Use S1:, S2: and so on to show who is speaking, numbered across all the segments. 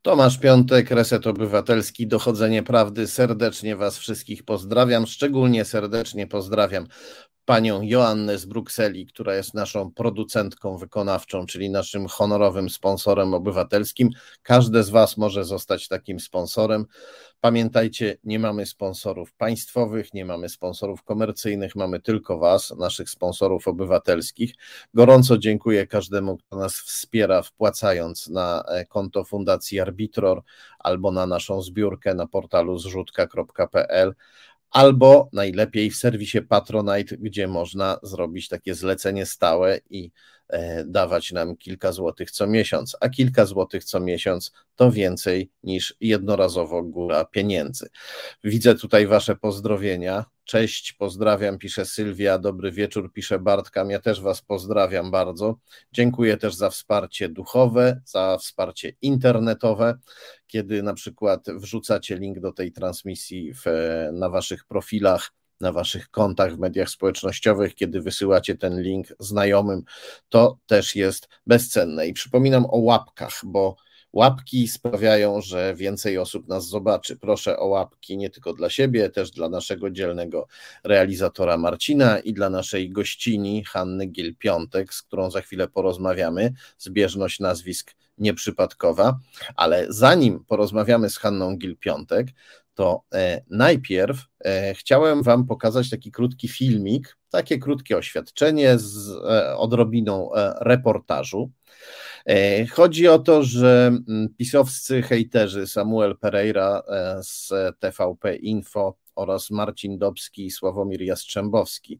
S1: Tomasz Piątek, Reset Obywatelski, Dochodzenie Prawdy. Serdecznie Was wszystkich pozdrawiam. Szczególnie serdecznie pozdrawiam panią Joannę z Brukseli, która jest naszą producentką wykonawczą, czyli naszym honorowym sponsorem obywatelskim. Każdy z Was może zostać takim sponsorem. Pamiętajcie, nie mamy sponsorów państwowych, nie mamy sponsorów komercyjnych, mamy tylko Was, naszych sponsorów obywatelskich. Gorąco dziękuję każdemu, kto nas wspiera, wpłacając na konto Fundacji Arbitror albo na naszą zbiórkę na portalu zrzutka.pl. Albo najlepiej w serwisie Patronite, gdzie można zrobić takie zlecenie stałe i dawać nam kilka złotych co miesiąc, a kilka złotych co miesiąc to więcej niż jednorazowo góra pieniędzy. Widzę tutaj Wasze pozdrowienia. Cześć, pozdrawiam, pisze Sylwia, dobry wieczór, pisze Bartkam, ja też Was pozdrawiam bardzo. Dziękuję też za wsparcie duchowe, za wsparcie internetowe, kiedy na przykład wrzucacie link do tej transmisji na Waszych profilach, na Waszych kontach w mediach społecznościowych, kiedy wysyłacie ten link znajomym, to też jest bezcenne. I przypominam o łapkach, bo łapki sprawiają, że więcej osób nas zobaczy. Proszę o łapki nie tylko dla siebie, też dla naszego dzielnego realizatora Marcina i dla naszej gościni Hanny Gill-Piątek, z którą za chwilę porozmawiamy. Zbieżność nazwisk nieprzypadkowa, ale zanim porozmawiamy z Hanną Gill-Piątek, to najpierw chciałem Wam pokazać taki krótki filmik, takie krótkie oświadczenie z odrobiną reportażu. Chodzi o to, że pisowscy hejterzy Samuel Pereira z TVP Info oraz Marcin Dobski i Sławomir Jastrzębowski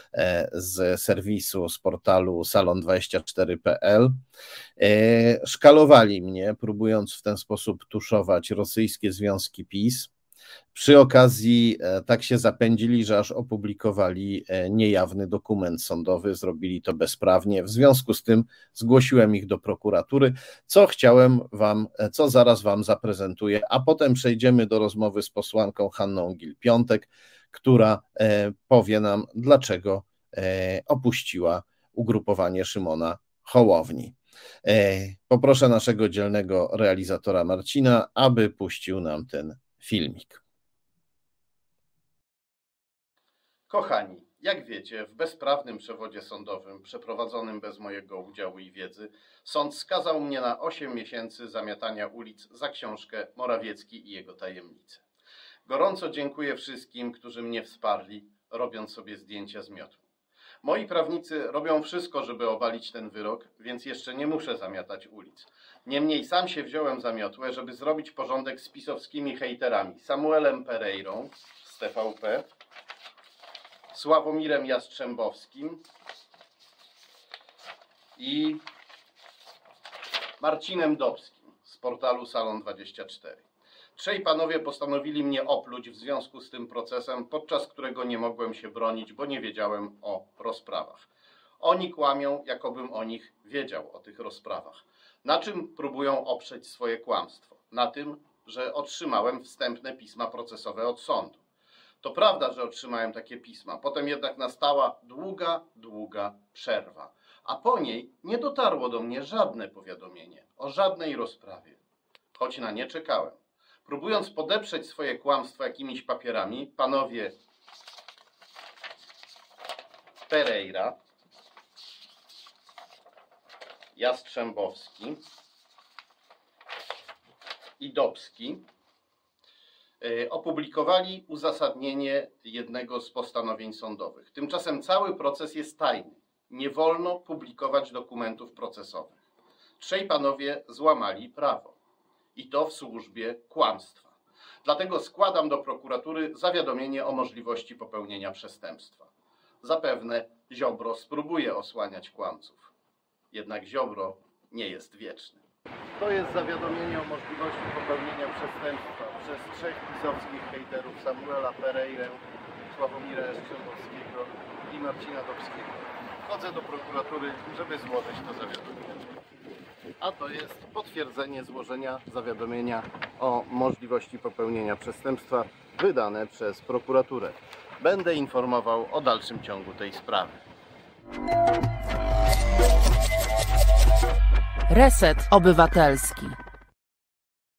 S1: z serwisu, z portalu salon24.pl szkalowali mnie, próbując w ten sposób tuszować rosyjskie związki PiS. Przy okazji tak się zapędzili, że aż opublikowali niejawny dokument sądowy, zrobili to bezprawnie. W związku z tym zgłosiłem ich do prokuratury, co zaraz Wam zaprezentuję, a potem przejdziemy do rozmowy z posłanką Hanną Gill-Piątek, która powie nam, dlaczego opuściła ugrupowanie Szymona Hołowni. Poproszę naszego dzielnego realizatora Marcina, aby puścił nam ten filmik. Kochani, jak wiecie, w bezprawnym przewodzie sądowym przeprowadzonym bez mojego udziału i wiedzy sąd skazał mnie na 8 miesięcy zamiatania ulic za książkę Morawiecki i jego tajemnice. Gorąco dziękuję wszystkim, którzy mnie wsparli, robiąc sobie zdjęcia z miotły. Moi prawnicy robią wszystko, żeby obalić ten wyrok, więc jeszcze nie muszę zamiatać ulic. Niemniej sam się wziąłem za miotłę, żeby zrobić porządek z pisowskimi hejterami Samuelem Pereirą z TVP, Sławomirem Jastrzębowskim i Marcinem Dobskim z portalu Salon24. Trzej panowie postanowili mnie opluć w związku z tym procesem, podczas którego nie mogłem się bronić, bo nie wiedziałem o rozprawach. Oni kłamią, jakobym o nich wiedział, o tych rozprawach. Na czym próbują oprzeć swoje kłamstwo? Na tym, że otrzymałem wstępne pisma procesowe od sądu. To prawda, że otrzymałem takie pisma, potem jednak nastała długa przerwa, a po niej nie dotarło do mnie żadne powiadomienie o żadnej rozprawie, choć na nie czekałem. Próbując podeprzeć swoje kłamstwo jakimiś papierami, panowie Pereira, Jastrzębowski i Dobski opublikowali uzasadnienie jednego z postanowień sądowych. Tymczasem cały proces jest tajny. Nie wolno publikować dokumentów procesowych. Trzej panowie złamali prawo. I to w służbie kłamstwa. Dlatego składam do prokuratury zawiadomienie o możliwości popełnienia przestępstwa. Zapewne Ziobro spróbuje osłaniać kłamców. Jednak Ziobro nie jest wieczny. To jest zawiadomienie o możliwości popełnienia przestępstwa przez trzech pisowskich hejterów Samuela Pereirę, Sławomira Jastrzębowskiego i Marcina Dobskiego. Chodzę do prokuratury, żeby złożyć to zawiadomienie. A to jest potwierdzenie złożenia zawiadomienia o możliwości popełnienia przestępstwa wydane przez prokuraturę. Będę informował o dalszym ciągu tej sprawy.
S2: Reset Obywatelski.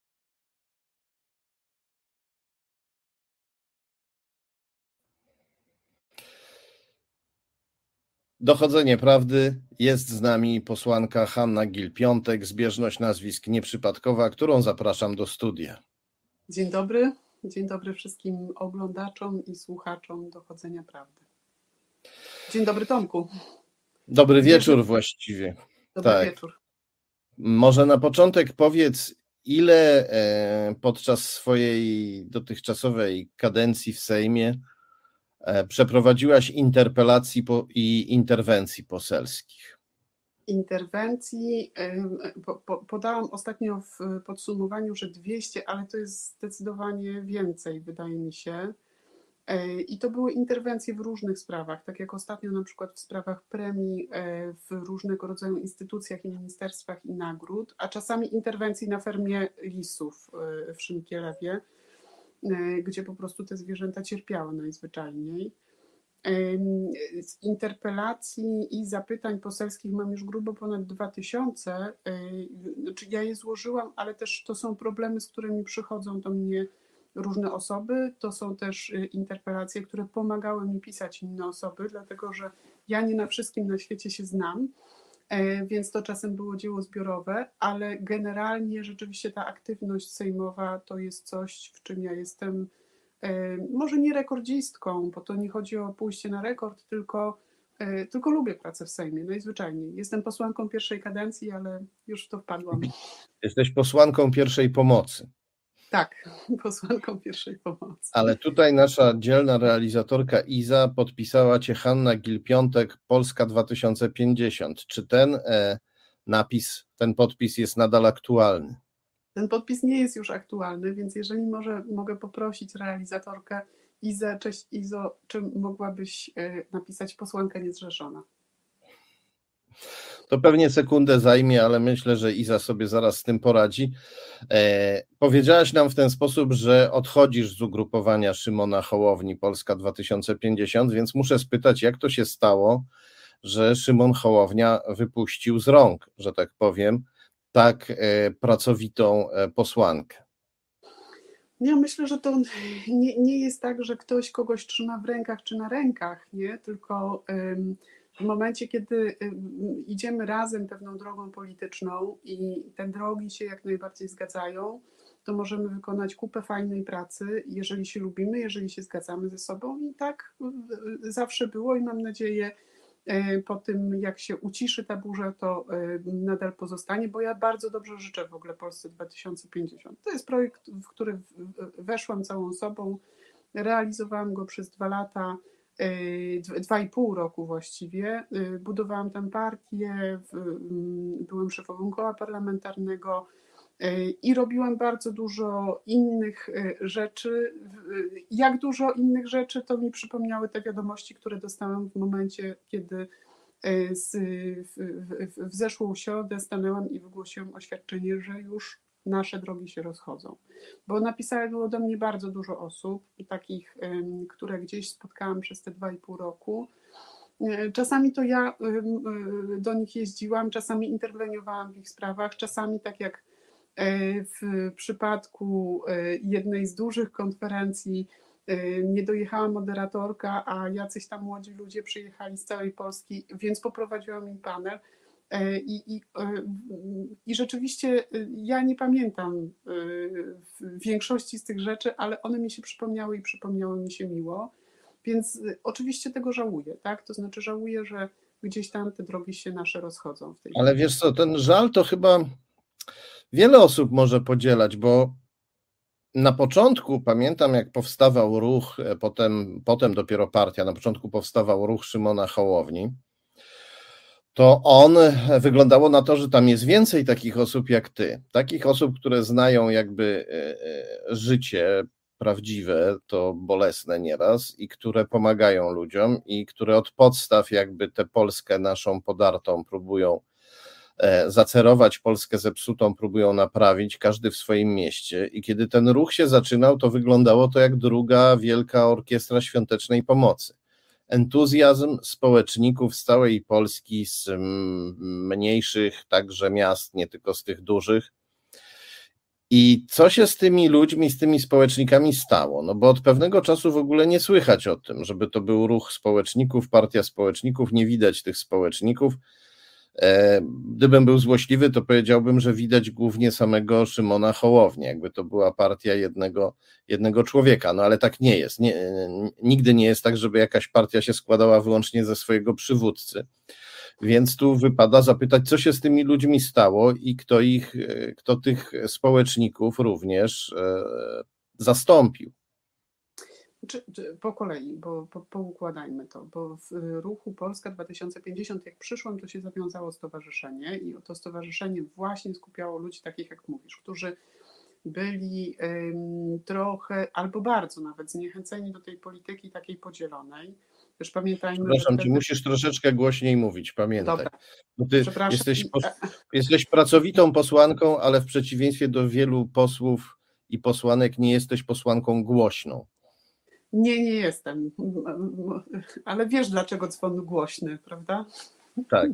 S1: Dochodzenie prawdy. Jest z nami posłanka Hanna Gill-Piątek, zbieżność nazwisk nieprzypadkowa, którą zapraszam do studia.
S2: Dzień dobry wszystkim oglądaczom i słuchaczom Dochodzenia Prawdy. Dzień dobry, Tomku.
S1: Dobry wieczór właściwie.
S2: Dobry wieczór.
S1: Może na początek powiedz, ile podczas swojej dotychczasowej kadencji w Sejmie przeprowadziłaś interpelacji i interwencji poselskich?
S2: Interwencji podałam ostatnio w podsumowaniu, że 200, ale to jest zdecydowanie więcej, wydaje mi się. I to były interwencje w różnych sprawach, tak jak ostatnio na przykład w sprawach premii w różnego rodzaju instytucjach i ministerstwach i nagród, a czasami interwencji na fermie lisów w Szynkielewie, gdzie po prostu te zwierzęta cierpiały najzwyczajniej. Z interpelacji i zapytań poselskich mam już grubo ponad 2000. Znaczy ja je złożyłam, ale też to są problemy, z którymi przychodzą do mnie różne osoby. To są też interpelacje, które pomagały mi pisać inne osoby, dlatego że ja nie na wszystkim na świecie się znam, więc to czasem było dzieło zbiorowe, ale generalnie rzeczywiście ta aktywność sejmowa to jest coś, w czym ja jestem może nie rekordzistką, bo to nie chodzi o pójście na rekord, tylko lubię pracę w Sejmie, najzwyczajniej. Jestem posłanką pierwszej kadencji, ale już w to wpadłam.
S1: Jesteś posłanką pierwszej pomocy.
S2: Tak, posłanką pierwszej pomocy.
S1: Ale tutaj nasza dzielna realizatorka Iza podpisała cię Hanna Gill-Piątek, Polska 2050. Czy ten podpis jest nadal aktualny?
S2: Ten podpis nie jest już aktualny, więc jeżeli mogę poprosić realizatorkę Izę, cześć Izo, czy mogłabyś napisać posłanka niezrzeszona?
S1: To pewnie sekundę zajmie, ale myślę, że Iza sobie zaraz z tym poradzi. Powiedziałaś nam w ten sposób, że odchodzisz z ugrupowania Szymona Hołowni Polska 2050, więc muszę spytać, jak to się stało, że Szymon Hołownia wypuścił z rąk, że tak powiem, tak pracowitą posłankę?
S2: Ja myślę, że to nie jest tak, że ktoś kogoś trzyma w rękach czy na rękach, nie? Tylko w momencie, kiedy idziemy razem pewną drogą polityczną i te drogi się jak najbardziej zgadzają, to możemy wykonać kupę fajnej pracy, jeżeli się lubimy, jeżeli się zgadzamy ze sobą, i tak zawsze było i mam nadzieję, po tym jak się uciszy ta burza, to nadal pozostanie, bo ja bardzo dobrze życzę w ogóle Polsce 2050. To jest projekt, w który weszłam całą sobą, realizowałam go przez 2 lata, 2,5 roku właściwie. Budowałam tam partię, byłam szefową koła parlamentarnego i robiłam bardzo dużo innych rzeczy. Jak dużo innych rzeczy, to mi przypomniały te wiadomości, które dostałam w momencie, kiedy w zeszłą środę stanęłam i wygłosiłam oświadczenie, że już nasze drogi się rozchodzą. Bo napisało do mnie bardzo dużo osób, takich, które gdzieś spotkałam przez te 2,5 roku. Czasami to ja do nich jeździłam, czasami interweniowałam w ich sprawach, czasami tak jak w przypadku jednej z dużych konferencji nie dojechała moderatorka, a jacyś tam młodzi ludzie przyjechali z całej Polski, więc poprowadziłam im panel. I rzeczywiście ja nie pamiętam większości z tych rzeczy, ale one mi się przypomniały i przypomniały mi się miło, więc oczywiście tego żałuję, tak? To znaczy żałuję, że gdzieś tam te drogi się nasze rozchodzą w tej chwili.
S1: Ale wiesz co, ten żal to chyba wiele osób może podzielać, bo na początku pamiętam, jak powstawał ruch, potem dopiero partia, na początku powstawał ruch Szymona Hołowni, to wyglądało na to, że tam jest więcej takich osób jak ty, takich osób, które znają jakby życie prawdziwe, to bolesne nieraz, i które pomagają ludziom i które od podstaw jakby tę Polskę naszą podartą próbują zacerować, Polskę zepsutą próbują naprawić, każdy w swoim mieście. I kiedy ten ruch się zaczynał, to wyglądało to jak druga wielka orkiestra świątecznej pomocy. Entuzjazm społeczników z całej Polski, z mniejszych także miast, nie tylko z tych dużych. I co się z tymi ludźmi, z tymi społecznikami stało? No bo od pewnego czasu w ogóle nie słychać o tym, żeby to był ruch społeczników, partia społeczników, nie widać tych społeczników. Gdybym był złośliwy, to powiedziałbym, że widać głównie samego Szymona Hołownię, jakby to była partia jednego człowieka, no ale tak nie jest. Nigdy nie jest tak, żeby jakaś partia się składała wyłącznie ze swojego przywódcy. Więc tu wypada zapytać, co się z tymi ludźmi stało i kto tych społeczników również zastąpił.
S2: Po kolei, bo poukładajmy to, bo w ruchu Polska 2050, jak przyszłam, to się zawiązało stowarzyszenie i to stowarzyszenie właśnie skupiało ludzi takich, jak mówisz, którzy byli trochę, albo bardzo nawet zniechęceni do tej polityki takiej podzielonej. Też pamiętajmy,
S1: Przepraszam,
S2: że
S1: ci musisz troszeczkę głośniej mówić, pamiętaj.
S2: Dobra.
S1: Bo ty jesteś pracowitą posłanką, ale w przeciwieństwie do wielu posłów i posłanek nie jesteś posłanką głośną.
S2: Nie jestem, ale wiesz, dlaczego dzwon głośny, prawda?
S1: Tak.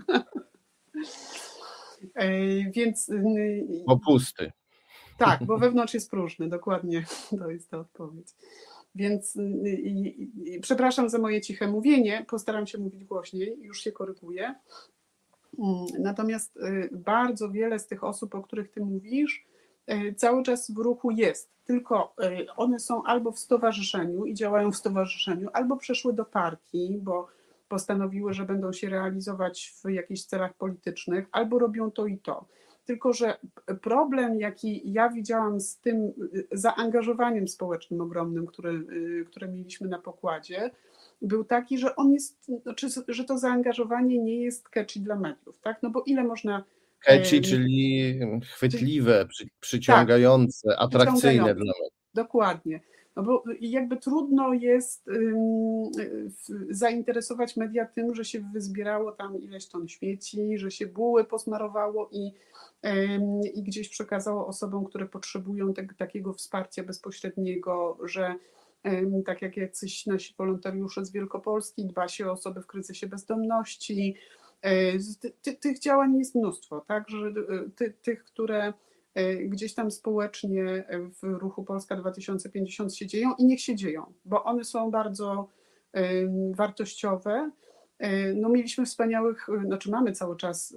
S2: Więc...
S1: Bo pusty.
S2: Tak, bo wewnątrz jest próżny, dokładnie, to jest ta odpowiedź. Więc przepraszam za moje ciche mówienie, postaram się mówić głośniej, już się koryguję. Natomiast bardzo wiele z tych osób, o których ty mówisz, cały czas w ruchu jest, tylko one są albo w stowarzyszeniu i działają w stowarzyszeniu, albo przeszły do partii, bo postanowiły, że będą się realizować w jakichś celach politycznych, albo robią to i to. Tylko że problem, jaki ja widziałam z tym zaangażowaniem społecznym ogromnym, które mieliśmy na pokładzie, był taki, że że to zaangażowanie nie jest catchy dla mediów, tak? No bo ile można...
S1: Catchy, czyli chwytliwe, przyciągające, tak, atrakcyjne dla mediów.
S2: Dokładnie. No bo jakby trudno jest zainteresować media tym, że się wyzbierało tam ileś ton śmieci, że się buły posmarowało i gdzieś przekazało osobom, które potrzebują takiego wsparcia bezpośredniego, że tak jak jacyś nasi wolontariusze z Wielkopolski, dba się o osoby w kryzysie bezdomności. Tych działań jest mnóstwo, tak, że tych, które gdzieś tam społecznie w ruchu Polska 2050 się dzieją i niech się dzieją, bo one są bardzo wartościowe. No mieliśmy wspaniałych, znaczy mamy cały czas,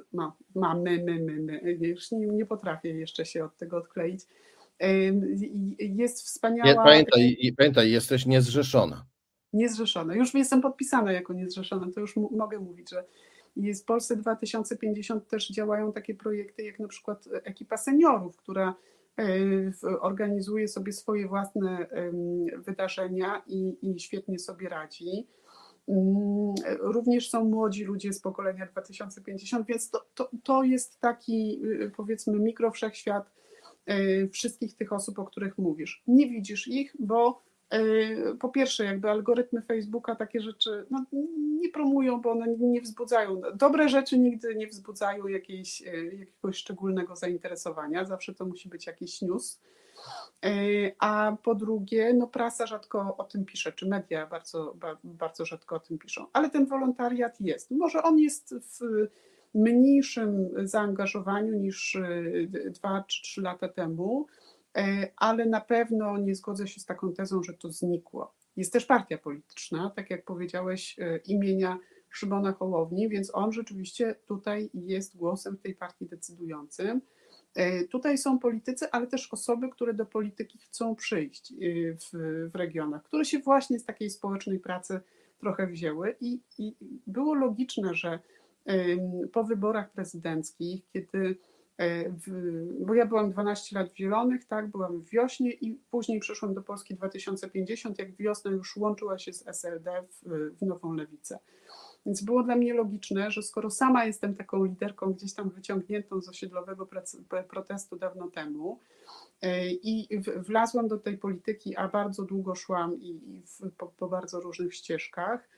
S2: już nie potrafię jeszcze się od tego odkleić. Jest wspaniała...
S1: Pamiętaj, jesteś niezrzeszona.
S2: Niezrzeszona. Już jestem podpisana jako niezrzeszona, to już mogę mówić, że jest w Polsce 2050 też działają takie projekty jak na przykład Ekipa Seniorów, która organizuje sobie swoje własne wydarzenia i świetnie sobie radzi. Również są młodzi ludzie z pokolenia 2050, więc to jest taki, powiedzmy, mikrowszechświat wszystkich tych osób, o których mówisz. Nie widzisz ich, bo po pierwsze jakby algorytmy Facebooka takie rzeczy nie promują, bo one nie wzbudzają, dobre rzeczy nigdy nie wzbudzają jakiegoś szczególnego zainteresowania, zawsze to musi być jakiś news. A po drugie, no prasa rzadko o tym pisze, czy media bardzo rzadko o tym piszą, ale ten wolontariat jest. Może on jest w mniejszym zaangażowaniu niż 2 czy 3 lata temu, ale na pewno nie zgodzę się z taką tezą, że to znikło. Jest też partia polityczna, tak jak powiedziałeś, imienia Szymona Hołowni, więc on rzeczywiście tutaj jest głosem w tej partii decydującym. Tutaj są politycy, ale też osoby, które do polityki chcą przyjść w regionach, które się właśnie z takiej społecznej pracy trochę wzięły i było logiczne, że po wyborach prezydenckich, kiedy bo ja byłam 12 lat w Zielonych, tak, byłam w Wiośnie i później przyszłam do Polski 2050, jak Wiosna już łączyła się z SLD w Nową Lewicę. Więc było dla mnie logiczne, że skoro sama jestem taką liderką gdzieś tam wyciągniętą z osiedlowego protestu dawno temu i wlazłam do tej polityki, a bardzo długo szłam po bardzo różnych ścieżkach,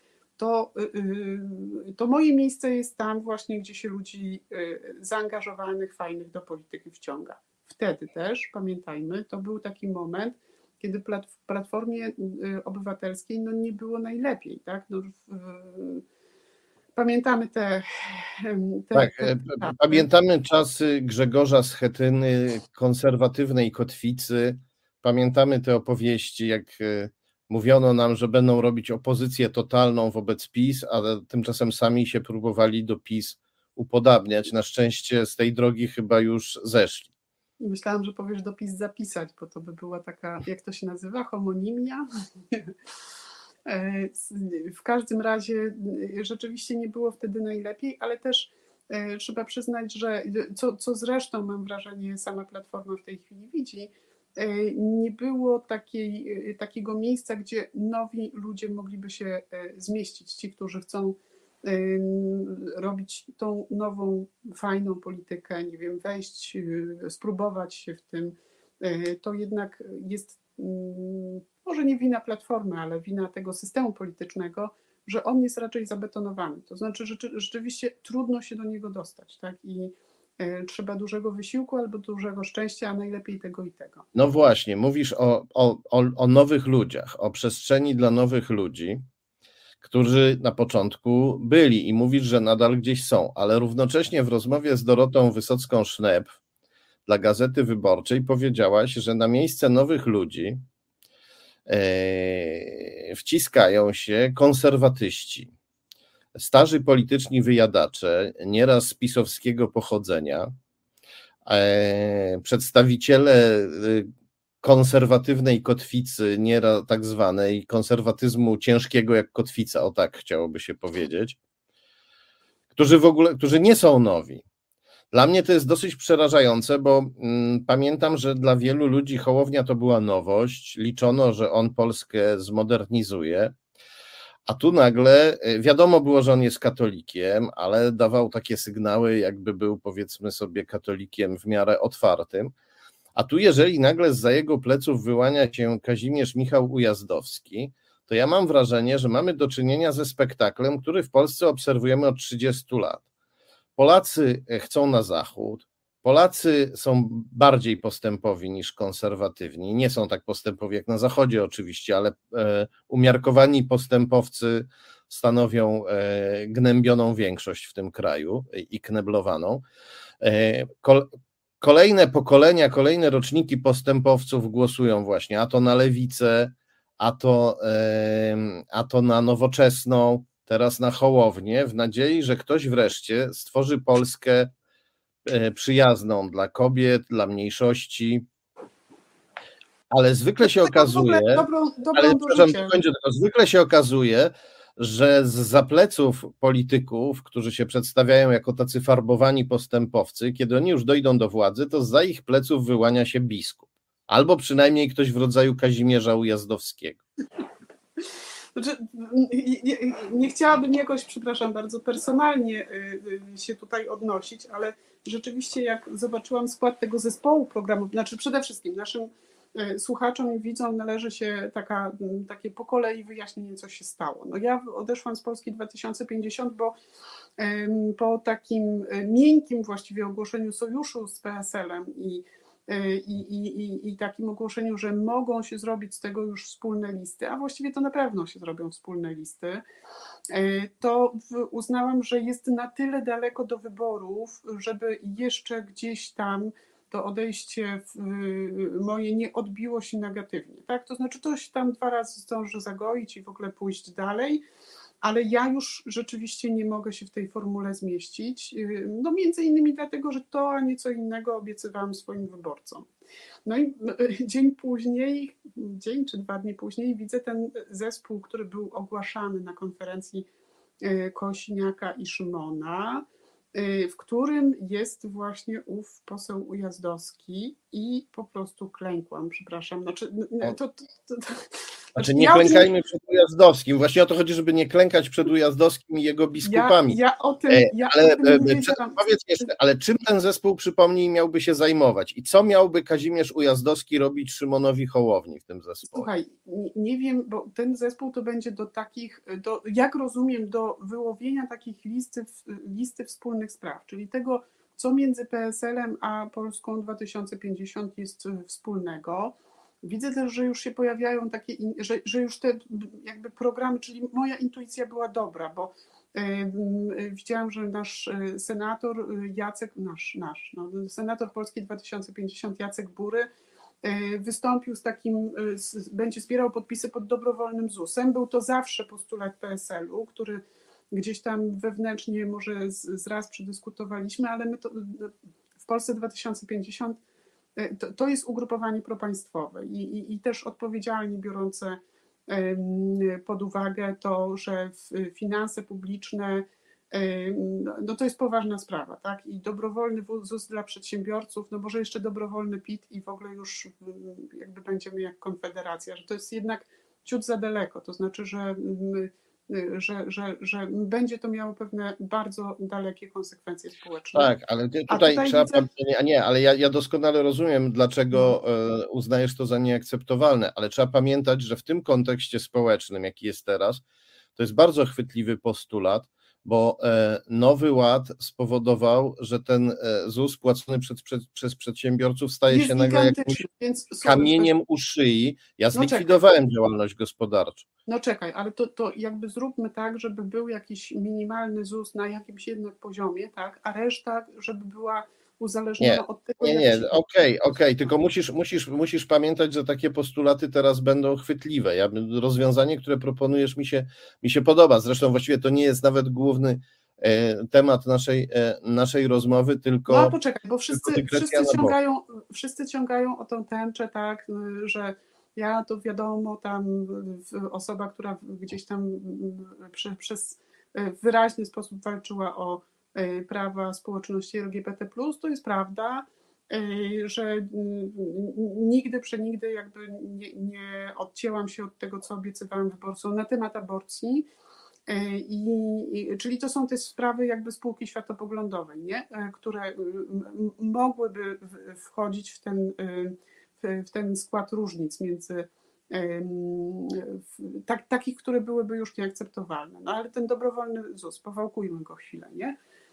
S2: to moje miejsce jest tam właśnie, gdzie się ludzi zaangażowanych, fajnych do polityki wciąga. Wtedy też, pamiętajmy, to był taki moment, kiedy w Platformie Obywatelskiej nie było najlepiej. Tak? Pamiętamy te
S1: Tak,
S2: etapy.
S1: pamiętamy czasy Grzegorza Schetyny, konserwatywnej kotwicy. Pamiętamy te opowieści, jak mówiono nam, że będą robić opozycję totalną wobec PiS, ale tymczasem sami się próbowali do PiS upodabniać. Na szczęście z tej drogi chyba już zeszli.
S2: Myślałam, że powiesz dopis zapisać, bo to by była taka, jak to się nazywa, homonimia? W każdym razie rzeczywiście nie było wtedy najlepiej, ale też trzeba przyznać, że co zresztą mam wrażenie sama Platforma w tej chwili widzi, nie było takiego miejsca, gdzie nowi ludzie mogliby się zmieścić, ci, którzy chcą robić tą nową, fajną politykę, nie wiem, wejść, spróbować się w tym, to jednak jest może nie wina Platformy, ale wina tego systemu politycznego, że on jest raczej zabetonowany. To znaczy, że rzeczywiście trudno się do niego dostać, tak? I trzeba dużego wysiłku albo dużego szczęścia, a najlepiej tego i tego.
S1: No właśnie, mówisz o nowych ludziach, o przestrzeni dla nowych ludzi, którzy na początku byli i mówisz, że nadal gdzieś są, ale równocześnie w rozmowie z Dorotą Wysocką-Sznep dla Gazety Wyborczej powiedziałaś, że na miejsce nowych ludzi wciskają się konserwatyści, starzy polityczni wyjadacze, nieraz pisowskiego pochodzenia, przedstawiciele konserwatywnej kotwicy, nieraz tak zwanej konserwatyzmu ciężkiego jak kotwica, o tak chciałoby się powiedzieć, którzy nie są nowi. Dla mnie to jest dosyć przerażające, bo pamiętam, że dla wielu ludzi Hołownia to była nowość, liczono, że on Polskę zmodernizuje, a tu nagle wiadomo było, że on jest katolikiem, ale dawał takie sygnały, jakby był, powiedzmy sobie, katolikiem w miarę otwartym. A tu jeżeli nagle zza jego pleców wyłania się Kazimierz Michał Ujazdowski, to ja mam wrażenie, że mamy do czynienia ze spektaklem, który w Polsce obserwujemy od 30 lat. Polacy chcą na zachód, Polacy są bardziej postępowi niż konserwatywni. Nie są tak postępowi jak na zachodzie oczywiście, ale umiarkowani postępowcy stanowią gnębioną większość w tym kraju i kneblowaną. Kolejne pokolenia, kolejne roczniki postępowców głosują właśnie a to na lewicę, a to na Nowoczesną, teraz na Hołownię, w nadziei, że ktoś wreszcie stworzy Polskę przyjazną dla kobiet, dla mniejszości, ale zwykle się okazuje, zwykle się okazuje, że zza pleców polityków, którzy się przedstawiają jako tacy farbowani postępowcy, kiedy oni już dojdą do władzy, to zza ich pleców wyłania się biskup, albo przynajmniej ktoś w rodzaju Kazimierza Ujazdowskiego.
S2: Znaczy, nie chciałabym jakoś, przepraszam bardzo, personalnie się tutaj odnosić, ale rzeczywiście jak zobaczyłam skład tego zespołu programowego, znaczy przede wszystkim naszym słuchaczom i widzom należy się takie po kolei wyjaśnienie, co się stało. No ja odeszłam z Polski 2050, bo po takim miękkim właściwie ogłoszeniu sojuszu z PSL-em i takim ogłoszeniu, że mogą się zrobić z tego już wspólne listy, a właściwie to na pewno się zrobią wspólne listy, to uznałam, że jest na tyle daleko do wyborów, żeby jeszcze gdzieś tam to odejście moje nie odbiło się negatywnie. Tak? To znaczy to się tam 2 razy zdąży zagoić i w ogóle pójść dalej, ale ja już rzeczywiście nie mogę się w tej formule zmieścić, no między innymi dlatego, że to, a nie co innego obiecywałam swoim wyborcom. No i dzień czy 2 dni później widzę ten zespół, który był ogłaszany na konferencji Kosiniaka i Szymona, w którym jest właśnie ów poseł Ujazdowski i po prostu klękłam, przepraszam.
S1: Znaczy nie klękajmy przed Ujazdowskim. Właśnie o to chodzi, żeby nie klękać przed Ujazdowskim i jego biskupami. Powiedz jeszcze, ale czym ten zespół, przypomnij, miałby się zajmować? I co miałby Kazimierz Ujazdowski robić Szymonowi Hołowni w tym zespole?
S2: Słuchaj, nie wiem, bo ten zespół to będzie jak rozumiem, do wyłowienia takich listy wspólnych spraw, czyli tego, co między PSL-em a Polską 2050 jest wspólnego. Widzę też, że już się pojawiają takie, że już te jakby programy, czyli moja intuicja była dobra, bo Widziałam, że nasz senator Jacek, senator Polski 2050 Jacek Bury wystąpił z takim, będzie zbierał podpisy pod dobrowolnym ZUS-em. Był to zawsze postulat PSL-u, który gdzieś tam wewnętrznie może raz przedyskutowaliśmy, ale my to w Polsce 2050 to jest ugrupowanie propaństwowe i też odpowiedzialnie biorące pod uwagę to, że finanse publiczne no to jest poważna sprawa, tak? I dobrowolny ZUS dla przedsiębiorców, no może jeszcze dobrowolny PIT i w ogóle już jakby będziemy jak Konfederacja, że to jest jednak ciut za daleko, to znaczy, że będzie to miało pewne bardzo dalekie konsekwencje społeczne.
S1: Tak, ale tutaj trzeba, widzę... ale ja doskonale rozumiem, dlaczego uznajesz to za nieakceptowalne, ale trzeba pamiętać, że w tym kontekście społecznym, jaki jest teraz, to jest bardzo chwytliwy postulat, bo Nowy Ład spowodował, że ten ZUS płacony przez przedsiębiorców staje się nagle jakimś kamieniem u szyi. Ja zlikwidowałem działalność gospodarczą.
S2: No czekaj, ale to jakby zróbmy tak, żeby był jakiś minimalny ZUS na jakimś jednak poziomie, tak, a reszta, żeby była uzależniona od tego,
S1: okej, tylko musisz pamiętać, że takie postulaty teraz będą chwytliwe. Rozwiązanie, które proponujesz, mi się podoba. Zresztą właściwie to nie jest nawet główny temat naszej rozmowy, tylko...
S2: No poczekaj, bo wszyscy ciągają o tą tęczę, tak, że ja to wiadomo, tam osoba, która gdzieś tam przez wyraźny sposób walczyła o prawa społeczności LGBT+, to jest prawda, że nigdy jakby nie odcięłam się od tego, co obiecywałam wyborcom na temat aborcji. Czyli to są te sprawy jakby spółki światopoglądowej, nie? Które mogłyby wchodzić w ten skład różnic między takich, które byłyby już nieakceptowalne. No ale ten dobrowolny ZUS, powałkujmy go chwilę, nie?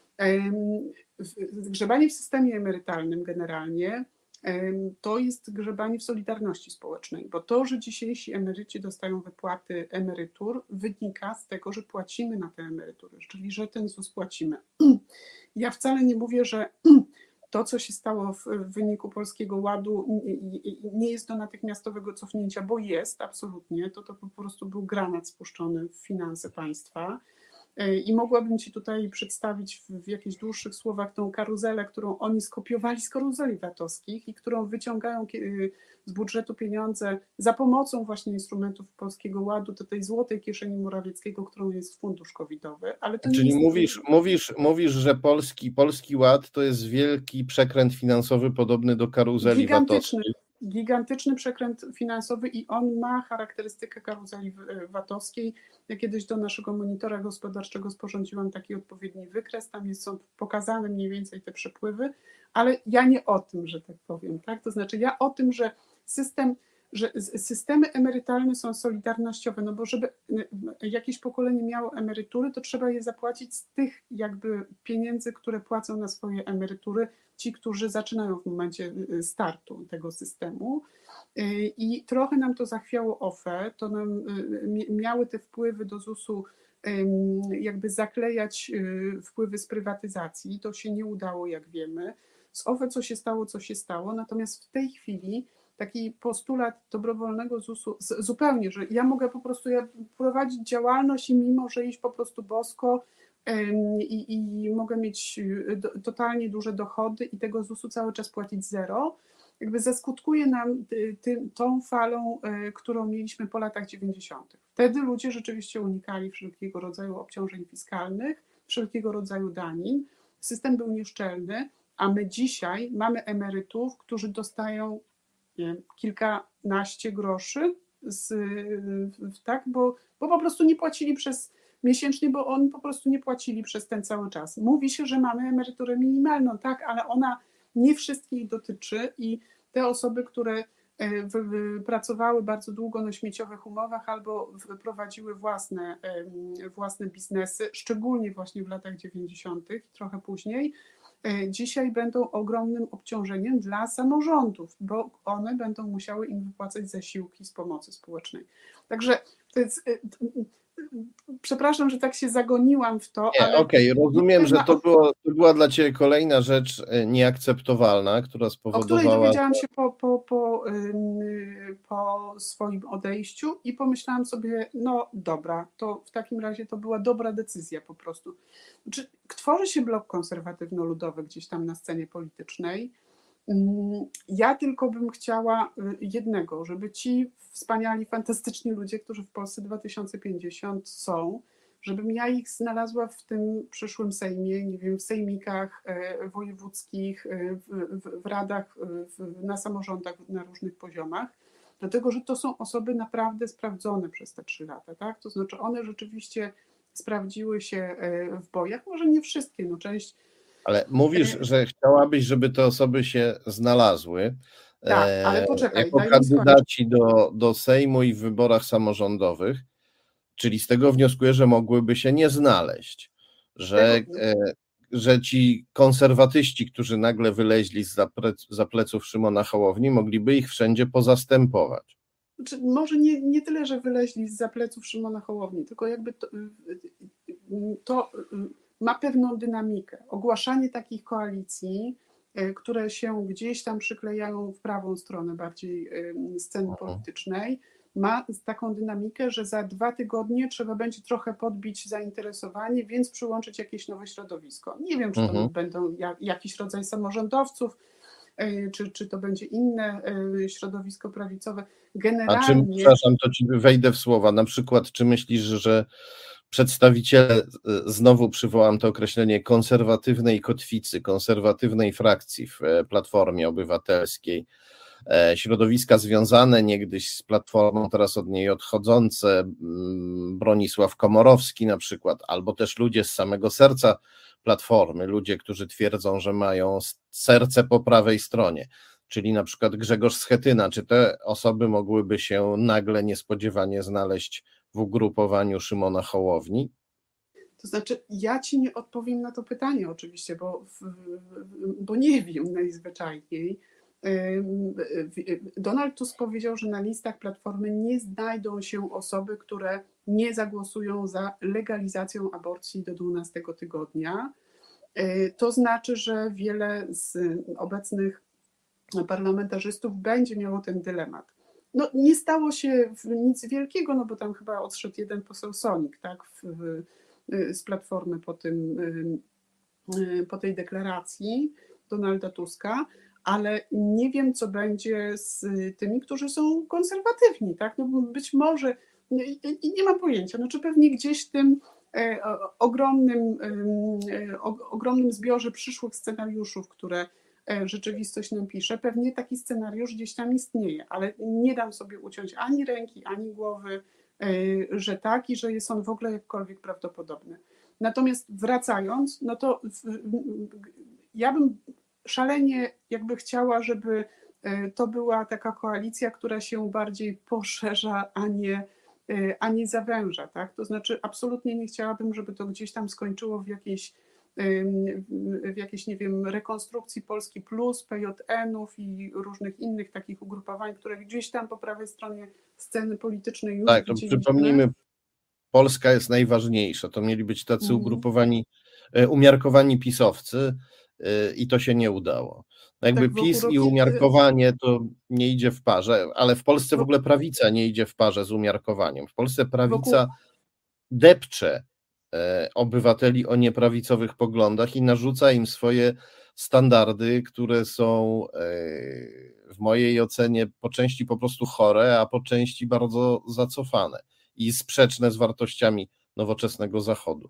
S2: Grzebanie w systemie emerytalnym generalnie to jest grzebanie w solidarności społecznej, bo to, że dzisiejsi emeryci dostają wypłaty emerytur, wynika z tego, że płacimy na te emerytury, czyli że ten ZUS płacimy. Ja wcale nie mówię, że to, co się stało w wyniku Polskiego Ładu, nie jest do natychmiastowego cofnięcia, bo jest, absolutnie. To po prostu był granat spuszczony w finanse państwa. I mogłabym Ci tutaj przedstawić w jakichś dłuższych słowach tą karuzelę, którą oni skopiowali z karuzeli VAT-owskich i którą wyciągają z budżetu pieniądze za pomocą właśnie instrumentów Polskiego Ładu do tej złotej kieszeni Morawieckiego, którą jest fundusz covidowy. Ale to
S1: czyli mówisz, że Polski Ład to jest wielki przekręt finansowy podobny do karuzeli VAT-owskiej.
S2: Gigantyczny przekręt finansowy i on ma charakterystykę karuzeli VAT-owskiej. Ja kiedyś do naszego monitora gospodarczego sporządziłam taki odpowiedni wykres, tam są pokazane mniej więcej te przepływy, ale ja nie o tym, że tak powiem, tak? To znaczy ja o tym, że systemy emerytalne są solidarnościowe, no bo żeby jakieś pokolenie miało emerytury, to trzeba je zapłacić z tych jakby pieniędzy, które płacą na swoje emerytury ci, którzy zaczynają w momencie startu tego systemu. I trochę nam to zachwiało OFE, to nam miały te wpływy do ZUS-u jakby zaklejać wpływy z prywatyzacji. To się nie udało, jak wiemy. Z OFE co się stało, natomiast w tej chwili taki postulat dobrowolnego ZUS-u zupełnie, że ja mogę po prostu prowadzić działalność i mimo, że iść po prostu bosko i mogę mieć totalnie duże dochody i tego ZUS-u cały czas płacić zero, jakby zaskutkuje nam tą falą, którą mieliśmy po latach 90. Wtedy ludzie rzeczywiście unikali wszelkiego rodzaju obciążeń fiskalnych, wszelkiego rodzaju danin. System był nieszczelny, a my dzisiaj mamy emerytów, którzy dostają kilkanaście groszy, tak, bo po prostu nie płacili miesięcznie, bo oni po prostu nie płacili przez ten cały czas. Mówi się, że mamy emeryturę minimalną, tak, ale ona nie wszystkich dotyczy i te osoby, które pracowały bardzo długo na śmieciowych umowach albo prowadziły własne biznesy, szczególnie właśnie w latach 90. i trochę później, dzisiaj będą ogromnym obciążeniem dla samorządów, bo one będą musiały im wypłacać zasiłki z pomocy społecznej. Także To jest, przepraszam, że tak się zagoniłam w to,
S1: Nie,
S2: ale
S1: okej, rozumiem, że to była dla Ciebie kolejna rzecz nieakceptowalna, która
S2: o której
S1: spowodowała,
S2: dowiedziałam się po swoim odejściu i pomyślałam sobie, no dobra, to w takim razie to była dobra decyzja po prostu. Znaczy, tworzy się blok konserwatywno-ludowy gdzieś tam na scenie politycznej. Ja tylko bym chciała jednego, żeby ci wspaniali, fantastyczni ludzie, którzy w Polsce 2050 są, żebym ja ich znalazła w tym przyszłym Sejmie, nie wiem, w sejmikach wojewódzkich, w radach, na samorządach na różnych poziomach, dlatego że to są osoby naprawdę sprawdzone przez te 3 lata, tak? To znaczy one rzeczywiście sprawdziły się w bojach, może nie wszystkie, no część.
S1: ale mówisz, że chciałabyś, żeby te osoby się znalazły
S2: Tak, ale poczekaj,
S1: jako
S2: daj mi skończyć.
S1: kandydaci do Sejmu i w wyborach samorządowych, czyli z tego wnioskuję, że mogłyby się nie znaleźć, że ci konserwatyści, którzy nagle wyleźli za pleców Szymona Hołowni, mogliby ich wszędzie pozastępować.
S2: Znaczy, może nie tyle, że wyleźli zza pleców Szymona Hołowni, tylko jakby to ma pewną dynamikę. Ogłaszanie takich koalicji, które się gdzieś tam przyklejają w prawą stronę bardziej sceny politycznej, ma taką dynamikę, że za 2 tygodnie trzeba będzie trochę podbić zainteresowanie, więc przyłączyć jakieś nowe środowisko. Nie wiem, czy to będą jakiś rodzaj samorządowców, czy to będzie inne środowisko prawicowe. Generalnie.
S1: Przepraszam, to ci wejdę w słowa. Na przykład, czy myślisz, że przedstawiciele, znowu przywołam to określenie, konserwatywnej kotwicy, konserwatywnej frakcji w Platformie Obywatelskiej, środowiska związane niegdyś z Platformą, teraz od niej odchodzące, Bronisław Komorowski na przykład, albo też ludzie z samego serca Platformy, ludzie, którzy twierdzą, że mają serce po prawej stronie, czyli na przykład Grzegorz Schetyna, czy te osoby mogłyby się nagle niespodziewanie znaleźć w ugrupowaniu Szymona Hołowni?
S2: To znaczy, ja ci nie odpowiem na to pytanie oczywiście, bo nie wiem najzwyczajniej. Donald Tusk powiedział, że na listach Platformy nie znajdą się osoby, które nie zagłosują za legalizacją aborcji do 12 tygodnia. To znaczy, że wiele z obecnych parlamentarzystów będzie miało ten dylemat. No, nie stało się nic wielkiego, no bo tam chyba odszedł jeden poseł Sonik, tak, z Platformy po tej deklaracji Donalda Tuska, ale nie wiem, co będzie z tymi, którzy są konserwatywni, tak? No być może, nie mam pojęcia, no czy pewnie gdzieś w tym ogromnym zbiorze przyszłych scenariuszów, które rzeczywistość nam pisze, pewnie taki scenariusz gdzieś tam istnieje, ale nie dam sobie uciąć ani ręki, ani głowy, że tak i że jest on w ogóle jakkolwiek prawdopodobny. Natomiast wracając, no to ja bym szalenie jakby chciała, żeby to była taka koalicja, która się bardziej poszerza, a nie zawęża, tak? To znaczy absolutnie nie chciałabym, żeby to gdzieś tam skończyło w jakiejś, nie wiem, rekonstrukcji Polski Plus, PJN-ów i różnych innych takich ugrupowań, które gdzieś tam po prawej stronie sceny politycznej już
S1: tak, to
S2: widzieliśmy.
S1: przypomnijmy, Polska jest najważniejsza. To mieli być tacy ugrupowani, umiarkowani pisowcy i to się nie udało. Jakby tak, PiS i umiarkowanie to nie idzie w parze, ale w Polsce w ogóle prawica nie idzie w parze z umiarkowaniem. W Polsce prawica depcze obywateli o nieprawicowych poglądach i narzuca im swoje standardy, które są w mojej ocenie po części po prostu chore, a po części bardzo zacofane i sprzeczne z wartościami nowoczesnego Zachodu.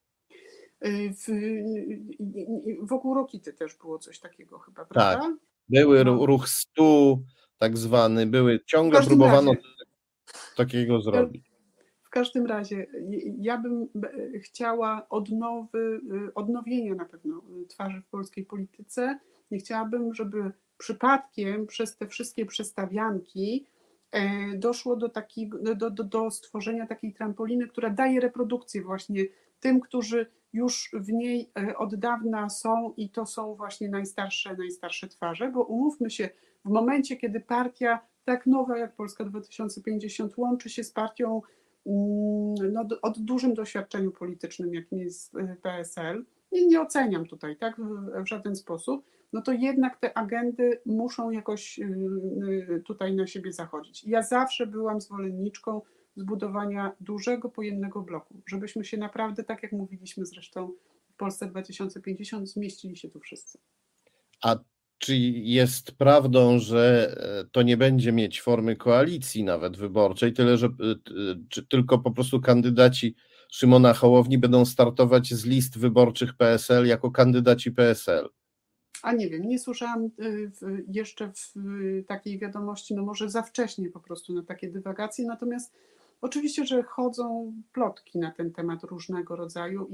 S2: Wokół Rokity też było coś takiego chyba, prawda?
S1: Tak, były ruch 100 tak zwany, ciągle próbowano takiego zrobić.
S2: W każdym razie ja bym chciała odnowienia na pewno twarzy w polskiej polityce. Nie chciałabym, żeby przypadkiem przez te wszystkie przestawianki doszło do stworzenia takiej trampoliny, która daje reprodukcję właśnie tym, którzy już w niej od dawna są i to są właśnie najstarsze twarze, bo umówmy się, w momencie, kiedy partia tak nowa jak Polska 2050 łączy się z partią no, o dużym doświadczeniu politycznym, jakim jest PSL, i nie oceniam tutaj tak w żaden sposób, no to jednak te agendy muszą jakoś tutaj na siebie zachodzić. Ja zawsze byłam zwolenniczką zbudowania dużego, pojemnego bloku, żebyśmy się naprawdę, tak jak mówiliśmy zresztą w Polsce 2050, zmieścili się tu wszyscy.
S1: A czy jest prawdą, że to nie będzie mieć formy koalicji nawet wyborczej, tyle że czy tylko po prostu kandydaci Szymona Hołowni będą startować z list wyborczych PSL jako kandydaci PSL?
S2: A nie wiem, nie słyszałam jeszcze w takiej wiadomości, no może za wcześnie po prostu na takie dywagacje, natomiast oczywiście, że chodzą plotki na ten temat różnego rodzaju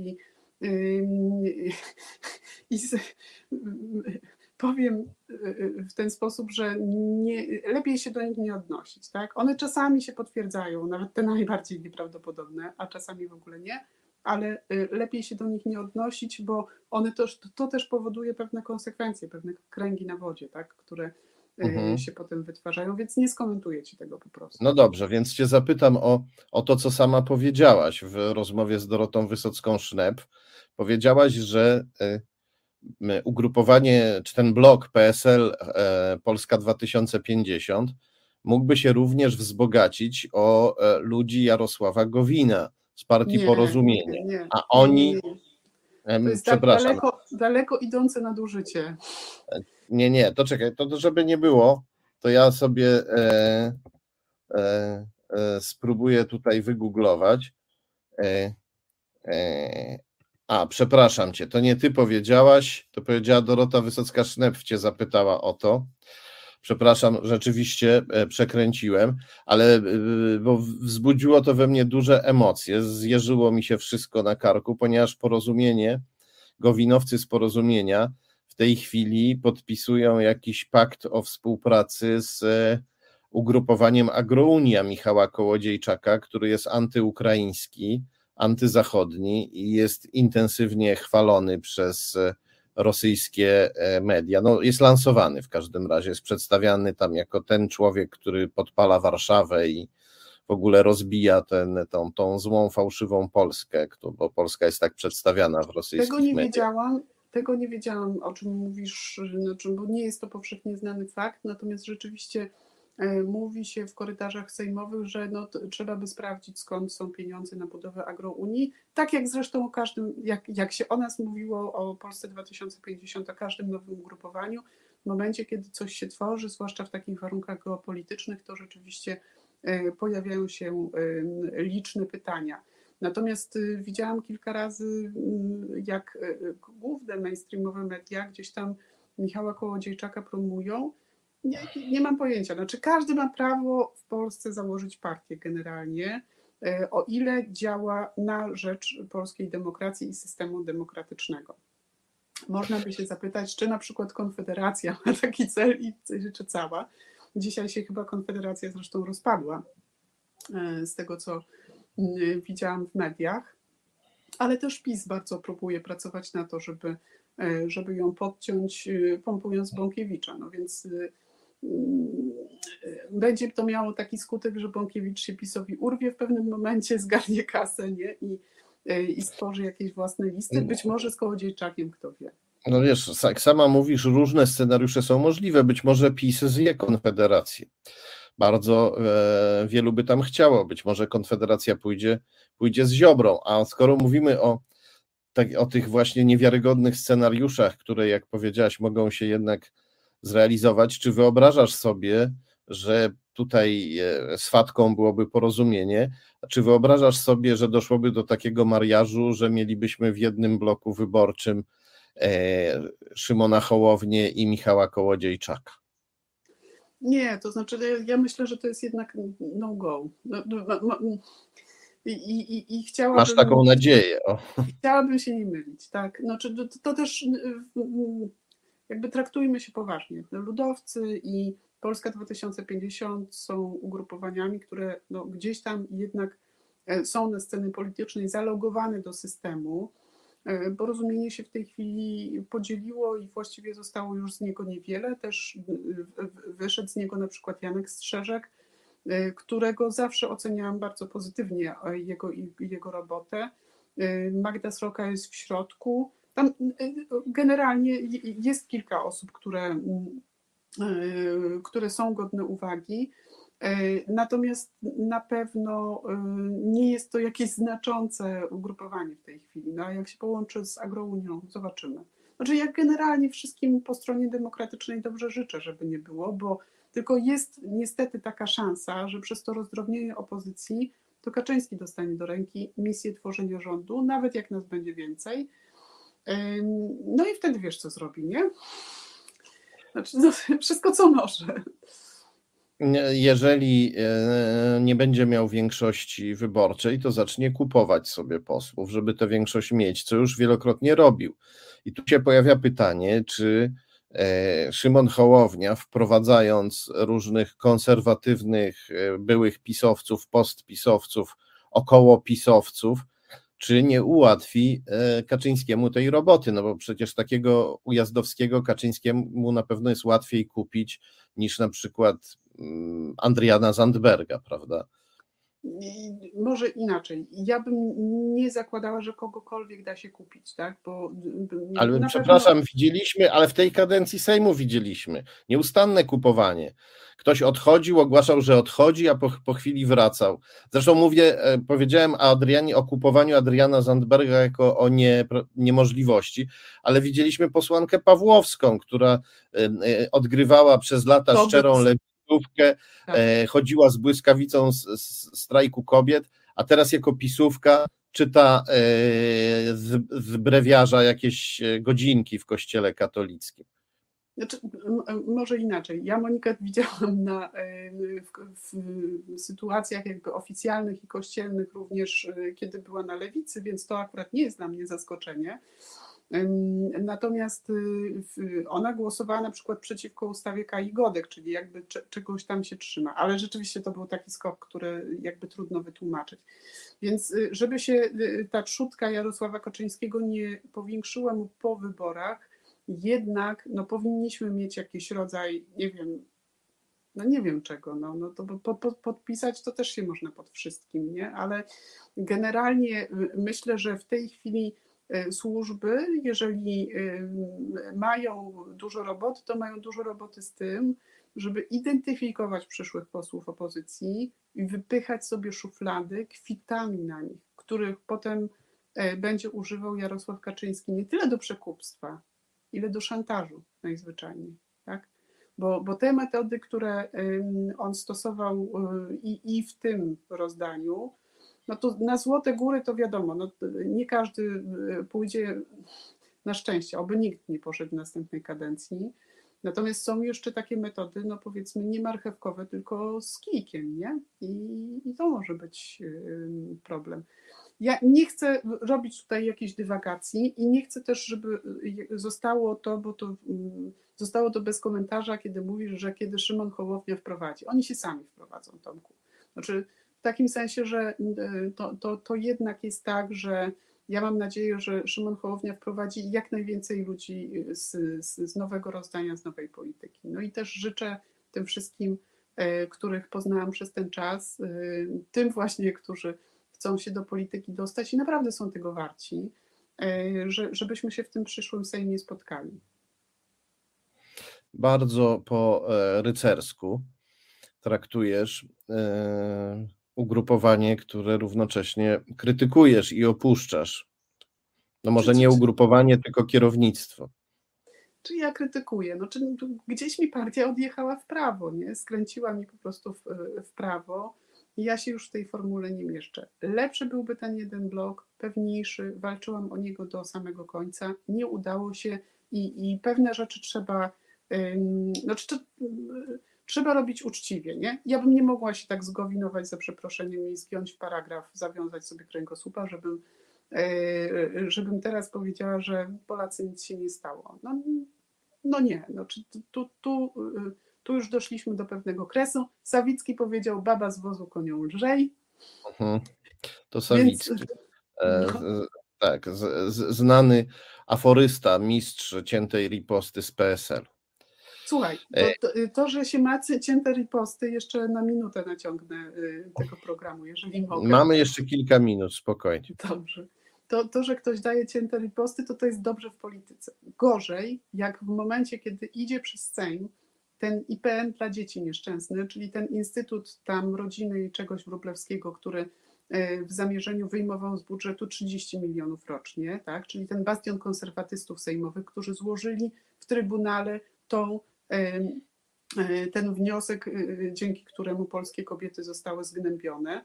S2: i powiem w ten sposób, że lepiej się do nich nie odnosić. Tak? One czasami się potwierdzają, nawet te najbardziej nieprawdopodobne, a czasami w ogóle nie, ale lepiej się do nich nie odnosić, bo one to też powoduje pewne konsekwencje, pewne kręgi na wodzie, tak? Które się potem wytwarzają, więc nie skomentuję ci tego po prostu.
S1: No dobrze, więc cię zapytam o to, co sama powiedziałaś w rozmowie z Dorotą Wysocką-Sznep. Powiedziałaś, że ugrupowanie, czy ten blok PSL Polska 2050 mógłby się również wzbogacić o ludzi Jarosława Gowina z partii Porozumienie. A oni,
S2: to jest tak
S1: przepraszam,
S2: daleko idące nadużycie.
S1: Nie, to czekaj, to żeby nie było, to ja sobie spróbuję tutaj wygooglować. Przepraszam cię, to nie ty powiedziałaś, to powiedziała Dorota Wysocka-Sznep, cię zapytała o to. Przepraszam, rzeczywiście przekręciłem, ale bo wzbudziło to we mnie duże emocje, zjeżyło mi się wszystko na karku, ponieważ Porozumienie, Gowinowcy z Porozumienia w tej chwili podpisują jakiś pakt o współpracy z ugrupowaniem Agrounia Michała Kołodziejczaka, który jest antyukraiński, antyzachodni i jest intensywnie chwalony przez rosyjskie media. No, jest lansowany w każdym razie, jest przedstawiany tam jako ten człowiek, który podpala Warszawę i w ogóle rozbija tą złą, fałszywą Polskę, bo Polska jest tak przedstawiana w rosyjskich mediach.
S2: Tego nie wiedziałam, o czym mówisz, bo nie jest to powszechnie znany fakt, natomiast rzeczywiście mówi się w korytarzach sejmowych, że trzeba by sprawdzić, skąd są pieniądze na budowę Agrounii. Tak jak zresztą o każdym, jak się o nas mówiło, o Polsce 2050, o każdym nowym ugrupowaniu, w momencie, kiedy coś się tworzy, zwłaszcza w takich warunkach geopolitycznych, to rzeczywiście pojawiają się liczne pytania. Natomiast widziałam kilka razy, jak główne mainstreamowe media gdzieś tam Michała Kołodziejczaka promują. Nie mam pojęcia. Znaczy, każdy ma prawo w Polsce założyć partię generalnie, o ile działa na rzecz polskiej demokracji i systemu demokratycznego. Można by się zapytać, czy na przykład Konfederacja ma taki cel i czy cała. Dzisiaj się chyba Konfederacja zresztą rozpadła, z tego co widziałam w mediach, ale też PiS bardzo próbuje pracować na to, żeby ją podciąć, pompując Bąkiewicza. No więc będzie to miało taki skutek, że Bąkiewicz się PiS-owi urwie w pewnym momencie, zgarnie kasę, nie? I stworzy jakieś własne listy, być może z Kołodziejczakiem, kto wie.
S1: No wiesz, jak sama mówisz, różne scenariusze są możliwe, być może PiS zje Konfederację. Bardzo wielu by tam chciało, być może Konfederacja pójdzie z Ziobrą, a skoro mówimy o tych właśnie niewiarygodnych scenariuszach, które, jak powiedziałaś, mogą się jednak zrealizować, czy wyobrażasz sobie, że tutaj swatką byłoby Porozumienie, czy wyobrażasz sobie, że doszłoby do takiego mariażu, że mielibyśmy w jednym bloku wyborczym Szymona Hołownię i Michała Kołodziejczaka?
S2: Nie, to znaczy ja myślę, że to jest jednak no go. I chciałabym...
S1: Masz taką nadzieję.
S2: Chciałabym się nie mylić, tak. Znaczy, to też jakby traktujmy się poważnie. Ludowcy i Polska 2050 są ugrupowaniami, które gdzieś tam jednak są na scenie politycznej zalogowane do systemu. Porozumienie się w tej chwili podzieliło i właściwie zostało już z niego niewiele. Też wyszedł z niego na przykład Janek Strzeżek. którego zawsze oceniałam bardzo pozytywnie, jego robotę. Magda Sroka jest w środku. Tam generalnie jest kilka osób, które są godne uwagi. Natomiast na pewno nie jest to jakieś znaczące ugrupowanie w tej chwili. No a jak się połączy z Agrounią, zobaczymy. Znaczy ja generalnie wszystkim po stronie demokratycznej dobrze życzę, żeby nie było, bo tylko jest niestety taka szansa, że przez to rozdrobnienie opozycji to Kaczyński dostanie do ręki misję tworzenia rządu, nawet jak nas będzie więcej. No i wtedy wiesz, co zrobi, nie? Znaczy, no, wszystko, co może.
S1: Jeżeli nie będzie miał większości wyborczej, to zacznie kupować sobie posłów, żeby tę większość mieć, co już wielokrotnie robił. I tu się pojawia pytanie, czy Szymon Hołownia, wprowadzając różnych konserwatywnych byłych pisowców, postpisowców, okołopisowców, czy nie ułatwi Kaczyńskiemu tej roboty, no bo przecież takiego Ujazdowskiego Kaczyńskiemu na pewno jest łatwiej kupić niż na przykład Adriana Zandberga, prawda?
S2: Może inaczej. Ja bym nie zakładała, że kogokolwiek da się kupić, tak?
S1: Ale przepraszam, pewno... widzieliśmy, ale w tej kadencji Sejmu widzieliśmy nieustanne kupowanie. Ktoś odchodził, ogłaszał, że odchodzi, a po chwili wracał. Zresztą powiedziałem o kupowaniu Adriana Zandberga jako o niemożliwości, ale widzieliśmy posłankę Pawłowską, która odgrywała przez lata szczerą lewicówkę, tak. Chodziła z błyskawicą z strajku kobiet, a teraz jako pisówka czyta z brewiarza jakieś godzinki w kościele katolickim.
S2: Znaczy, może inaczej. Ja Monikę widziałam w sytuacjach jakby oficjalnych i kościelnych również, kiedy była na lewicy, więc to akurat nie jest dla mnie zaskoczenie. Natomiast ona głosowała na przykład przeciwko ustawie Kai Godek, czyli jakby czegoś tam się trzyma, ale rzeczywiście to był taki skok, który jakby trudno wytłumaczyć. Więc żeby się ta trzutka Jarosława Kaczyńskiego nie powiększyła mu po wyborach, jednak no, powinniśmy mieć jakiś rodzaj, nie wiem czego, no to podpisać to też się można pod wszystkim, nie? Ale generalnie myślę, że w tej chwili służby, jeżeli mają dużo roboty, to mają dużo roboty z tym, żeby identyfikować przyszłych posłów opozycji i wypychać sobie szuflady kwitami na nich, których potem będzie używał Jarosław Kaczyński nie tyle do przekupstwa, ile do szantażu najzwyczajniej, tak? Bo te metody, które on stosował i w tym rozdaniu, no to na złote góry to wiadomo, no nie każdy pójdzie, na szczęście, oby nikt nie poszedł w następnej kadencji. Natomiast są jeszcze takie metody, no powiedzmy nie marchewkowe, tylko z kijkiem, nie? I to może być problem. Ja nie chcę robić tutaj jakiejś dywagacji i nie chcę też, żeby zostało to bez komentarza, kiedy mówisz, że kiedy Szymon Hołownia wprowadzi. Oni się sami wprowadzą, Tomku. Znaczy w takim sensie, że to jednak jest tak, że ja mam nadzieję, że Szymon Hołownia wprowadzi jak najwięcej ludzi z nowego rozdania, z nowej polityki. No i też życzę tym wszystkim, których poznałam przez ten czas, tym właśnie, którzy chcą się do polityki dostać i naprawdę są tego warci, żebyśmy się w tym przyszłym Sejmie spotkali.
S1: Bardzo po rycersku traktujesz ugrupowanie, które równocześnie krytykujesz i opuszczasz. No może nie ugrupowanie, tylko kierownictwo.
S2: Czy ja krytykuję? No, czy gdzieś mi partia odjechała w prawo, nie? Skręciła mi po prostu w prawo i ja się już w tej formule nie mieszczę. Lepszy byłby ten jeden blok, pewniejszy, walczyłam o niego do samego końca, nie udało się i pewne rzeczy trzeba robić uczciwie, nie? Ja bym nie mogła się tak zgowinować za przeproszeniem i zgiąć w paragraf, zawiązać sobie kręgosłupa, żebym teraz powiedziała, że Polacy nic się nie stało. No nie, tu już doszliśmy do pewnego kresu. Sawicki powiedział, baba z wozu konią lżej.
S1: To Sawicki. Tak, znany aforysta, mistrz ciętej riposty z PSL.
S2: Słuchaj, to, że się ma cięte riposty, jeszcze na minutę naciągnę tego programu, jeżeli mogę.
S1: Mamy jeszcze kilka minut, spokojnie.
S2: Dobrze. To, że ktoś daje cięte riposty, to jest dobrze w polityce. Gorzej, jak w momencie, kiedy idzie przez Sejm ten IPN dla dzieci nieszczęsny, czyli ten Instytut tam Rodziny i czegoś Wróblewskiego, który w zamierzeniu wyjmował z budżetu 30 milionów rocznie, tak? Czyli ten bastion konserwatystów sejmowych, którzy złożyli w Trybunale ten wniosek, dzięki któremu polskie kobiety zostały zgnębione.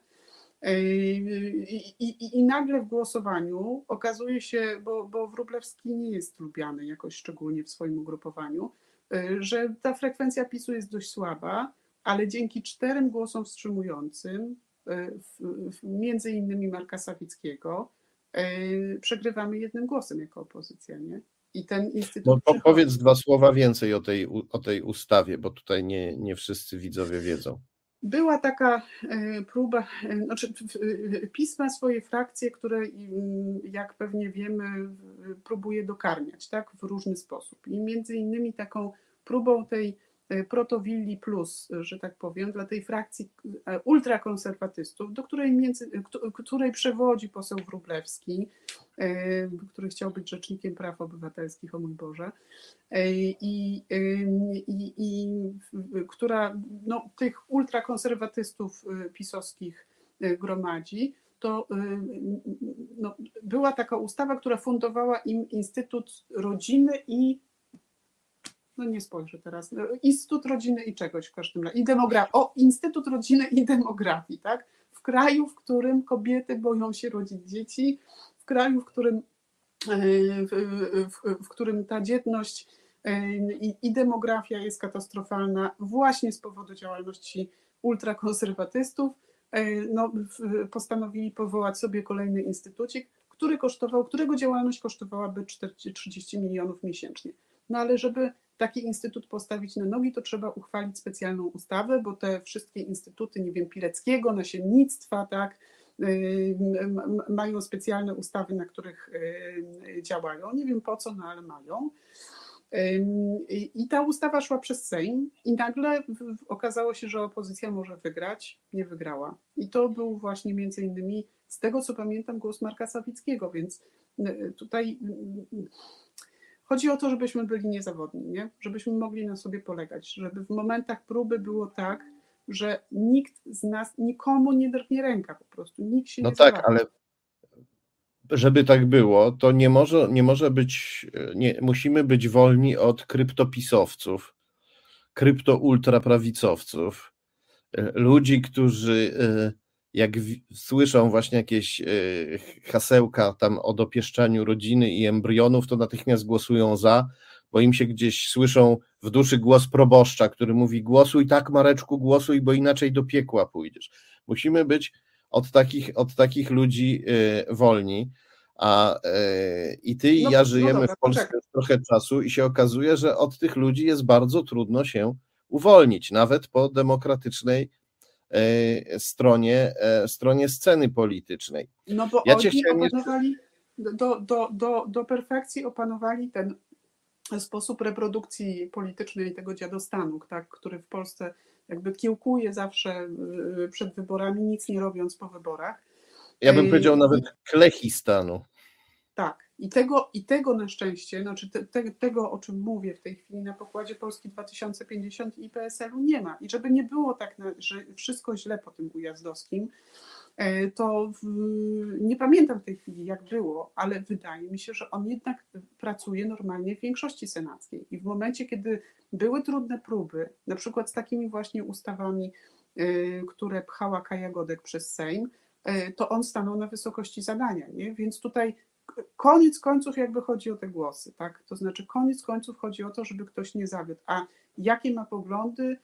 S2: I nagle w głosowaniu okazuje się, bo Wróblewski nie jest lubiany jakoś szczególnie w swoim ugrupowaniu, że ta frekwencja PiS-u jest dość słaba, ale dzięki 4 głosom wstrzymującym, między innymi Marka Sawickiego, przegrywamy 1 głosem jako opozycja, nie? I ten instytut.
S1: No, powiedz 2 słowa więcej o tej ustawie, bo tutaj nie wszyscy widzowie wiedzą.
S2: Była taka próba, znaczy PiS ma swoje frakcje, które, jak pewnie wiemy, próbuje dokarmiać, tak, w różny sposób. I między innymi taką próbą tej protowilli plus, że tak powiem, dla tej frakcji ultrakonserwatystów, do której przewodzi poseł Wróblewski, który chciał być rzecznikiem praw obywatelskich, o mój Boże, i która tych ultrakonserwatystów pisowskich gromadzi, to była taka ustawa, która fundowała im Instytut Rodziny i nie spojrzę teraz, Instytut Rodziny i czegoś w każdym razie, Instytut Rodziny i Demografii, tak? W kraju, w którym kobiety boją się rodzić dzieci, w kraju, w którym ta dzietność i demografia jest katastrofalna właśnie z powodu działalności ultrakonserwatystów, postanowili powołać sobie kolejny instytucik, którego działalność kosztowałaby 30 milionów miesięcznie. No ale żeby taki instytut postawić na nogi, to trzeba uchwalić specjalną ustawę, bo te wszystkie instytuty, nie wiem, Pileckiego, nasiennictwa, tak, mają specjalne ustawy, na których działają. Nie wiem po co, no ale mają. I ta ustawa szła przez Sejm i nagle okazało się, że opozycja może wygrać. Nie wygrała. I to był właśnie między innymi, z tego co pamiętam, głos Marka Sawickiego, więc tutaj chodzi o to, żebyśmy byli niezawodni, nie? Żebyśmy mogli na sobie polegać, żeby w momentach próby było tak, że nikt z nas, nikomu nie drgnie ręka po prostu, nikt się nie
S1: tak, ale żeby tak było, to nie może być, musimy być wolni od kryptopisowców, kryptoultraprawicowców, ludzi, którzy jak słyszą właśnie jakieś hasełka tam o dopieszczaniu rodziny i embrionów, to natychmiast głosują za, bo im się gdzieś słyszą w duszy głos proboszcza, który mówi: głosuj tak, Mareczku, głosuj, bo inaczej do piekła pójdziesz. Musimy być od takich ludzi wolni, i ty i ja żyjemy w Polsce już trochę czasu i się okazuje, że od tych ludzi jest bardzo trudno się uwolnić, nawet po demokratycznej stronie sceny politycznej.
S2: No bo oni opanowali, do perfekcji opanowali ten sposób reprodukcji politycznej tego dziadostanu, tak, który w Polsce jakby kiełkuje zawsze przed wyborami, nic nie robiąc po wyborach.
S1: Ja bym powiedział nawet klechistanu.
S2: Tak, i tego na szczęście, znaczy tego, o czym mówię w tej chwili na pokładzie Polski 2050 i PSL-u nie ma. I żeby nie było tak, że wszystko źle po tym Ujazdowskim, to nie pamiętam w tej chwili, jak było, ale wydaje mi się, że on jednak pracuje normalnie w większości senackiej. I w momencie, kiedy były trudne próby, na przykład z takimi właśnie ustawami, które pchała Kaja Godek przez Sejm, to on stanął na wysokości zadania, nie? Więc tutaj koniec końców jakby chodzi o te głosy, tak? To znaczy koniec końców chodzi o to, żeby ktoś nie zawiódł. A jakie ma poglądy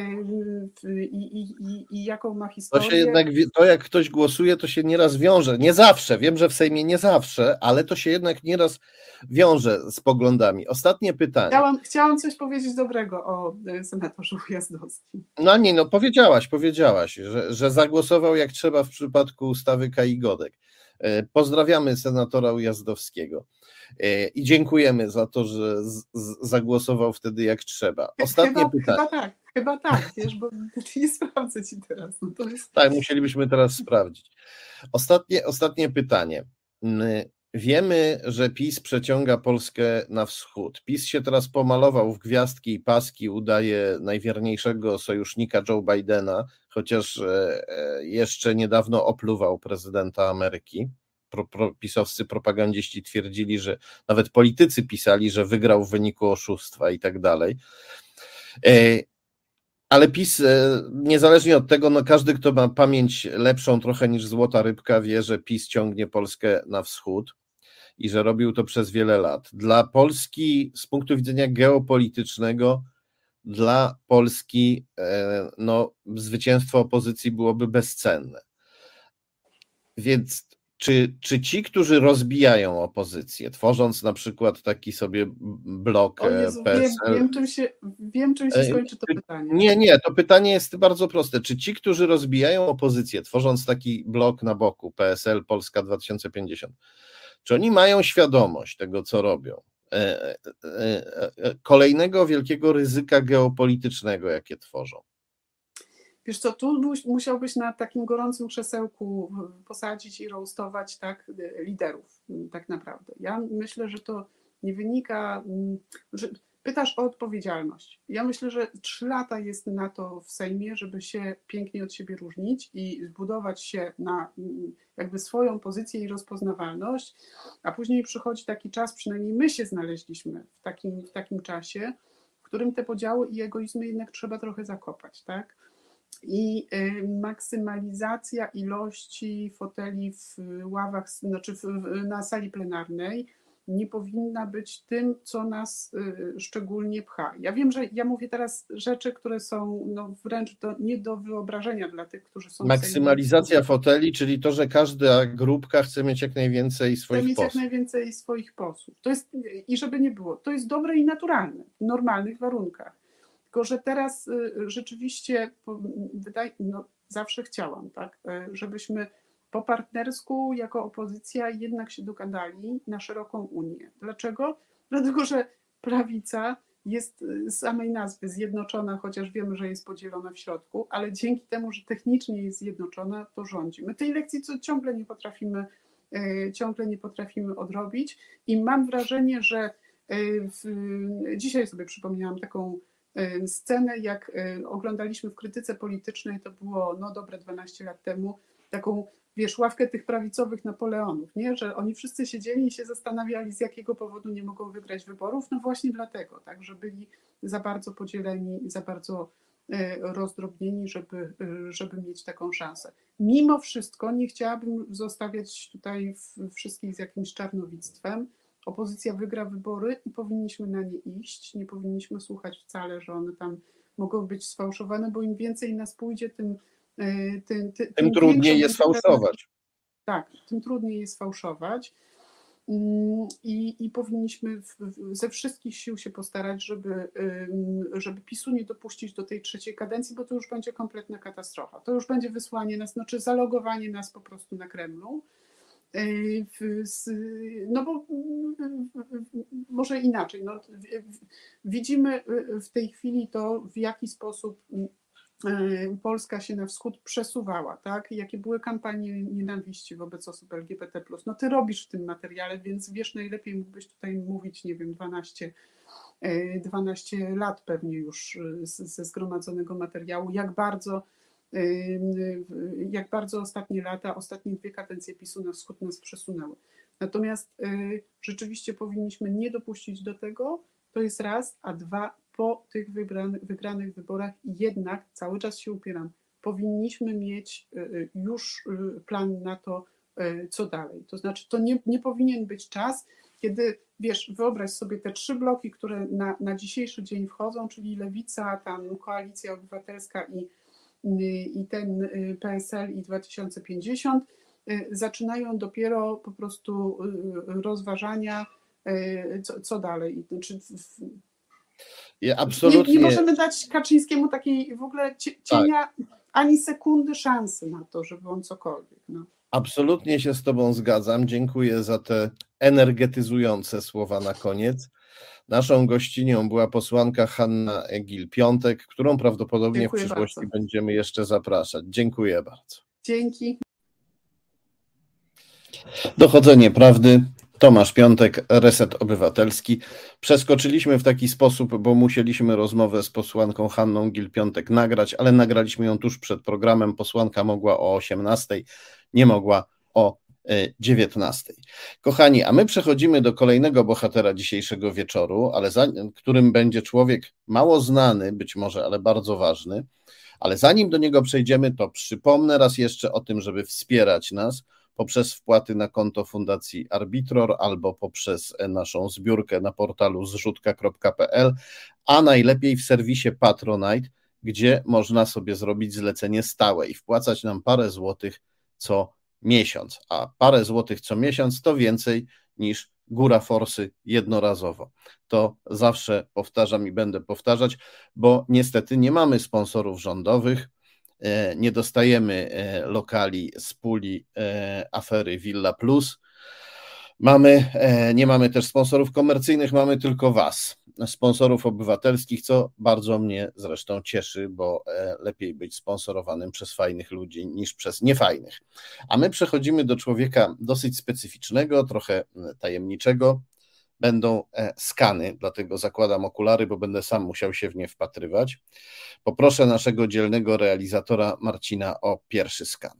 S2: i jaką ma historię?
S1: To się jednak, jak ktoś głosuje, to się nieraz wiąże, nie zawsze, wiem, że w Sejmie nie zawsze, ale to się jednak nieraz wiąże z poglądami. Ostatnie pytanie.
S2: Chciałam coś powiedzieć dobrego o senatorze Ujazdowskim.
S1: Powiedziałaś, że zagłosował jak trzeba w przypadku ustawy Kai Godek. Pozdrawiamy senatora Ujazdowskiego. I dziękujemy za to, że zagłosował wtedy jak trzeba. Ostatnie pytanie.
S2: Chyba tak, wiesz, bo nie sprawdzę ci teraz. No to jest...
S1: Tak, musielibyśmy teraz sprawdzić. Ostatnie pytanie. Wiemy, że PiS przeciąga Polskę na wschód. PiS się teraz pomalował w gwiazdki i paski, udaje najwierniejszego sojusznika Joe Bidena, chociaż jeszcze niedawno opluwał prezydenta Ameryki. Pisowscy propagandziści twierdzili, że nawet politycy pisali, że wygrał w wyniku oszustwa i tak dalej. Ale PiS, niezależnie od tego, no każdy, kto ma pamięć lepszą trochę niż złota rybka, wie, że PiS ciągnie Polskę na wschód i że robił to przez wiele lat. Dla Polski z punktu widzenia geopolitycznego, dla Polski no, zwycięstwo opozycji byłoby bezcenne. Więc czy ci, którzy rozbijają opozycję, tworząc na przykład taki sobie blok PSL...
S2: Wiem, czym się skończy to pytanie.
S1: Nie, to pytanie jest bardzo proste. Czy ci, którzy rozbijają opozycję, tworząc taki blok na boku, PSL, Polska 2050, czy oni mają świadomość tego, co robią? Kolejnego wielkiego ryzyka geopolitycznego, jakie tworzą?
S2: Wiesz co, tu musiałbyś na takim gorącym krzesełku posadzić i roastować tak, liderów tak naprawdę. Ja myślę, że to nie wynika, że pytasz o odpowiedzialność. Ja myślę, że 3 lata jest na to w Sejmie, żeby się pięknie od siebie różnić i zbudować się na jakby swoją pozycję i rozpoznawalność, a później przychodzi taki czas, przynajmniej my się znaleźliśmy w takim czasie, w którym te podziały i egoizmy jednak trzeba trochę zakopać, tak? I maksymalizacja ilości foteli w ławach, znaczy na sali plenarnej nie powinna być tym, co nas szczególnie pcha. Ja wiem, że ja mówię teraz rzeczy, które są no wręcz nie do wyobrażenia dla tych, którzy są...
S1: Maksymalizacja foteli, czyli to, że każda grupka chce mieć jak najwięcej swoich posłów.
S2: Chce mieć jak najwięcej swoich posłów. To jest, i żeby nie było, to jest dobre i naturalne, w normalnych warunkach. Tylko że teraz rzeczywiście zawsze chciałam, tak, żebyśmy po partnersku jako opozycja jednak się dogadali na szeroką Unię. Dlaczego? Dlatego, że prawica jest z samej nazwy zjednoczona, chociaż wiemy, że jest podzielona w środku, ale dzięki temu, że technicznie jest zjednoczona, to rządzi. My tej lekcji ciągle nie potrafimy odrobić i mam wrażenie, że dzisiaj sobie przypomniałam taką scenę, jak oglądaliśmy w Krytyce Politycznej, to było dobre 12 lat temu, taką, wiesz, ławkę tych prawicowych Napoleonów, nie? Że oni wszyscy siedzieli i się zastanawiali, z jakiego powodu nie mogą wygrać wyborów. No właśnie dlatego, tak, że byli za bardzo podzieleni i za bardzo rozdrobnieni, żeby mieć taką szansę. Mimo wszystko nie chciałabym zostawiać tutaj wszystkich z jakimś czarnowictwem. Opozycja wygra wybory i powinniśmy na nie iść. Nie powinniśmy słuchać wcale, że one tam mogą być sfałszowane, bo im więcej nas pójdzie, tym
S1: trudniej jest fałszować.
S2: Tak, tym trudniej jest fałszować. I powinniśmy ze wszystkich sił się postarać, żeby PiS-u nie dopuścić do tej 3. kadencji, bo to już będzie kompletna katastrofa. To już będzie wysłanie nas, znaczy zalogowanie nas po prostu na Kremlu. No bo może inaczej. No, widzimy w tej chwili to, w jaki sposób Polska się na wschód przesuwała, tak? Jakie były kampanie nienawiści wobec osób LGBT+. No ty robisz w tym materiale, więc wiesz najlepiej, mógłbyś tutaj mówić, nie wiem, 12 lat pewnie już ze zgromadzonego materiału, jak bardzo ostatnie lata, ostatnie 2 kadencje PiS-u na wschód nas przesunęły. Natomiast rzeczywiście powinniśmy nie dopuścić do tego, to jest raz, a 2, po tych wygranych wyborach jednak, cały czas się upieram, powinniśmy mieć już plan na to, co dalej. To znaczy, to nie powinien być czas, kiedy, wiesz, wyobraź sobie te 3 bloki, które na dzisiejszy dzień wchodzą, czyli Lewica, tam Koalicja Obywatelska i ten PSL i 2050, zaczynają dopiero po prostu rozważania, co dalej. Znaczy,
S1: absolutnie.
S2: Nie możemy dać Kaczyńskiemu takiej w ogóle cienia, ani sekundy szansy na to, żeby on cokolwiek. No.
S1: Absolutnie się z tobą zgadzam. Dziękuję za te energetyzujące słowa na koniec. Naszą gościnią była posłanka Hanna Gill-Piątek, którą prawdopodobnie
S2: Dziękuję
S1: w przyszłości
S2: bardzo.
S1: będziemy jeszcze zapraszać. Dziękuję bardzo.
S2: Dzięki.
S1: Dochodzenie prawdy. Tomasz Piątek, Reset Obywatelski. Przeskoczyliśmy w taki sposób, bo musieliśmy rozmowę z posłanką Hanną Gill-Piątek nagrać, ale nagraliśmy ją tuż przed programem. Posłanka mogła o 18:00, nie mogła o 19:00. Kochani, a my przechodzimy do kolejnego bohatera dzisiejszego wieczoru, którym będzie człowiek mało znany, być może, ale bardzo ważny. Ale zanim do niego przejdziemy, to przypomnę raz jeszcze o tym, żeby wspierać nas poprzez wpłaty na konto Fundacji Arbitror albo poprzez naszą zbiórkę na portalu zrzutka.pl, a najlepiej w serwisie Patronite, gdzie można sobie zrobić zlecenie stałe i wpłacać nam parę złotych co miesiąc. A parę złotych co miesiąc to więcej niż Góra Forsy jednorazowo. To zawsze powtarzam i będę powtarzać, bo niestety nie mamy sponsorów rządowych, nie dostajemy lokali z puli afery Villa Plus. Nie mamy też sponsorów komercyjnych, mamy tylko was, sponsorów obywatelskich, co bardzo mnie zresztą cieszy, bo lepiej być sponsorowanym przez fajnych ludzi niż przez niefajnych. A my przechodzimy do człowieka dosyć specyficznego, trochę tajemniczego. Będą skany, dlatego zakładam okulary, bo będę sam musiał się w nie wpatrywać. Poproszę naszego dzielnego realizatora Marcina o pierwszy skan.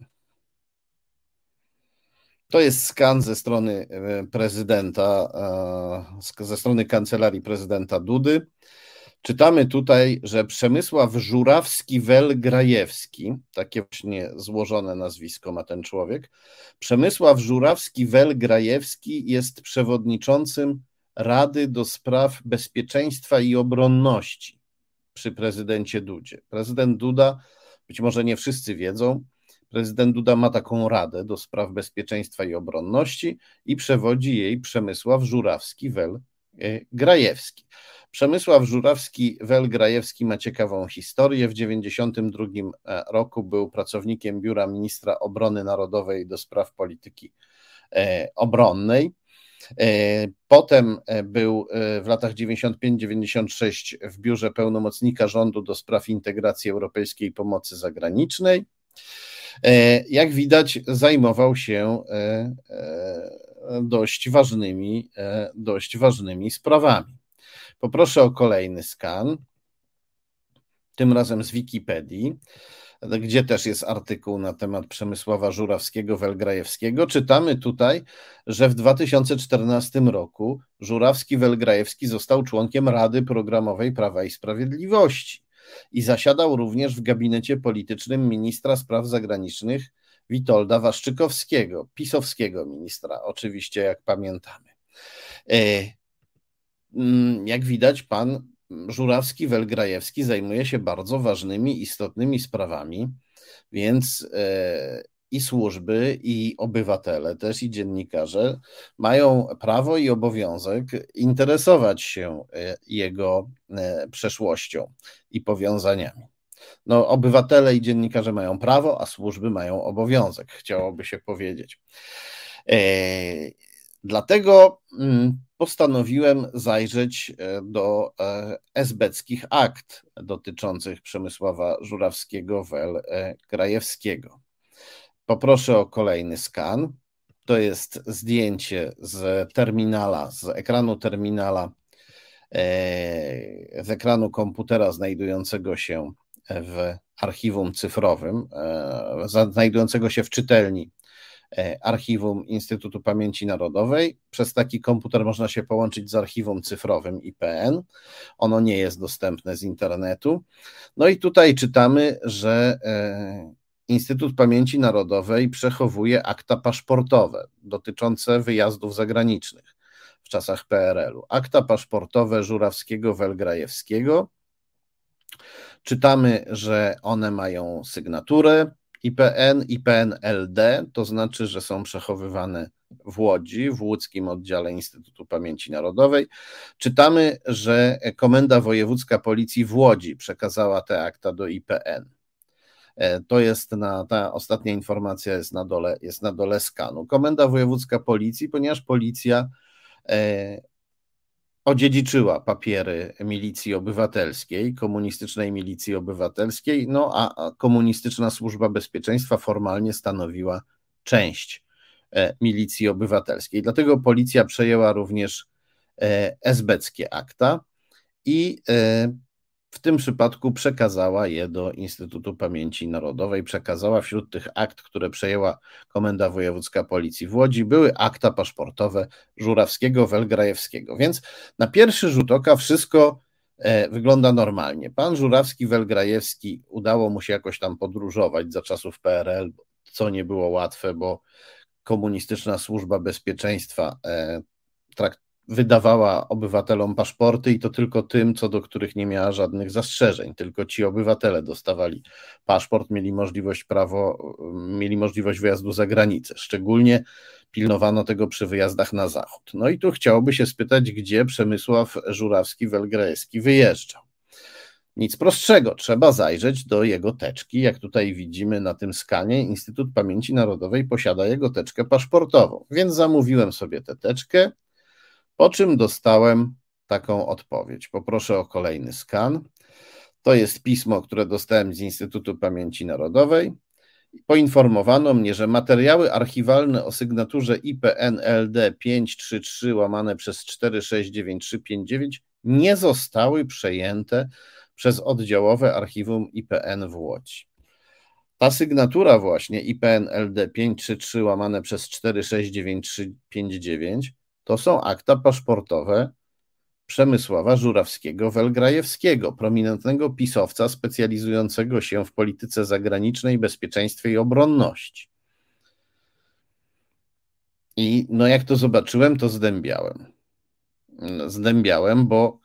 S1: To jest skan ze strony prezydenta, ze strony kancelarii prezydenta Dudy. Czytamy tutaj, że Przemysław Żurawski-Wel-Grajewski, takie właśnie złożone nazwisko ma ten człowiek, Przemysław Żurawski-Wel-Grajewski jest przewodniczącym Rady do Spraw Bezpieczeństwa i Obronności przy prezydencie Dudzie. Prezydent Duda, być może nie wszyscy wiedzą, prezydent Duda ma taką Radę do Spraw Bezpieczeństwa i Obronności i przewodzi jej Przemysław Żurawski-Wel-Grajewski. Przemysław Żurawski-Wel-Grajewski ma ciekawą historię. W 1992 roku był pracownikiem Biura Ministra Obrony Narodowej do spraw polityki obronnej. Potem był w latach 95-96 w biurze pełnomocnika rządu do spraw integracji europejskiej i pomocy zagranicznej. Jak widać, zajmował się dość ważnymi sprawami. Poproszę o kolejny skan, tym razem z Wikipedii, gdzie też jest artykuł na temat Przemysława Żurawskiego-Welgrajewskiego. Czytamy tutaj, że w 2014 roku Żurawski-Welgrajewski został członkiem Rady Programowej Prawa i Sprawiedliwości i zasiadał również w gabinecie politycznym ministra spraw zagranicznych Witolda Waszczykowskiego, pisowskiego ministra, oczywiście, jak pamiętamy. Jak widać, pan Żurawski-Welgrajewski zajmuje się bardzo ważnymi, istotnymi sprawami, więc i służby, i obywatele też, i dziennikarze mają prawo i obowiązek interesować się jego przeszłością i powiązaniami. No, obywatele i dziennikarze mają prawo, a służby mają obowiązek, chciałoby się powiedzieć. Dlatego postanowiłem zajrzeć do esbeckich akt dotyczących Przemysława Żurawskiego-Welgrajewskiego. Poproszę o kolejny skan. To jest zdjęcie z terminala, z ekranu terminala, z ekranu komputera znajdującego się w archiwum cyfrowym, znajdującego się w czytelni Archiwum Instytutu Pamięci Narodowej. Przez taki komputer można się połączyć z archiwum cyfrowym IPN. Ono nie jest dostępne z internetu. No i tutaj czytamy, że Instytut Pamięci Narodowej przechowuje akta paszportowe dotyczące wyjazdów zagranicznych w czasach PRL-u. Akta paszportowe Żurawskiego-Welgrajewskiego. Czytamy, że one mają sygnaturę IPN-LD, to znaczy, że są przechowywane w Łodzi, w łódzkim oddziale Instytutu Pamięci Narodowej. Czytamy, że Komenda Wojewódzka Policji w Łodzi przekazała te akta do IPN. To jest ta ostatnia informacja jest na dole skanu. Komenda Wojewódzka Policji, ponieważ policja odziedziczyła papiery milicji obywatelskiej, komunistycznej milicji obywatelskiej, no a komunistyczna służba bezpieczeństwa formalnie stanowiła część milicji obywatelskiej. Dlatego policja przejęła również esbeckie akta i w tym przypadku przekazała je do Instytutu Pamięci Narodowej. Przekazała wśród tych akt, które przejęła Komenda Wojewódzka Policji w Łodzi, były akta paszportowe Żurawskiego, Welgrajewskiego. Więc na pierwszy rzut oka wszystko wygląda normalnie. Pan Żurawski, Welgrajewski, udało mu się jakoś tam podróżować za czasów PRL, co nie było łatwe, bo komunistyczna służba bezpieczeństwa wydawała obywatelom paszporty i to tylko tym, co do których nie miała żadnych zastrzeżeń. Tylko ci obywatele dostawali paszport, mieli możliwość wyjazdu za granicę. Szczególnie pilnowano tego przy wyjazdach na zachód. No i tu chciałoby się spytać, gdzie Przemysław Żurawski-Welgrajewski wyjeżdżał. Nic prostszego, trzeba zajrzeć do jego teczki. Jak tutaj widzimy na tym skanie, Instytut Pamięci Narodowej posiada jego teczkę paszportową, więc zamówiłem sobie tę teczkę, po czym dostałem taką odpowiedź. Poproszę o kolejny skan. To jest pismo, które dostałem z Instytutu Pamięci Narodowej. Poinformowano mnie, że materiały archiwalne o sygnaturze IPN LD 533/469-359 nie zostały przejęte przez oddziałowe archiwum IPN w Łodzi. Ta sygnatura właśnie IPN LD 533/469-359 to są akta paszportowe Przemysława Żurawskiego-Welgrajewskiego, prominentnego pisowca specjalizującego się w polityce zagranicznej, bezpieczeństwie i obronności. I no jak to zobaczyłem, to zdębiałem, bo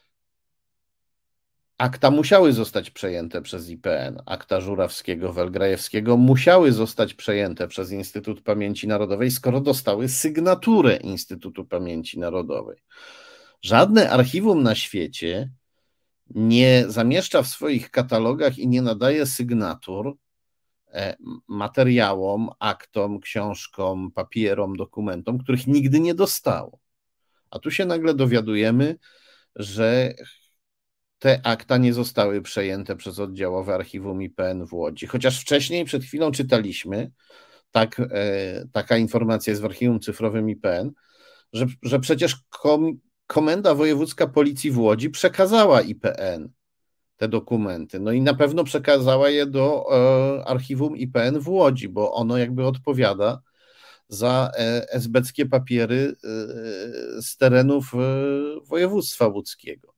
S1: akta musiały zostać przejęte przez IPN, akta Żurawskiego-Welgrajewskiego musiały zostać przejęte przez Instytut Pamięci Narodowej, skoro dostały sygnaturę Instytutu Pamięci Narodowej. Żadne archiwum na świecie nie zamieszcza w swoich katalogach i nie nadaje sygnatur materiałom, aktom, książkom, papierom, dokumentom, których nigdy nie dostało. A tu się nagle dowiadujemy, że te akta nie zostały przejęte przez oddziałowe archiwum IPN w Łodzi. Chociaż wcześniej, przed chwilą czytaliśmy, taka informacja jest w archiwum cyfrowym IPN, że przecież Komenda Wojewódzka Policji w Łodzi przekazała IPN te dokumenty. No i na pewno przekazała je do archiwum IPN w Łodzi, bo ono jakby odpowiada za esbeckie papiery z terenów województwa łódzkiego.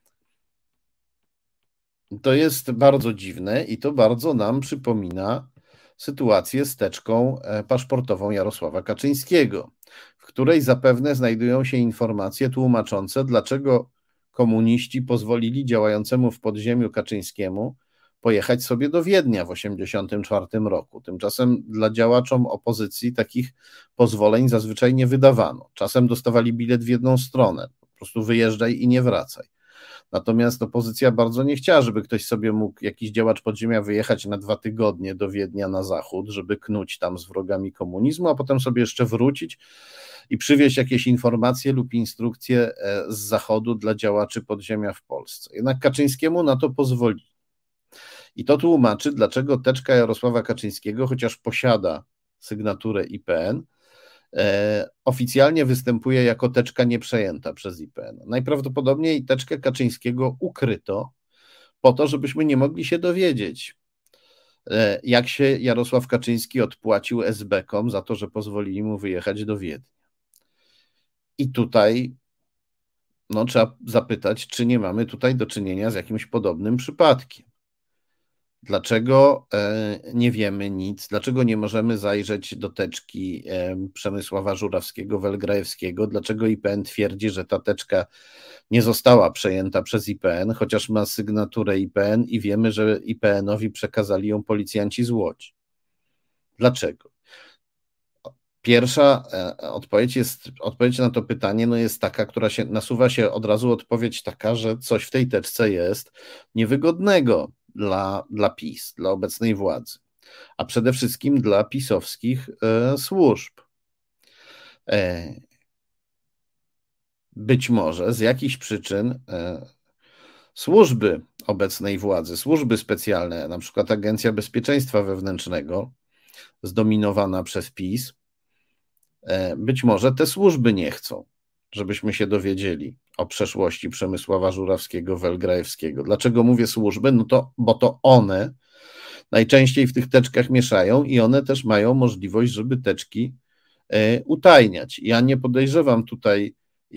S1: To jest bardzo dziwne i to bardzo nam przypomina sytuację z teczką paszportową Jarosława Kaczyńskiego, w której zapewne znajdują się informacje tłumaczące, dlaczego komuniści pozwolili działającemu w podziemiu Kaczyńskiemu pojechać sobie do Wiednia w 1984 roku. Tymczasem dla działaczom opozycji takich pozwoleń zazwyczaj nie wydawano. Czasem dostawali bilet w jedną stronę, po prostu wyjeżdżaj i nie wracaj. Natomiast opozycja bardzo nie chciała, żeby ktoś sobie mógł, jakiś działacz podziemia, wyjechać na 2 tygodnie do Wiednia na zachód, żeby knuć tam z wrogami komunizmu, a potem sobie jeszcze wrócić i przywieźć jakieś informacje lub instrukcje z zachodu dla działaczy podziemia w Polsce. Jednak Kaczyńskiemu na to pozwoli. I to tłumaczy, dlaczego teczka Jarosława Kaczyńskiego, chociaż posiada sygnaturę IPN, oficjalnie występuje jako teczka nieprzejęta przez IPN. Najprawdopodobniej teczkę Kaczyńskiego ukryto po to, żebyśmy nie mogli się dowiedzieć, jak się Jarosław Kaczyński odpłacił esbekom za to, że pozwolili mu wyjechać do Wiednia. I tutaj trzeba zapytać, czy nie mamy tutaj do czynienia z jakimś podobnym przypadkiem. Dlaczego nie wiemy nic? Dlaczego nie możemy zajrzeć do teczki Przemysława Żurawskiego-Welgrajewskiego? Dlaczego IPN twierdzi, że ta teczka nie została przejęta przez IPN, chociaż ma sygnaturę IPN i wiemy, że IPN-owi przekazali ją policjanci z Łodzi? Dlaczego? Pierwsza odpowiedź na to pytanie jest taka, która nasuwa się od razu odpowiedź taka, że coś w tej teczce jest niewygodnego. dla PiS, dla obecnej władzy, a przede wszystkim dla pisowskich służb. Być może z jakichś przyczyn służby obecnej władzy, służby specjalne, na przykład Agencja Bezpieczeństwa Wewnętrznego, zdominowana przez PiS, być może te służby nie chcą, żebyśmy się dowiedzieli o przeszłości Przemysława Żurawskiego-Welgrajewskiego. Dlaczego mówię służby? No to, bo to one najczęściej w tych teczkach mieszają i one też mają możliwość, żeby teczki utajniać. Ja nie podejrzewam tutaj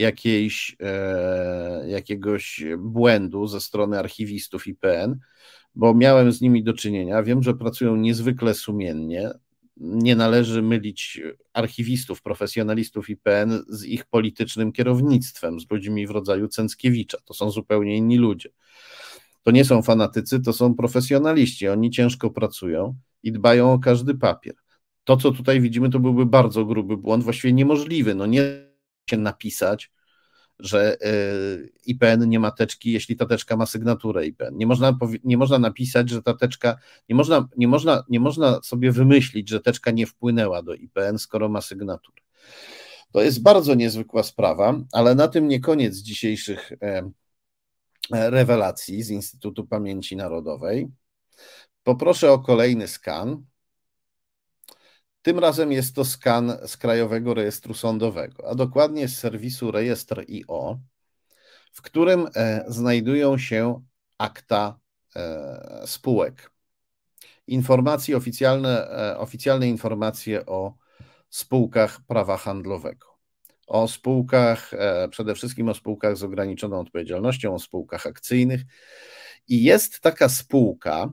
S1: jakiegoś błędu ze strony archiwistów IPN, bo miałem z nimi do czynienia. Wiem, że pracują niezwykle sumiennie. Nie należy mylić archiwistów, profesjonalistów IPN z ich politycznym kierownictwem, z ludźmi w rodzaju Cęckiewicza. To są zupełnie inni ludzie. To nie są fanatycy, to są profesjonaliści. Oni ciężko pracują i dbają o każdy papier. To, co tutaj widzimy, to byłby bardzo gruby błąd, właściwie niemożliwy. No nie się napisać, że IPN nie ma teczki, jeśli ta teczka ma sygnaturę IPN. Nie można napisać, że ta teczka, nie można sobie wymyślić, że teczka nie wpłynęła do IPN, skoro ma sygnaturę. To jest bardzo niezwykła sprawa, ale na tym nie koniec dzisiejszych rewelacji z Instytutu Pamięci Narodowej. Poproszę o kolejny skan. Tym razem jest to skan z Krajowego Rejestru Sądowego, a dokładnie z serwisu Rejestr.io, w którym znajdują się akta spółek. Informacje oficjalne informacje o spółkach prawa handlowego. O spółkach, przede wszystkim o spółkach z ograniczoną odpowiedzialnością, o spółkach akcyjnych. I jest taka spółka,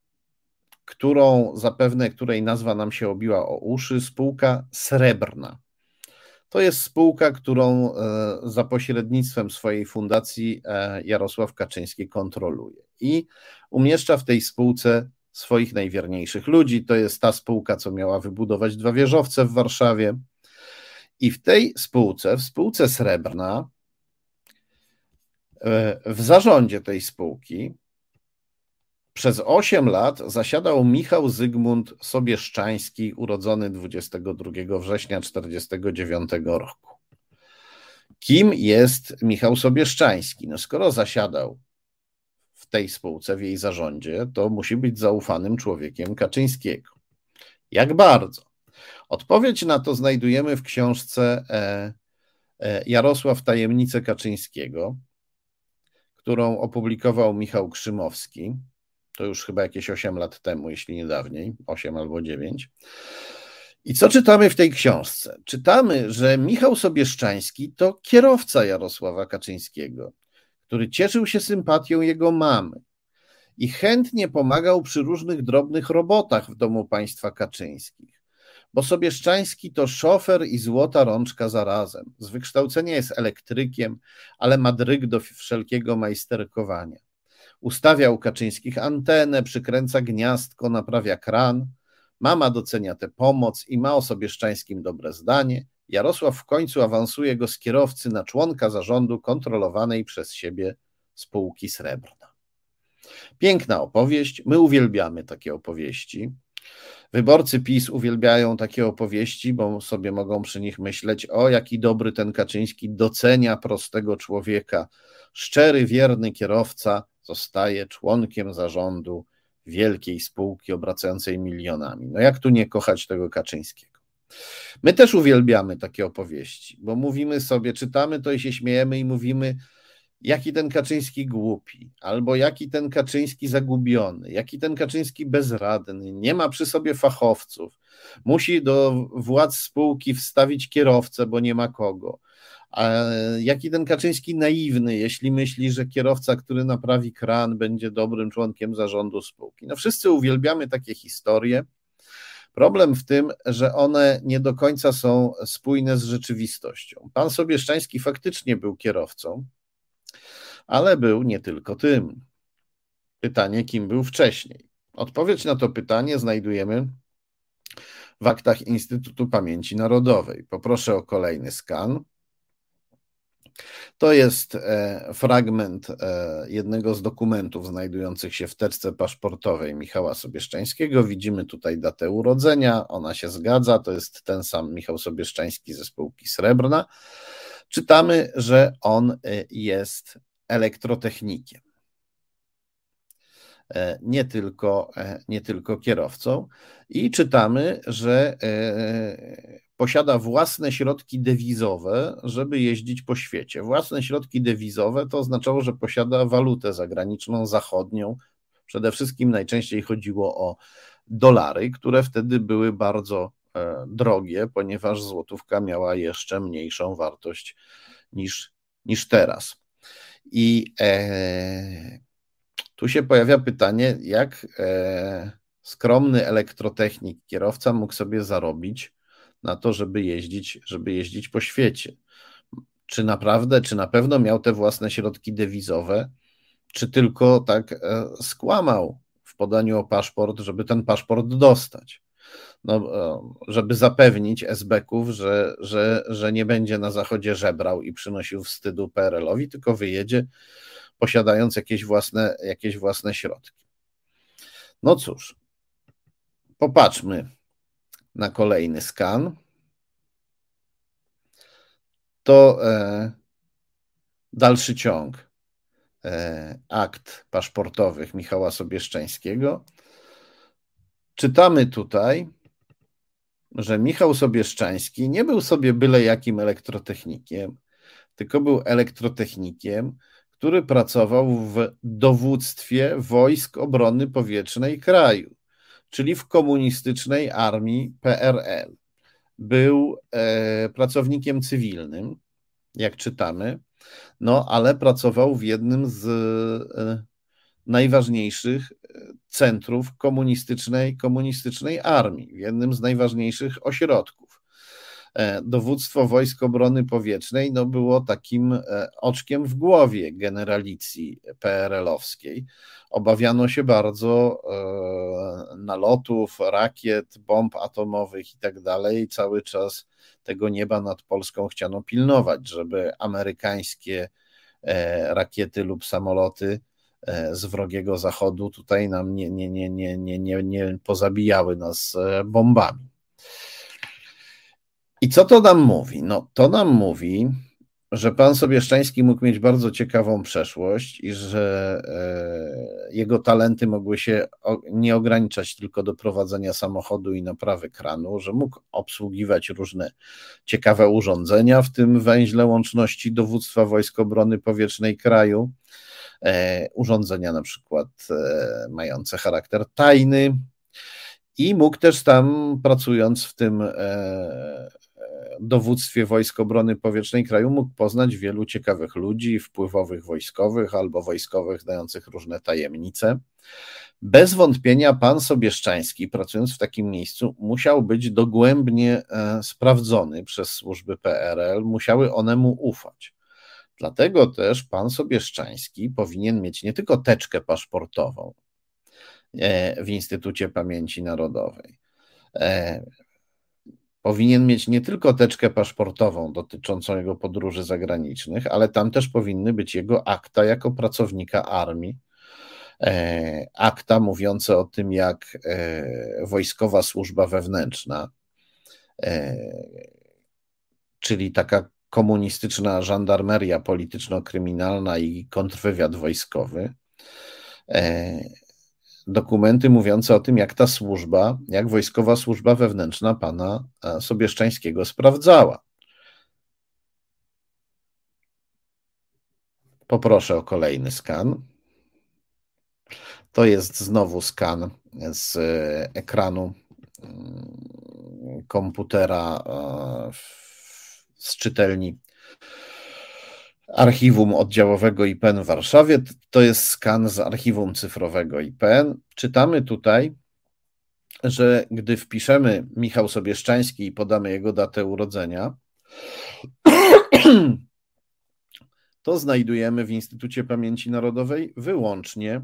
S1: której nazwa nam się obiła o uszy, spółka Srebrna. To jest spółka, którą za pośrednictwem swojej fundacji Jarosław Kaczyński kontroluje i umieszcza w tej spółce swoich najwierniejszych ludzi. To jest ta spółka, co miała wybudować 2 wieżowce w Warszawie. I w tej spółce, w spółce Srebrna, w zarządzie tej spółki przez 8 lat zasiadał Michał Zygmunt Sobieszczański, urodzony 22 września 1949 roku. Kim jest Michał Sobieszczański? No skoro zasiadał w tej spółce, w jej zarządzie, to musi być zaufanym człowiekiem Kaczyńskiego. Jak bardzo? Odpowiedź na to znajdujemy w książce Jarosław Tajemnice Kaczyńskiego, którą opublikował Michał Krzymowski. To już chyba jakieś 8 lat temu, jeśli nie dawniej, 8 albo 9. I co czytamy w tej książce? Czytamy, że Michał Sobieszczański to kierowca Jarosława Kaczyńskiego, który cieszył się sympatią jego mamy i chętnie pomagał przy różnych drobnych robotach w domu państwa Kaczyńskich. Bo Sobieszczański to szofer i złota rączka zarazem. Z wykształcenia jest elektrykiem, ale ma dryg do wszelkiego majsterkowania. Ustawia u Kaczyńskich antenę, przykręca gniazdko, naprawia kran. Mama docenia tę pomoc i ma o Sobieszczańskim dobre zdanie. Jarosław w końcu awansuje go z kierowcy na członka zarządu kontrolowanej przez siebie spółki Srebrna. Piękna opowieść, my uwielbiamy takie opowieści. Wyborcy PiS uwielbiają takie opowieści, bo sobie mogą przy nich myśleć, o jaki dobry ten Kaczyński, docenia prostego człowieka. Szczery, wierny kierowca zostaje członkiem zarządu wielkiej spółki obracającej milionami. No jak tu nie kochać tego Kaczyńskiego? My też uwielbiamy takie opowieści, bo mówimy sobie, czytamy to i się śmiejemy i mówimy, jaki ten Kaczyński głupi, albo jaki ten Kaczyński zagubiony, jaki ten Kaczyński bezradny, nie ma przy sobie fachowców, musi do władz spółki wstawić kierowcę, bo nie ma kogo. A jaki ten Kaczyński naiwny, jeśli myśli, że kierowca, który naprawi kran, będzie dobrym członkiem zarządu spółki. No wszyscy uwielbiamy takie historie. Problem w tym, że one nie do końca są spójne z rzeczywistością. Pan Sobieszczański faktycznie był kierowcą, ale był nie tylko tym. Pytanie, kim był wcześniej? Odpowiedź na to pytanie znajdujemy w aktach Instytutu Pamięci Narodowej. Poproszę o kolejny skan. To jest fragment jednego z dokumentów znajdujących się w teczce paszportowej Michała Sobieszczańskiego. Widzimy tutaj datę urodzenia, ona się zgadza, to jest ten sam Michał Sobieszczański ze spółki Srebrna. Czytamy, że on jest elektrotechnikiem. Nie tylko kierowcą, i czytamy, że posiada własne środki dewizowe, żeby jeździć po świecie. Własne środki dewizowe to oznaczało, że posiada walutę zagraniczną, zachodnią. Przede wszystkim najczęściej chodziło o dolary, które wtedy były bardzo drogie, ponieważ złotówka miała jeszcze mniejszą wartość niż teraz. I tu się pojawia pytanie, jak skromny elektrotechnik, kierowca mógł sobie zarobić na to, żeby jeździć po świecie. Czy na pewno miał te własne środki dewizowe, czy tylko tak skłamał w podaniu o paszport, żeby ten paszport dostać? No, żeby zapewnić esbeków, że nie będzie na Zachodzie żebrał i przynosił wstydu PRL-owi, tylko wyjedzie posiadając jakieś własne środki. No cóż, popatrzmy na kolejny skan. To dalszy ciąg akt paszportowych Michała Sobieszczańskiego. Czytamy tutaj, że Michał Sobieszczański nie był sobie byle jakim elektrotechnikiem, tylko był elektrotechnikiem, który pracował w dowództwie Wojsk Obrony Powietrznej kraju, czyli w komunistycznej armii PRL. Był pracownikiem cywilnym, jak czytamy, no ale pracował w jednym z najważniejszych centrów komunistycznej armii, w jednym z najważniejszych ośrodków. Dowództwo Wojsk Obrony Powietrznej było takim oczkiem w głowie generalicji PRL-owskiej. Obawiano się bardzo nalotów, rakiet, bomb atomowych i tak dalej. Cały czas tego nieba nad Polską chciano pilnować, żeby amerykańskie rakiety lub samoloty z wrogiego zachodu tutaj nam nie pozabijały nas bombami. I co to nam mówi? No, to nam mówi, że pan Sobieszczański mógł mieć bardzo ciekawą przeszłość i że jego talenty mogły się nie ograniczać tylko do prowadzenia samochodu i naprawy kranu, że mógł obsługiwać różne ciekawe urządzenia, w tym węźle łączności dowództwa Wojsk Obrony Powietrznej kraju, urządzenia na przykład mające charakter tajny, i mógł też tam, pracując w tym dowództwie Wojsk Obrony Powietrznej kraju, mógł poznać wielu ciekawych ludzi, wpływowych wojskowych albo wojskowych, znających różne tajemnice. Bez wątpienia pan Sobieszczański, pracując w takim miejscu, musiał być dogłębnie sprawdzony przez służby PRL, musiały one mu ufać. Dlatego też pan Sobieszczański powinien mieć nie tylko teczkę paszportową w Instytucie Pamięci Narodowej, powinien mieć nie tylko teczkę paszportową dotyczącą jego podróży zagranicznych, ale tam też powinny być jego akta jako pracownika armii, akta mówiące o tym, jak wojskowa służba wewnętrzna, czyli taka komunistyczna żandarmeria polityczno-kryminalna i kontrwywiad wojskowy, dokumenty mówiące o tym, jak ta służba, jak wojskowa służba wewnętrzna pana Sobieszczańskiego sprawdzała. Poproszę o kolejny skan. To jest znowu skan z ekranu komputera z czytelni Archiwum Oddziałowego IPN w Warszawie. To jest skan z Archiwum Cyfrowego IPN. Czytamy tutaj, że gdy wpiszemy Michał Sobieszczański i podamy jego datę urodzenia, to znajdujemy w Instytucie Pamięci Narodowej wyłącznie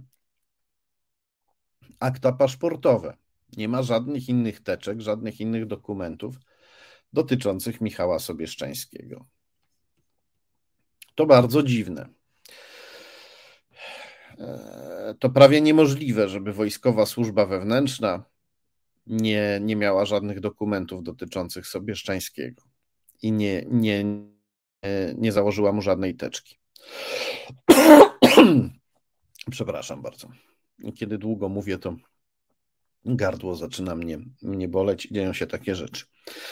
S1: akta paszportowe. Nie ma żadnych innych teczek, żadnych innych dokumentów dotyczących Michała Sobieszczańskiego. To bardzo dziwne. To prawie niemożliwe, żeby Wojskowa Służba Wewnętrzna nie miała żadnych dokumentów dotyczących Sobieszczańskiego i nie założyła mu żadnej teczki. Przepraszam bardzo. Kiedy długo mówię, to gardło zaczyna mnie boleć i dzieją się takie rzeczy.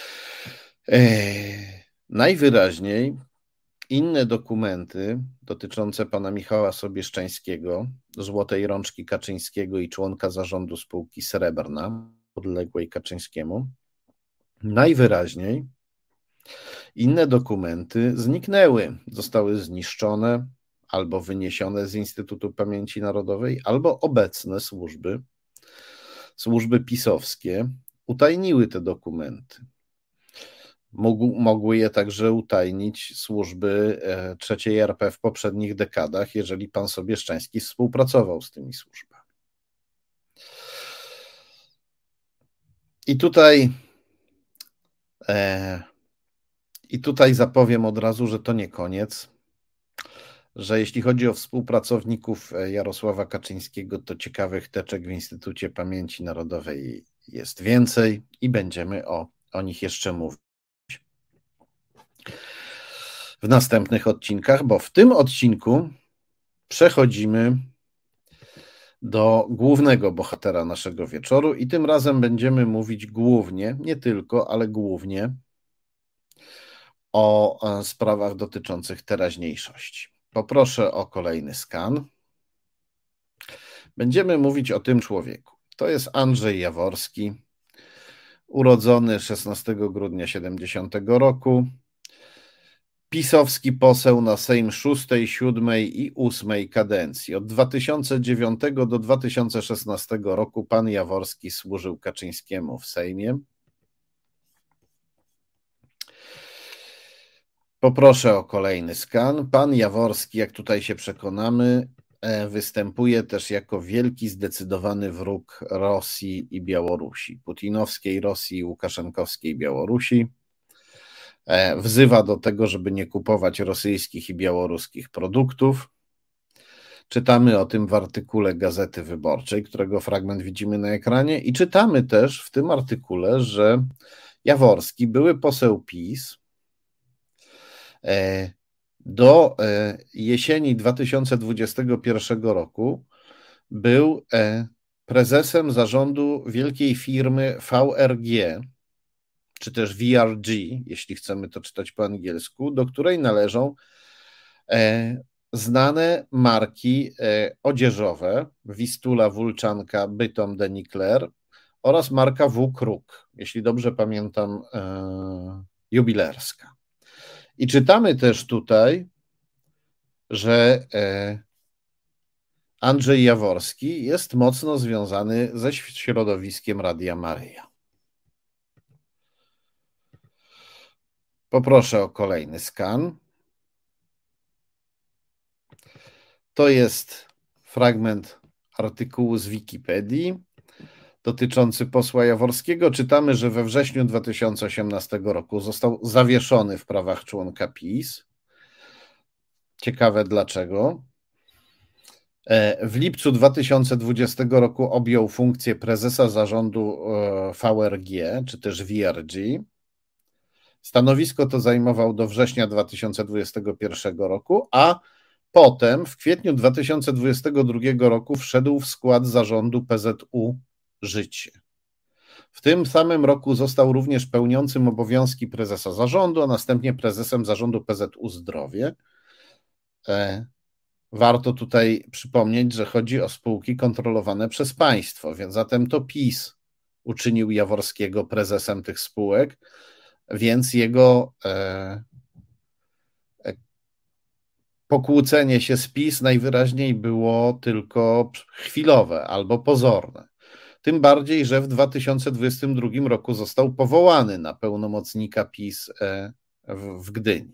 S1: Najwyraźniej inne dokumenty dotyczące pana Michała Sobieszczańskiego, złotej rączki Kaczyńskiego i członka zarządu spółki Srebrna, podległej Kaczyńskiemu, najwyraźniej inne dokumenty zniknęły, zostały zniszczone albo wyniesione z Instytutu Pamięci Narodowej, albo obecne służby pisowskie utajniły te dokumenty. Mogły je także utajnić służby III RP w poprzednich dekadach, jeżeli pan Sobieszczański współpracował z tymi służbami. I tutaj zapowiem od razu, że to nie koniec, że jeśli chodzi o współpracowników Jarosława Kaczyńskiego, to ciekawych teczek w Instytucie Pamięci Narodowej jest więcej i będziemy o nich jeszcze mówić w następnych odcinkach, bo w tym odcinku przechodzimy do głównego bohatera naszego wieczoru i tym razem będziemy mówić głównie, nie tylko, ale głównie o sprawach dotyczących teraźniejszości. Poproszę o kolejny skan. Będziemy mówić o tym człowieku. To jest Andrzej Jaworski, urodzony 16 grudnia 70 roku, pisowski poseł na Sejm 6., 7. i 8. kadencji. Od 2009 do 2016 roku pan Jaworski służył Kaczyńskiemu w Sejmie. Poproszę o kolejny skan. Pan Jaworski, jak tutaj się przekonamy, występuje też jako wielki, zdecydowany wróg Rosji i Białorusi, putinowskiej Rosji i łukaszenkowskiej Białorusi. Wzywa do tego, żeby nie kupować rosyjskich i białoruskich produktów. Czytamy o tym w artykule Gazety Wyborczej, którego fragment widzimy na ekranie, i czytamy też w tym artykule, że Jaworski, były poseł PiS, do jesieni 2021 roku był prezesem zarządu wielkiej firmy VRG, czy też VRG, jeśli chcemy to czytać po angielsku, do której należą znane marki odzieżowe Wistula, Wulczanka, Bytom, Denikler oraz marka W-Kruk, jeśli dobrze pamiętam, jubilerska. I czytamy też tutaj, że Andrzej Jaworski jest mocno związany ze środowiskiem Radia Maryja. Poproszę o kolejny skan. To jest fragment artykułu z Wikipedii dotyczący posła Jaworskiego. Czytamy, że we wrześniu 2018 roku został zawieszony w prawach członka PiS. Ciekawe dlaczego. W lipcu 2020 roku objął funkcję prezesa zarządu VRG, czy też VRG. Stanowisko to zajmował do września 2021 roku, a potem w kwietniu 2022 roku wszedł w skład zarządu PZU Życie. W tym samym roku został również pełniącym obowiązki prezesa zarządu, a następnie prezesem zarządu PZU Zdrowie. Warto tutaj przypomnieć, że chodzi o spółki kontrolowane przez państwo, więc zatem to PiS uczynił Jaworskiego prezesem tych spółek, więc jego pokłócenie się z PiS najwyraźniej było tylko chwilowe albo pozorne. Tym bardziej, że w 2022 roku został powołany na pełnomocnika PiS w Gdyni.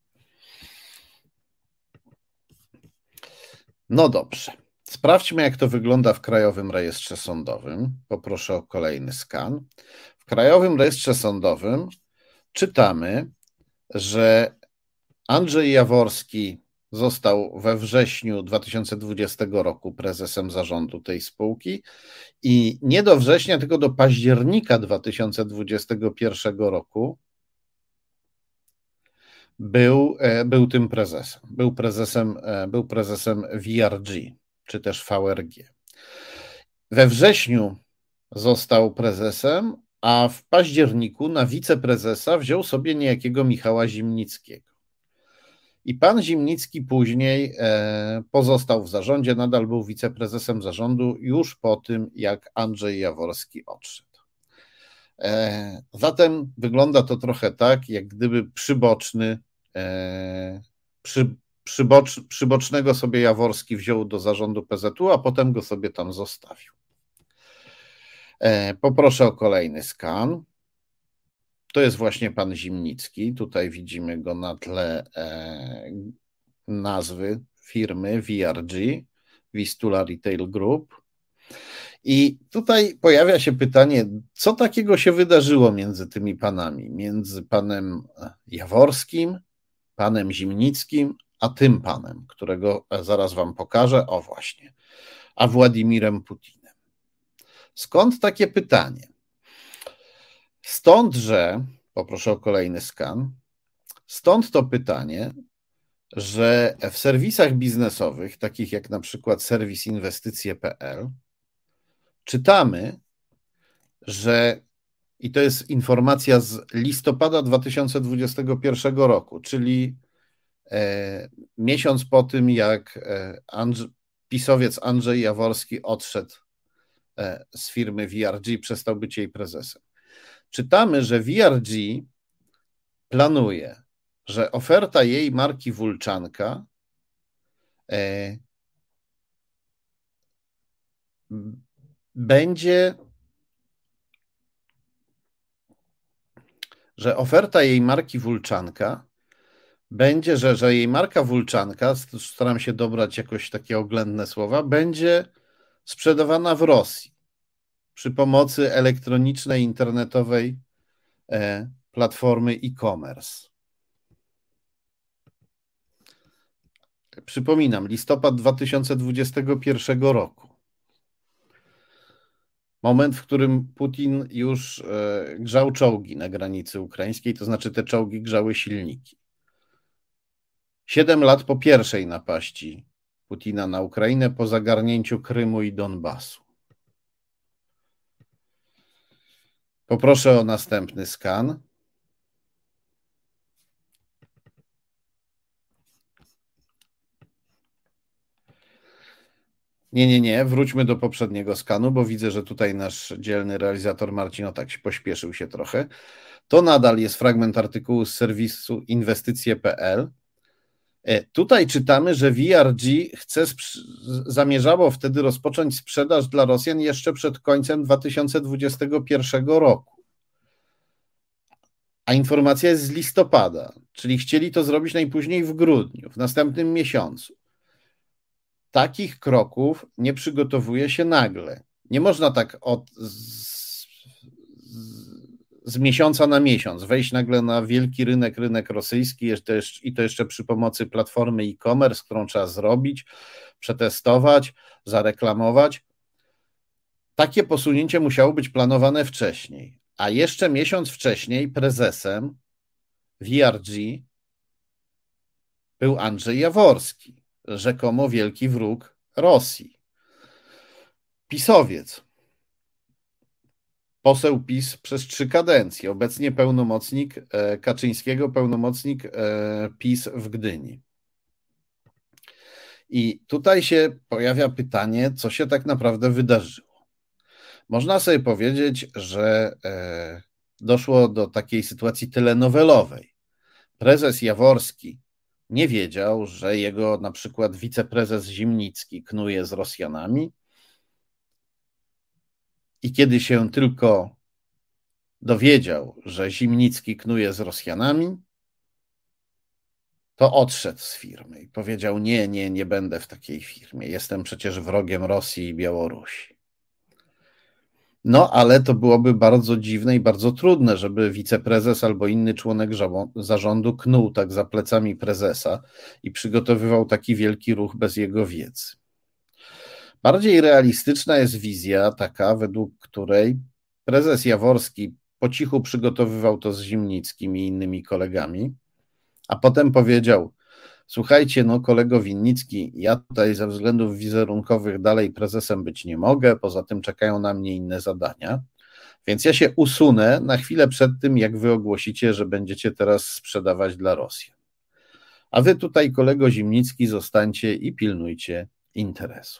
S1: No dobrze. Sprawdźmy, jak to wygląda w Krajowym Rejestrze Sądowym. Poproszę o kolejny skan. W Krajowym Rejestrze Sądowym czytamy, że Andrzej Jaworski został we wrześniu 2020 roku prezesem zarządu tej spółki i nie do września, tylko do października 2021 roku był tym prezesem. Był prezesem VRG, czy też VRG. We wrześniu został prezesem, a w październiku na wiceprezesa wziął sobie niejakiego Michała Zimnickiego. I pan Zimnicki później pozostał w zarządzie, nadal był wiceprezesem zarządu już po tym, jak Andrzej Jaworski odszedł. Zatem wygląda to trochę tak, jak gdyby przybocznego sobie Jaworski wziął do zarządu PZU, a potem go sobie tam zostawił. Poproszę o kolejny skan. To jest właśnie pan Zimnicki. Tutaj widzimy go na tle nazwy firmy VRG, Vistula Retail Group. I tutaj pojawia się pytanie, co takiego się wydarzyło między tymi panami, między panem Jaworskim, panem Zimnickim, a tym panem, którego zaraz wam pokażę, o właśnie, a Władimirem Putinem. Skąd takie pytanie? Stąd, że, poproszę o kolejny skan, stąd to pytanie, że w serwisach biznesowych, takich jak na przykład serwis inwestycje.pl, czytamy, że, i to jest informacja z listopada 2021 roku, czyli miesiąc po tym, jak pisowiec Andrzej Jaworski odszedł z firmy VRG, przestał być jej prezesem. Czytamy, że VRG planuje, że oferta jej marki Wulczanka będzie, że oferta jej marki Wulczanka będzie, że jej marka Wulczanka, staram się dobrać jakoś takie oględne słowa, będzie sprzedawana w Rosji przy pomocy elektronicznej, internetowej platformy e-commerce. Przypominam, listopad 2021 roku. Moment, w którym Putin już grzał czołgi na granicy ukraińskiej, to znaczy te czołgi grzały silniki. 7 lat po pierwszej napaści Putina na Ukrainę, po zagarnięciu Krymu i Donbasu. Poproszę o następny skan. Nie, wróćmy do poprzedniego skanu, bo widzę, że tutaj nasz dzielny realizator Marcin tak się pośpieszył się trochę. To nadal jest fragment artykułu z serwisu inwestycje.pl. Tutaj czytamy, że VRG zamierzało wtedy rozpocząć sprzedaż dla Rosjan jeszcze przed końcem 2021 roku. A informacja jest z listopada, czyli chcieli to zrobić najpóźniej w grudniu, w następnym miesiącu. Takich kroków nie przygotowuje się nagle. Nie można tak z miesiąca na miesiąc wejść nagle na wielki rynek rosyjski i to jeszcze przy pomocy platformy e-commerce, którą trzeba zrobić, przetestować, zareklamować. Takie posunięcie musiało być planowane wcześniej, a jeszcze miesiąc wcześniej prezesem VRG był Andrzej Jaworski, rzekomo wielki wróg Rosji. Pisowiec, poseł PiS przez 3 kadencje, obecnie pełnomocnik Kaczyńskiego, pełnomocnik PiS w Gdyni. I tutaj się pojawia pytanie, co się tak naprawdę wydarzyło. Można sobie powiedzieć, że doszło do takiej sytuacji telenowelowej. Prezes Jaworski nie wiedział, że jego na przykład wiceprezes Zimnicki knuje z Rosjanami i kiedy się tylko dowiedział, że Zimnicki knuje z Rosjanami, to odszedł z firmy i powiedział: nie będę w takiej firmie, jestem przecież wrogiem Rosji i Białorusi. No, ale to byłoby bardzo dziwne i bardzo trudne, żeby wiceprezes albo inny członek zarządu knuł tak za plecami prezesa i przygotowywał taki wielki ruch bez jego wiedzy. Bardziej realistyczna jest wizja taka, według której prezes Jaworski po cichu przygotowywał to z Zimnickim i innymi kolegami, a potem powiedział: słuchajcie, no kolego Winnicki, ja tutaj ze względów wizerunkowych dalej prezesem być nie mogę, poza tym czekają na mnie inne zadania, więc ja się usunę na chwilę przed tym, jak wy ogłosicie, że będziecie teraz sprzedawać dla Rosji. A wy tutaj, kolego Zimnicki, zostańcie i pilnujcie interesu.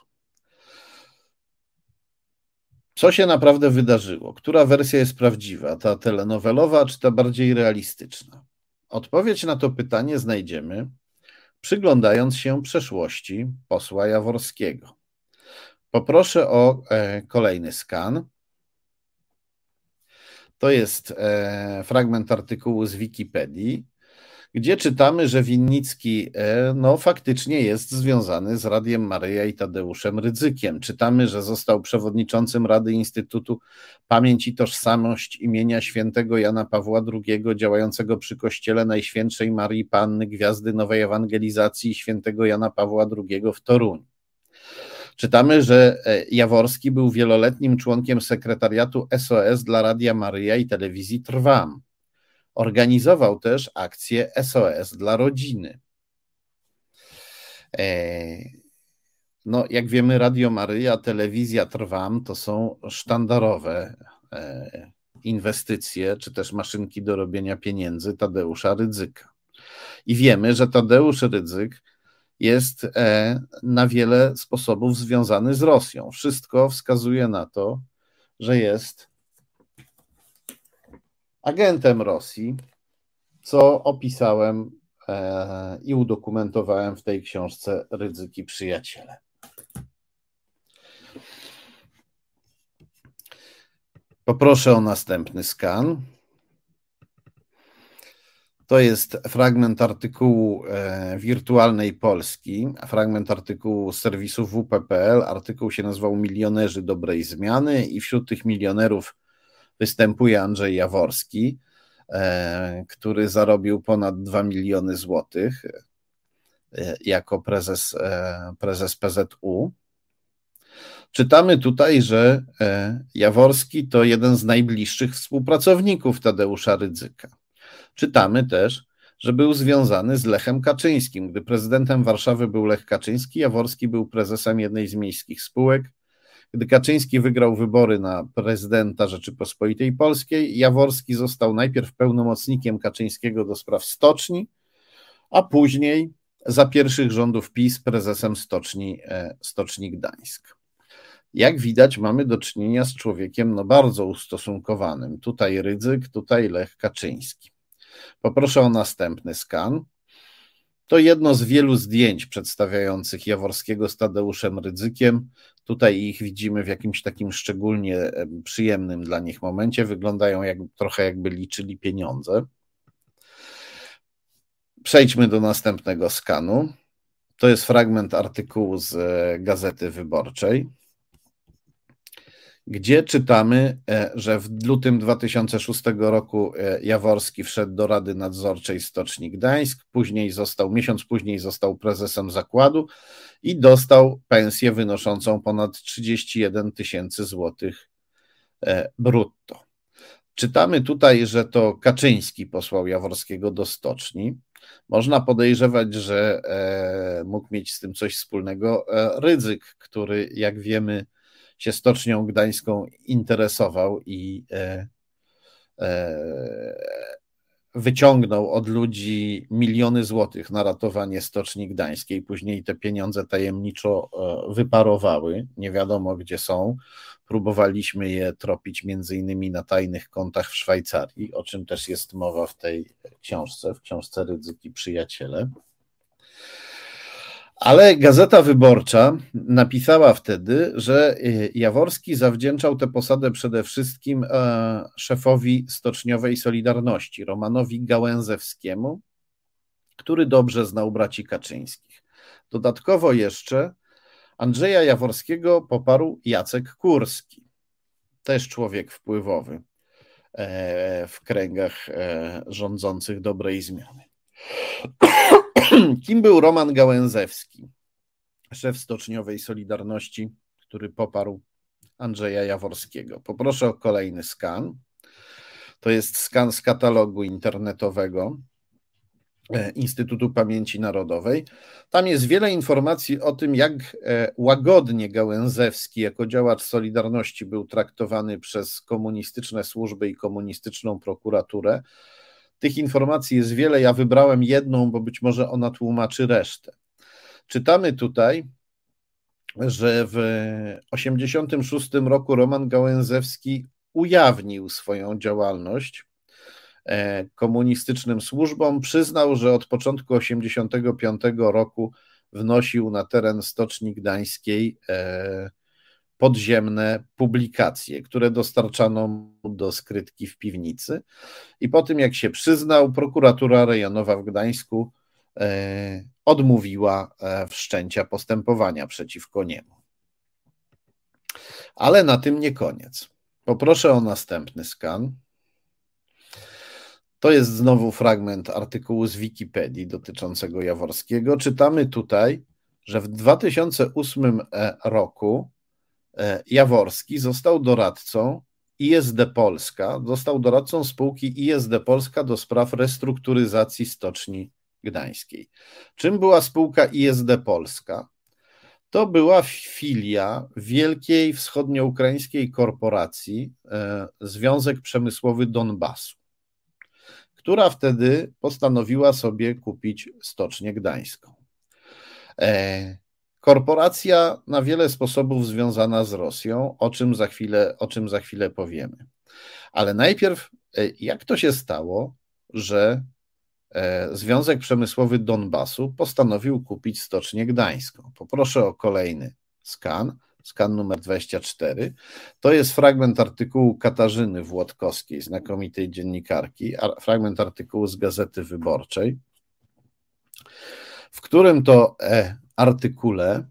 S1: Co się naprawdę wydarzyło? Która wersja jest prawdziwa? Ta telenowelowa, czy ta bardziej realistyczna? Odpowiedź na to pytanie znajdziemy, przyglądając się przeszłości posła Jaworskiego. Poproszę o kolejny skan. To jest fragment artykułu z Wikipedii, gdzie czytamy, że Winnicki faktycznie jest związany z Radiem Maryja i Tadeuszem Rydzykiem. Czytamy, że został przewodniczącym Rady Instytutu Pamięć i Tożsamość imienia świętego Jana Pawła II, działającego przy Kościele Najświętszej Marii Panny Gwiazdy Nowej Ewangelizacji świętego Jana Pawła II w Toruniu. Czytamy, że Jaworski był wieloletnim członkiem sekretariatu SOS dla Radia Maryja i telewizji Trwam. Organizował też akcję SOS dla rodziny. No, jak wiemy, Radio Maryja, telewizja Trwam to są sztandarowe inwestycje, czy też maszynki do robienia pieniędzy Tadeusza Rydzyka. I wiemy, że Tadeusz Rydzyk jest na wiele sposobów związany z Rosją. Wszystko wskazuje na to, że jest agentem Rosji, co opisałem i udokumentowałem w tej książce Rydzyk i przyjaciele. Poproszę o następny skan. To jest fragment artykułu Wirtualnej Polski, fragment artykułu z serwisu WP.pl. Artykuł się nazywał Milionerzy dobrej zmiany i wśród tych milionerów występuje Andrzej Jaworski, który zarobił ponad 2 miliony złotych jako prezes PZU. Czytamy tutaj, że Jaworski to jeden z najbliższych współpracowników Tadeusza Rydzyka. Czytamy też, że był związany z Lechem Kaczyńskim. Gdy prezydentem Warszawy był Lech Kaczyński, Jaworski był prezesem jednej z miejskich spółek. Gdy Kaczyński wygrał wybory na prezydenta Rzeczypospolitej Polskiej, Jaworski został najpierw pełnomocnikiem Kaczyńskiego do spraw stoczni, a później za pierwszych rządów PiS prezesem Stoczni Gdańsk. Jak widać, mamy do czynienia z człowiekiem bardzo ustosunkowanym. Tutaj Rydzyk, tutaj Lech Kaczyński. Poproszę o następny skan. To jedno z wielu zdjęć przedstawiających Jaworskiego z Tadeuszem Rydzykiem. Tutaj ich widzimy w jakimś takim szczególnie przyjemnym dla nich momencie. Wyglądają trochę jakby liczyli pieniądze. Przejdźmy do następnego skanu. To jest fragment artykułu z Gazety Wyborczej, gdzie czytamy, że w lutym 2006 roku Jaworski wszedł do Rady Nadzorczej Stoczni Gdańsk, miesiąc później został prezesem zakładu i dostał pensję wynoszącą ponad 31 000 złotych brutto. Czytamy tutaj, że to Kaczyński posłał Jaworskiego do stoczni. Można podejrzewać, że mógł mieć z tym coś wspólnego Rydzyk, który, jak wiemy, się Stocznią Gdańską interesował i wyciągnął od ludzi miliony złotych na ratowanie Stoczni Gdańskiej. Później te pieniądze tajemniczo wyparowały, nie wiadomo gdzie są. Próbowaliśmy je tropić między innymi na tajnych kontach w Szwajcarii, o czym też jest mowa w tej książce, w książce Rydzyk i przyjaciele. Ale Gazeta Wyborcza napisała wtedy, że Jaworski zawdzięczał tę posadę przede wszystkim szefowi stoczniowej Solidarności, Romanowi Gałęzewskiemu, który dobrze znał braci Kaczyńskich. Dodatkowo jeszcze Andrzeja Jaworskiego poparł Jacek Kurski. też człowiek wpływowy w kręgach rządzących dobrej zmiany. Kim był Roman Gałęzewski, szef stoczniowej Solidarności, który poparł Andrzeja Jaworskiego? Poproszę o kolejny skan. To jest skan z katalogu internetowego Instytutu Pamięci Narodowej. Tam jest wiele informacji o tym, jak łagodnie Gałęzewski jako działacz Solidarności był traktowany przez komunistyczne służby i komunistyczną prokuraturę. Tych informacji jest wiele, ja wybrałem jedną, bo być może ona tłumaczy resztę. Czytamy tutaj, że w 1986 roku Roman Gałęzewski ujawnił swoją działalność komunistycznym służbom, przyznał, że od początku 1985 roku wnosił na teren Stoczni Gdańskiej podziemne publikacje, które dostarczano mu do skrytki w piwnicy. I po tym, jak się przyznał, prokuratura rejonowa w Gdańsku odmówiła wszczęcia postępowania przeciwko niemu. Ale na tym nie koniec. Poproszę o następny skan. To jest znowu fragment artykułu z Wikipedii dotyczącego Jaworskiego. Czytamy tutaj, że w 2008 roku Jaworski został doradcą ISD Polska, został doradcą spółki ISD Polska do spraw restrukturyzacji Stoczni Gdańskiej. Czym była spółka ISD Polska? To była filia wielkiej wschodnioukraińskiej korporacji Związek Przemysłowy Donbasu, która wtedy postanowiła sobie kupić Stocznię Gdańską. Korporacja na wiele sposobów związana z Rosją, o czym za chwilę powiemy. Ale najpierw, jak to się stało, że Związek Przemysłowy Donbasu postanowił kupić Stocznię Gdańską? Poproszę o kolejny skan numer 24. To jest fragment artykułu Katarzyny Włodkowskiej, znakomitej dziennikarki, fragment artykułu z Gazety Wyborczej, w którym to artykule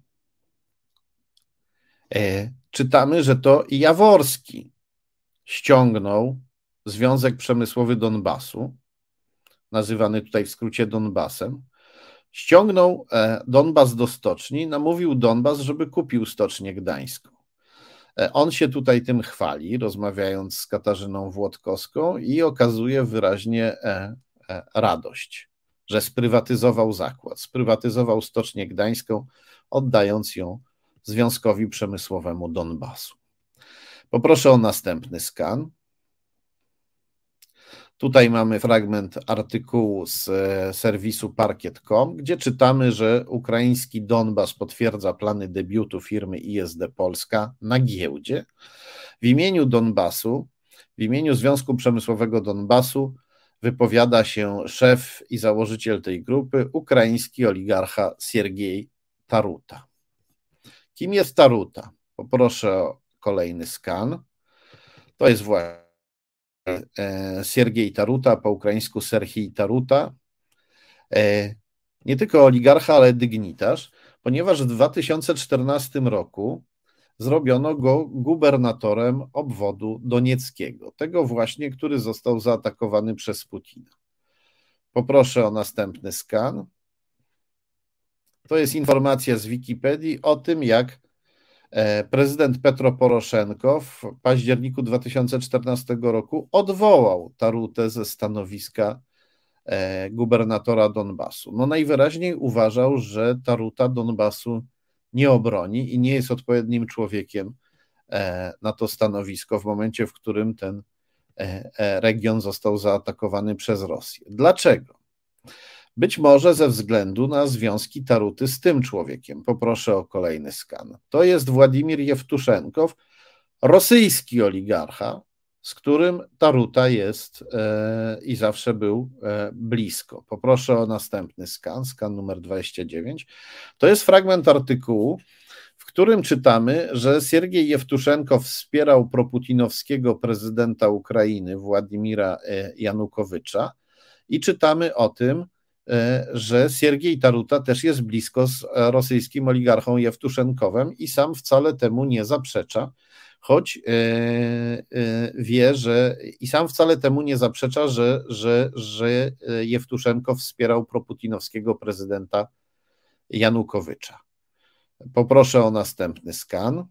S1: czytamy, że to Jaworski ściągnął Związek Przemysłowy Donbasu, nazywany tutaj w skrócie Donbasem, ściągnął Donbas do stoczni, namówił Donbas, żeby kupił Stocznię Gdańską. On się tutaj tym chwali, rozmawiając z Katarzyną Włodkowską, i okazuje wyraźnie radość, że sprywatyzował zakład, sprywatyzował Stocznię Gdańską, oddając ją Związkowi Przemysłowemu Donbasu. Poproszę o następny skan. Tutaj mamy fragment artykułu z serwisu Parkiet.com, gdzie czytamy, że ukraiński Donbas potwierdza plany debiutu firmy ISD Polska na giełdzie. W imieniu Donbasu, w imieniu Związku Przemysłowego Donbasu wypowiada się szef i założyciel tej grupy, ukraiński oligarcha Siergiej Taruta. Kim jest Taruta? Poproszę o kolejny skan. To jest właśnie Siergiej Taruta, po ukraińsku Serhij Taruta. Nie tylko oligarcha, ale dygnitarz, ponieważ w 2014 roku zrobiono go gubernatorem obwodu donieckiego, tego właśnie, który został zaatakowany przez Putina. Poproszę o następny skan. To jest informacja z Wikipedii o tym, jak prezydent Petro Poroszenko w październiku 2014 roku odwołał Tarutę ze stanowiska gubernatora Donbasu. No najwyraźniej uważał, że Taruta Donbasu nie obroni i nie jest odpowiednim człowiekiem na to stanowisko w momencie, w którym ten region został zaatakowany przez Rosję. Dlaczego? Być może ze względu na związki Taruty z tym człowiekiem. Poproszę o kolejny skan. To jest Władimir Jewtuszenkow, rosyjski oligarcha, z którym Taruta jest i zawsze był blisko. Poproszę o następny skan numer 29. To jest fragment artykułu, w którym czytamy, że Siergiej Jewtuszenkow wspierał proputinowskiego prezydenta Ukrainy Władimira Janukowycza i czytamy o tym, że Siergiej Taruta też jest blisko z rosyjskim oligarchą Jewtuszenkowem i sam wcale temu nie zaprzecza, choć wie, że i sam wcale temu nie zaprzecza, że Jewtuszenko wspierał proputinowskiego prezydenta Janukowycza. Poproszę o następny skan.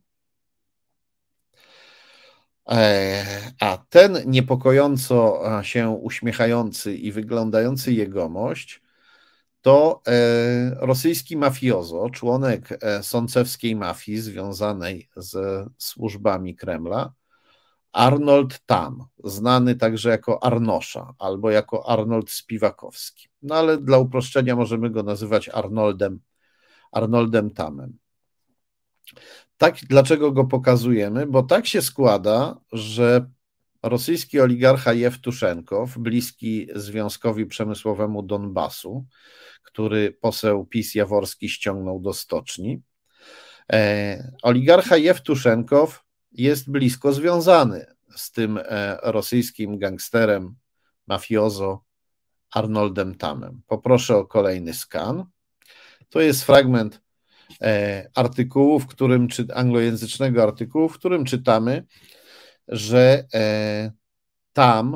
S1: A ten niepokojąco się uśmiechający i wyglądający jegomość to rosyjski mafiozo, członek sącewskiej mafii związanej ze służbami Kremla, Arnold Tam, znany także jako Arnosza albo jako Arnold Spiwakowski. No ale dla uproszczenia możemy go nazywać Arnoldem Tamem. Tak, dlaczego go pokazujemy? Bo tak się składa, że rosyjski oligarcha Jewtuszenkow, bliski związkowi przemysłowemu Donbasu, który poseł PiS Jaworski ściągnął do stoczni, oligarcha Jewtuszenkow jest blisko związany z tym rosyjskim gangsterem, mafiozo Arnoldem Tamem. Poproszę o kolejny skan. To jest fragment artykułu, anglojęzycznego artykułu, w którym czytamy, że Tam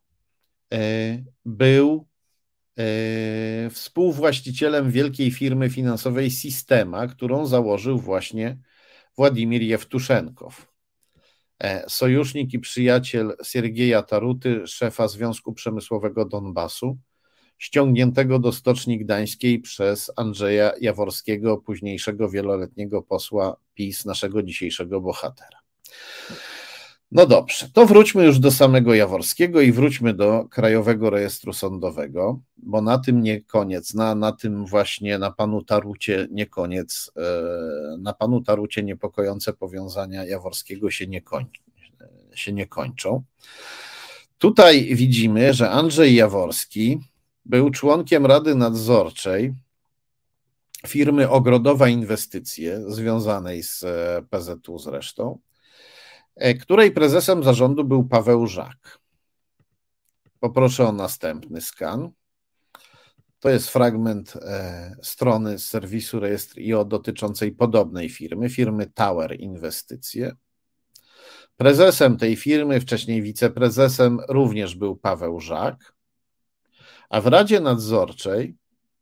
S1: był współwłaścicielem wielkiej firmy finansowej Sistema, którą założył właśnie Władimir Jewtuszenkow. Sojusznik i przyjaciel Siergieja Taruty, szefa Związku Przemysłowego Donbasu, ściągniętego do Stoczni Gdańskiej przez Andrzeja Jaworskiego, późniejszego wieloletniego posła PiS, naszego dzisiejszego bohatera. No dobrze, to wróćmy już do samego Jaworskiego i wróćmy do Krajowego Rejestru Sądowego, bo na tym nie koniec, na tym właśnie, na panu Tarucie nie koniec, na panu Tarucie niepokojące powiązania Jaworskiego się nie kończą. Tutaj widzimy, że Andrzej Jaworski był członkiem Rady Nadzorczej firmy Ogrodowa Inwestycje, związanej z PZU zresztą, której prezesem zarządu był Paweł Żak. Poproszę o następny skan. To jest fragment strony z serwisu Rejestr.io dotyczącej podobnej firmy Tower Inwestycje. Prezesem tej firmy, wcześniej wiceprezesem, również był Paweł Żak, a w Radzie Nadzorczej,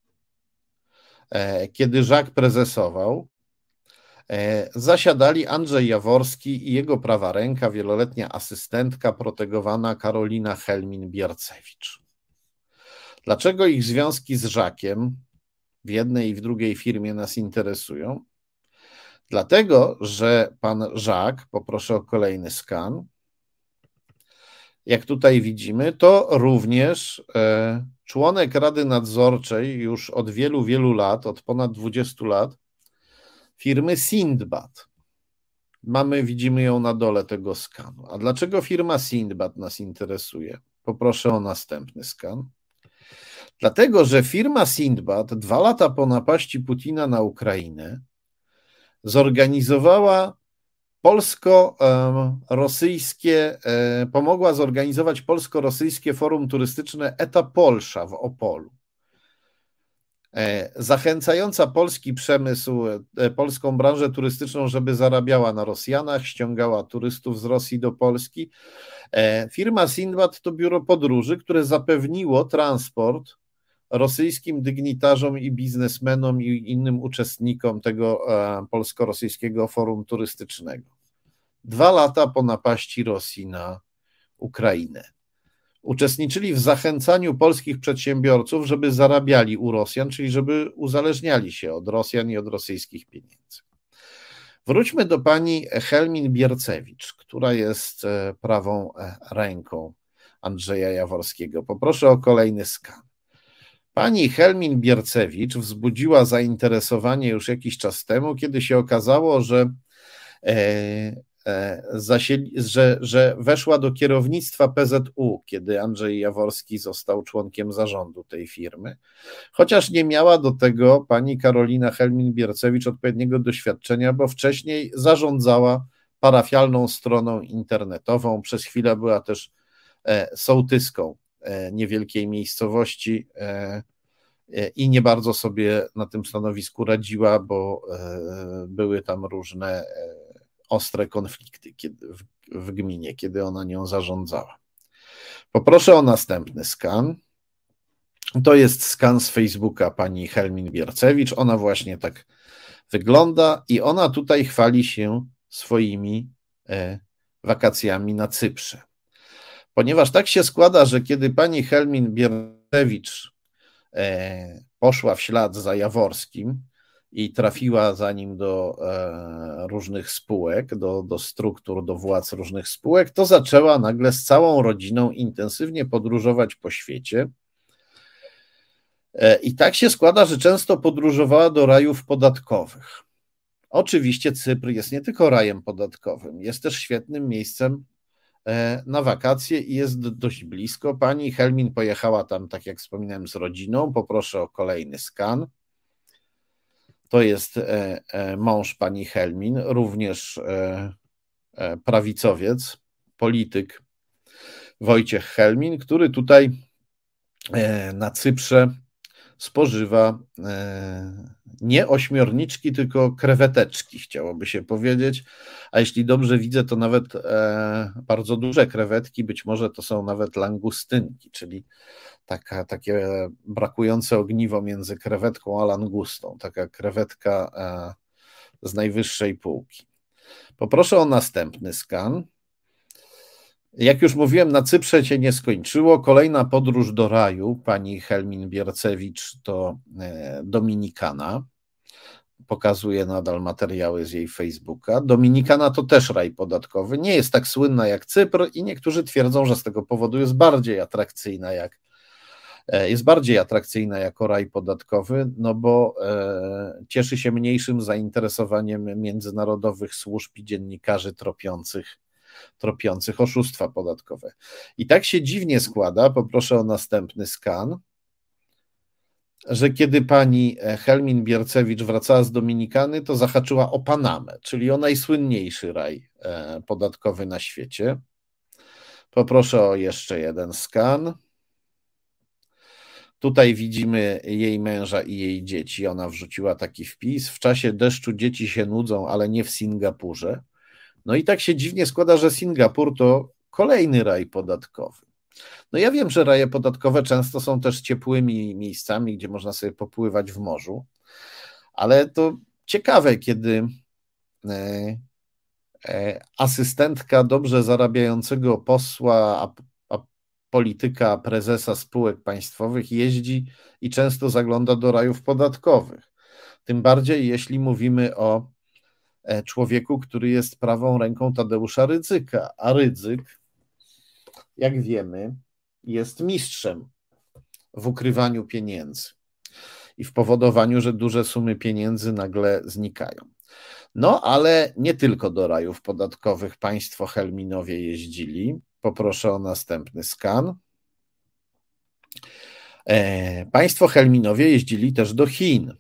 S1: kiedy Żak prezesował, zasiadali Andrzej Jaworski i jego prawa ręka, wieloletnia asystentka protegowana Karolina Helmin-Biercewicz. Dlaczego ich związki z Żakiem w jednej i w drugiej firmie nas interesują? Dlatego, że pan Żak, poproszę o kolejny skan, jak tutaj widzimy, to również członek Rady Nadzorczej już od wielu, wielu lat, od ponad 20 lat, firmy Sindbad. Widzimy ją na dole tego skanu. A dlaczego firma Sindbad nas interesuje? Poproszę o następny skan. Dlatego, że firma Sindbad 2 lata po napaści Putina na Ukrainę zorganizowała pomogła zorganizować polsko-rosyjskie forum turystyczne Eta Polsza w Opolu. Zachęcająca polski przemysł, polską branżę turystyczną, żeby zarabiała na Rosjanach, ściągała turystów z Rosji do Polski. Firma Sindbad to biuro podróży, które zapewniło transport rosyjskim dygnitarzom i biznesmenom i innym uczestnikom tego polsko-rosyjskiego forum turystycznego. 2 lata po napaści Rosji na Ukrainę. Uczestniczyli w zachęcaniu polskich przedsiębiorców, żeby zarabiali u Rosjan, czyli żeby uzależniali się od Rosjan i od rosyjskich pieniędzy. Wróćmy do pani Helmin-Biercewicz, która jest prawą ręką Andrzeja Jaworskiego. Poproszę o kolejny skan. Pani Helmin-Biercewicz wzbudziła zainteresowanie już jakiś czas temu, kiedy się okazało, że weszła do kierownictwa PZU, kiedy Andrzej Jaworski został członkiem zarządu tej firmy, chociaż nie miała do tego pani Karolina Helmin-Biercewicz odpowiedniego doświadczenia, bo wcześniej zarządzała parafialną stroną internetową, przez chwilę była też sołtyską niewielkiej miejscowości i nie bardzo sobie na tym stanowisku radziła, bo były tam różne ostre konflikty w gminie, kiedy ona nią zarządzała. Poproszę o następny skan. To jest skan z Facebooka pani Helmin Biercewicz. Ona właśnie tak wygląda i ona tutaj chwali się swoimi wakacjami na Cyprze. Ponieważ tak się składa, że kiedy pani Helmin Biercewicz poszła w ślad za Jaworskim i trafiła za nim do różnych spółek, do struktur, do władz różnych spółek, to zaczęła nagle z całą rodziną intensywnie podróżować po świecie. I tak się składa, że często podróżowała do rajów podatkowych. Oczywiście Cypr jest nie tylko rajem podatkowym, jest też świetnym miejscem na wakacje i jest dość blisko. Pani Helmin pojechała tam, tak jak wspominałem, z rodziną. Poproszę o kolejny skan. To jest mąż pani Helmin, również prawicowiec, polityk Wojciech Helmin, który tutaj na Cyprze spożywa nie ośmiorniczki, tylko kreweteczki, chciałoby się powiedzieć, a jeśli dobrze widzę, to nawet bardzo duże krewetki, być może to są nawet langustynki, czyli takie brakujące ogniwo między krewetką a langustą, taka krewetka z najwyższej półki. Poproszę o następny skan. Jak już mówiłem, na Cyprze się nie skończyło. Kolejna podróż do raju pani Helmin Biercewicz to Dominikana. Pokazuje nadal materiały z jej Facebooka. Dominikana to też raj podatkowy. Nie jest tak słynna jak Cypr i niektórzy twierdzą, że z tego powodu jest bardziej atrakcyjna jako raj podatkowy, no bo cieszy się mniejszym zainteresowaniem międzynarodowych służb i dziennikarzy tropiących oszustwa podatkowe. I tak się dziwnie składa, poproszę o następny skan, że kiedy pani Helmin Biercewicz wracała z Dominikany, to zahaczyła o Panamę, czyli o najsłynniejszy raj podatkowy na świecie. Poproszę o jeszcze jeden skan. Tutaj widzimy jej męża i jej dzieci. Ona wrzuciła taki wpis: w czasie deszczu dzieci się nudzą, ale nie w Singapurze. No i tak się dziwnie składa, że Singapur to kolejny raj podatkowy. No ja wiem, że raje podatkowe często są też ciepłymi miejscami, gdzie można sobie popływać w morzu, ale to ciekawe, kiedy asystentka dobrze zarabiającego posła, a polityka prezesa spółek państwowych jeździ i często zagląda do rajów podatkowych. Tym bardziej, jeśli mówimy o człowieku, który jest prawą ręką Tadeusza Rydzyka, a Rydzyk, jak wiemy, jest mistrzem w ukrywaniu pieniędzy i w powodowaniu, że duże sumy pieniędzy nagle znikają. No, ale nie tylko do rajów podatkowych państwo Helminowie jeździli. Poproszę o następny skan. Państwo Helminowie jeździli też do Chin.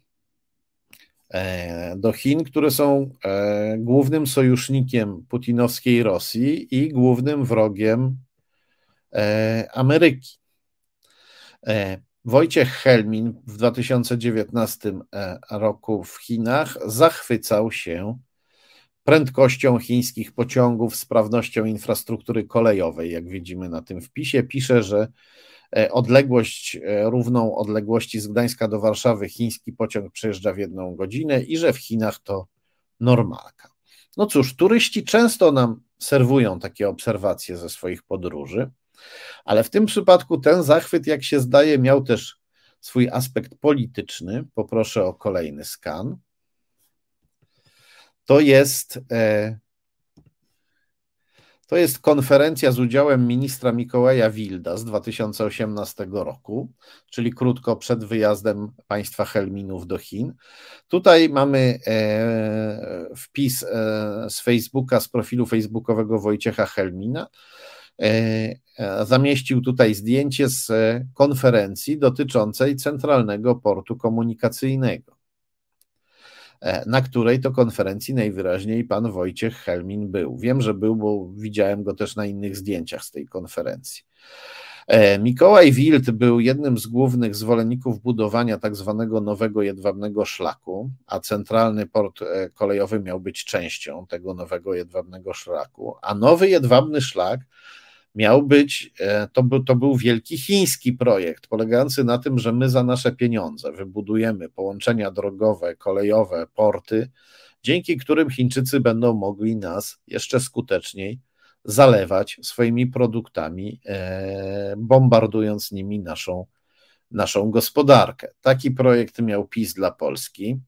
S1: Które są głównym sojusznikiem putinowskiej Rosji i głównym wrogiem Ameryki. Wojciech Helmin w 2019 roku w Chinach zachwycał się prędkością chińskich pociągów, sprawnością infrastruktury kolejowej, jak widzimy na tym wpisie. Pisze, że odległość równą odległości z Gdańska do Warszawy chiński pociąg przejeżdża w 1 godzinę i że w Chinach to normalka. No cóż, turyści często nam serwują takie obserwacje ze swoich podróży, ale w tym przypadku ten zachwyt, jak się zdaje, miał też swój aspekt polityczny. Poproszę o kolejny skan. To jest konferencja z udziałem ministra Mikołaja Wilda z 2018 roku, czyli krótko przed wyjazdem państwa Helminów do Chin. Tutaj mamy wpis z Facebooka, z profilu facebookowego Wojciecha Helmina. Zamieścił tutaj zdjęcie z konferencji dotyczącej Centralnego Portu Komunikacyjnego, na której to konferencji najwyraźniej pan Wojciech Helmin był. Wiem, że był, bo widziałem go też na innych zdjęciach z tej konferencji. Mikołaj Wild był jednym z głównych zwolenników budowania tak zwanego nowego jedwabnego szlaku, a centralny port kolejowy miał być częścią tego nowego jedwabnego szlaku, a nowy jedwabny szlak miał być, to był wielki chiński projekt, polegający na tym, że my za nasze pieniądze wybudujemy połączenia drogowe, kolejowe, porty, dzięki którym Chińczycy będą mogli nas jeszcze skuteczniej zalewać swoimi produktami, bombardując nimi naszą gospodarkę. Taki projekt miał PiS dla Polski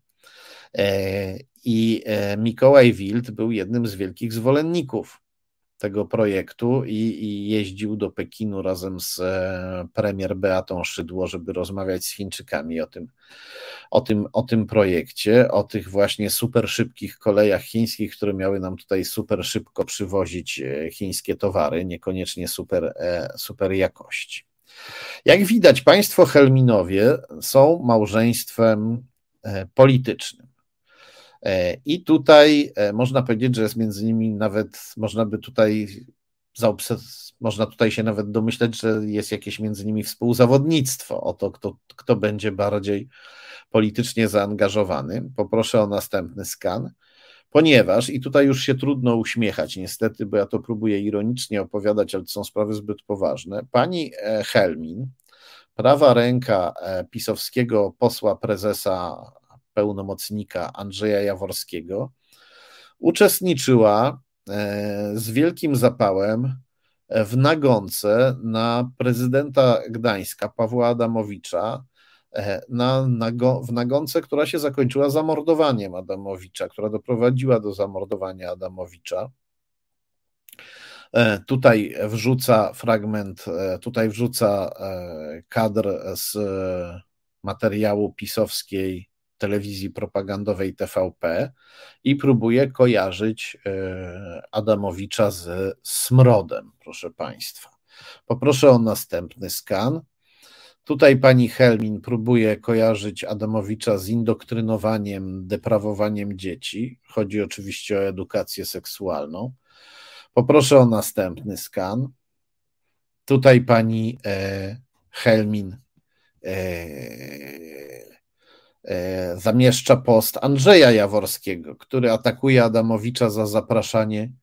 S1: i Mikołaj Wild był jednym z wielkich zwolenników tego projektu i jeździł do Pekinu razem z premier Beatą Szydło, żeby rozmawiać z Chińczykami o tym projekcie, o tych właśnie super szybkich kolejach chińskich, które miały nam tutaj super szybko przywozić chińskie towary, niekoniecznie super jakości. Jak widać, państwo Helminowie są małżeństwem politycznym. I tutaj można powiedzieć, że jest między nimi nawet, można tutaj się nawet domyśleć, że jest jakieś między nimi współzawodnictwo o to, kto będzie bardziej politycznie zaangażowany. Poproszę o następny skan, ponieważ, i tutaj już się trudno uśmiechać niestety, bo ja to próbuję ironicznie opowiadać, ale to są sprawy zbyt poważne. Pani Helmin, prawa ręka pisowskiego posła prezesa pełnomocnika Andrzeja Jaworskiego, uczestniczyła z wielkim zapałem w nagonce na prezydenta Gdańska Pawła Adamowicza, w nagonce, która się zakończyła zamordowaniem Adamowicza, która doprowadziła do zamordowania Adamowicza. Tutaj wrzuca fragment, tutaj wrzuca kadr z materiału pisowskiej telewizji propagandowej TVP i próbuje kojarzyć Adamowicza z smrodem, proszę Państwa. Poproszę o następny skan. Tutaj pani Helmin próbuje kojarzyć Adamowicza z indoktrynowaniem, deprawowaniem dzieci. Chodzi oczywiście o edukację seksualną. Poproszę o następny skan. Tutaj pani Helmin zamieszcza post Andrzeja Jaworskiego, który atakuje Adamowicza za zapraszanie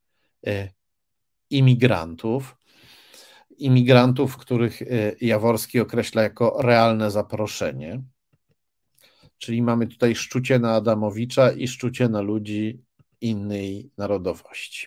S1: imigrantów, których Jaworski określa jako realne zaproszenie. Czyli mamy tutaj szczucie na Adamowicza i szczucie na ludzi innej narodowości.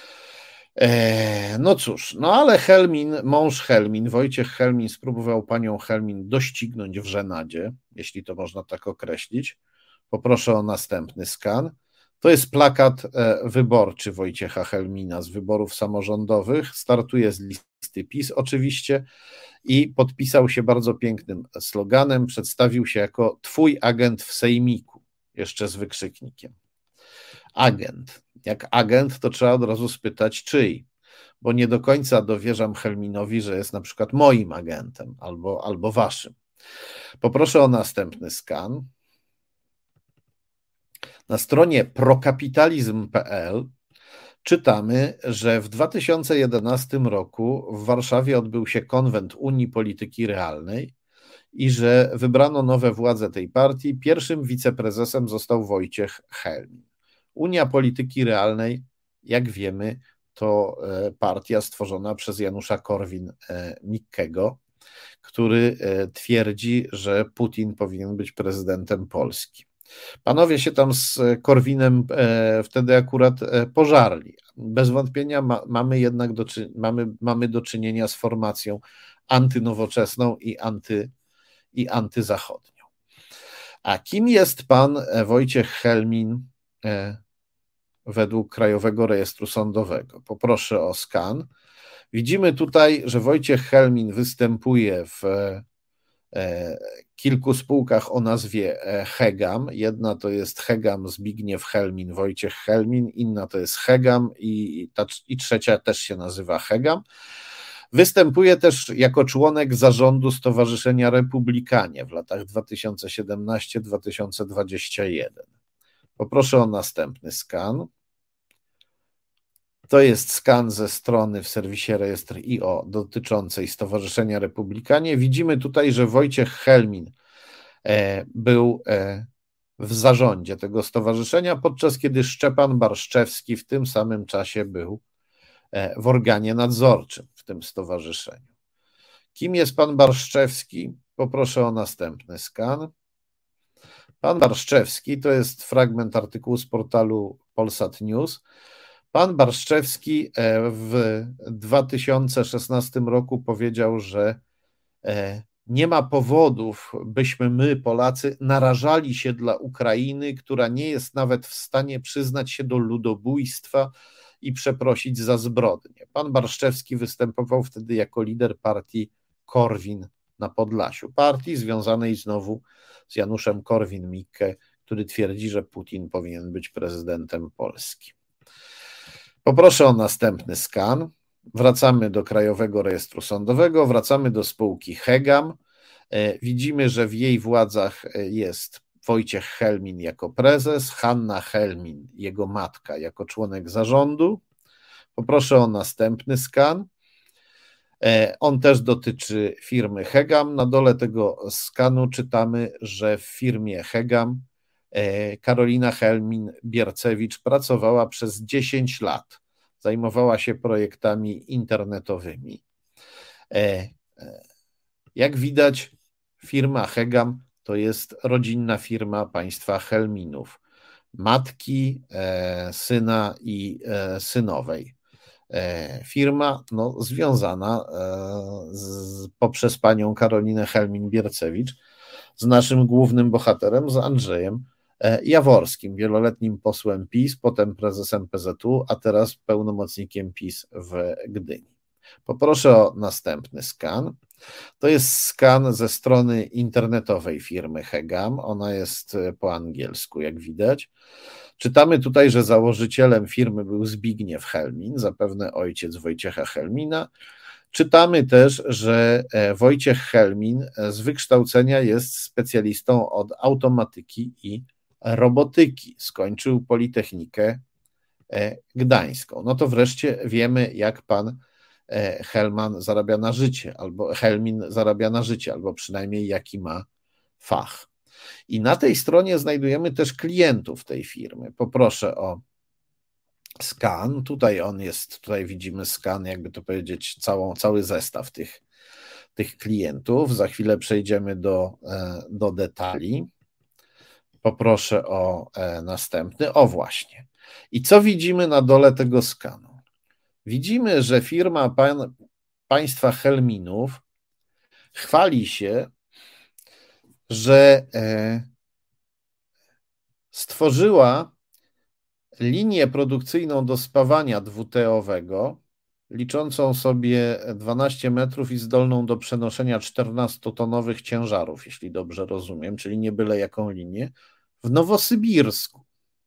S1: No cóż, no ale Helmin, mąż Helmin, Wojciech Helmin spróbował panią Helmin doścignąć w żenadzie, jeśli to można tak określić. Poproszę o następny skan. To jest plakat wyborczy Wojciecha Helmina z wyborów samorządowych. Startuje z listy PiS oczywiście i podpisał się bardzo pięknym sloganem. Przedstawił się jako twój agent w sejmiku, jeszcze z wykrzyknikiem. Agent. Jak agent, to trzeba od razu spytać czyj, bo nie do końca dowierzam Helminowi, że jest na przykład moim agentem albo waszym. Poproszę o następny skan. Na stronie prokapitalizm.pl czytamy, że w 2011 roku w Warszawie odbył się konwent Unii Polityki Realnej i że wybrano nowe władze tej partii. Pierwszym wiceprezesem został Wojciech Helmin. Unia Polityki Realnej, jak wiemy, to partia stworzona przez Janusza Korwin-Mikkego, który twierdzi, że Putin powinien być prezydentem Polski. Panowie się tam z Korwinem wtedy akurat pożarli. Bez wątpienia mamy do czynienia z formacją antynowoczesną i antyzachodnią. A kim jest pan Wojciech Helmin według Krajowego Rejestru Sądowego? Poproszę o skan. Widzimy tutaj, że Wojciech Helmin występuje w kilku spółkach o nazwie Hegam. Jedna to jest Hegam Zbigniew Helmin, Wojciech Helmin, inna to jest Hegam i trzecia też się nazywa Hegam. Występuje też jako członek zarządu Stowarzyszenia Republikanie w latach 2017-2021. Poproszę o następny skan. To jest skan ze strony w serwisie Rejestr.io dotyczącej Stowarzyszenia Republikanie. Widzimy tutaj, że Wojciech Helmin był w zarządzie tego stowarzyszenia, podczas kiedy Szczepan Barszczewski w tym samym czasie był w organie nadzorczym w tym stowarzyszeniu. Kim jest pan Barszczewski? Poproszę o następny skan. Pan Barszczewski to jest fragment artykułu z portalu Polsat News. Pan Barszczewski w 2016 roku powiedział, że nie ma powodów, byśmy my, Polacy, narażali się dla Ukrainy, która nie jest nawet w stanie przyznać się do ludobójstwa i przeprosić za zbrodnie. Pan Barszczewski występował wtedy jako lider partii Korwin na Podlasiu. Partii związanej znowu z Januszem Korwin-Mikke, który twierdzi, że Putin powinien być prezydentem Polski. Poproszę o następny skan. Wracamy do Krajowego Rejestru Sądowego, wracamy do spółki Hegam. Widzimy, że w jej władzach jest Wojciech Helmin jako prezes, Hanna Helmin, jego matka, jako członek zarządu. Poproszę o następny skan. On też dotyczy firmy Hegam. Na dole tego skanu czytamy, że w firmie Hegam Karolina Helmin-Biercewicz pracowała przez 10 lat. Zajmowała się projektami internetowymi. Jak widać, firma Hegam to jest rodzinna firma państwa Helminów. Matki, syna i synowej. Firma związana poprzez panią Karolinę Helmin-Biercewicz z naszym głównym bohaterem, z Andrzejem Jaworskim, wieloletnim posłem PiS, potem prezesem PZU, a teraz pełnomocnikiem PiS w Gdyni. Poproszę o następny skan. To jest skan ze strony internetowej firmy Hegam. Ona jest po angielsku, jak widać. Czytamy tutaj, że założycielem firmy był Zbigniew Helmin, zapewne ojciec Wojciecha Helmina. Czytamy też, że Wojciech Helmin z wykształcenia jest specjalistą od automatyki i robotyki. Skończył Politechnikę Gdańską. No to wreszcie wiemy, jak pan Helmin zarabia na życie, albo przynajmniej jaki ma fach. I na tej stronie znajdujemy też klientów tej firmy. Poproszę o skan. Tutaj on jest, tutaj widzimy skan, jakby to powiedzieć, cały zestaw tych klientów. Za chwilę przejdziemy do detali. Poproszę o następny. O właśnie. I co widzimy na dole tego skanu? Widzimy, że firma państwa Helminów chwali się, że stworzyła linię produkcyjną do spawania dwuteowego, liczącą sobie 12 metrów i zdolną do przenoszenia 14-tonowych ciężarów, jeśli dobrze rozumiem, czyli nie byle jaką linię, w Nowosybirsku.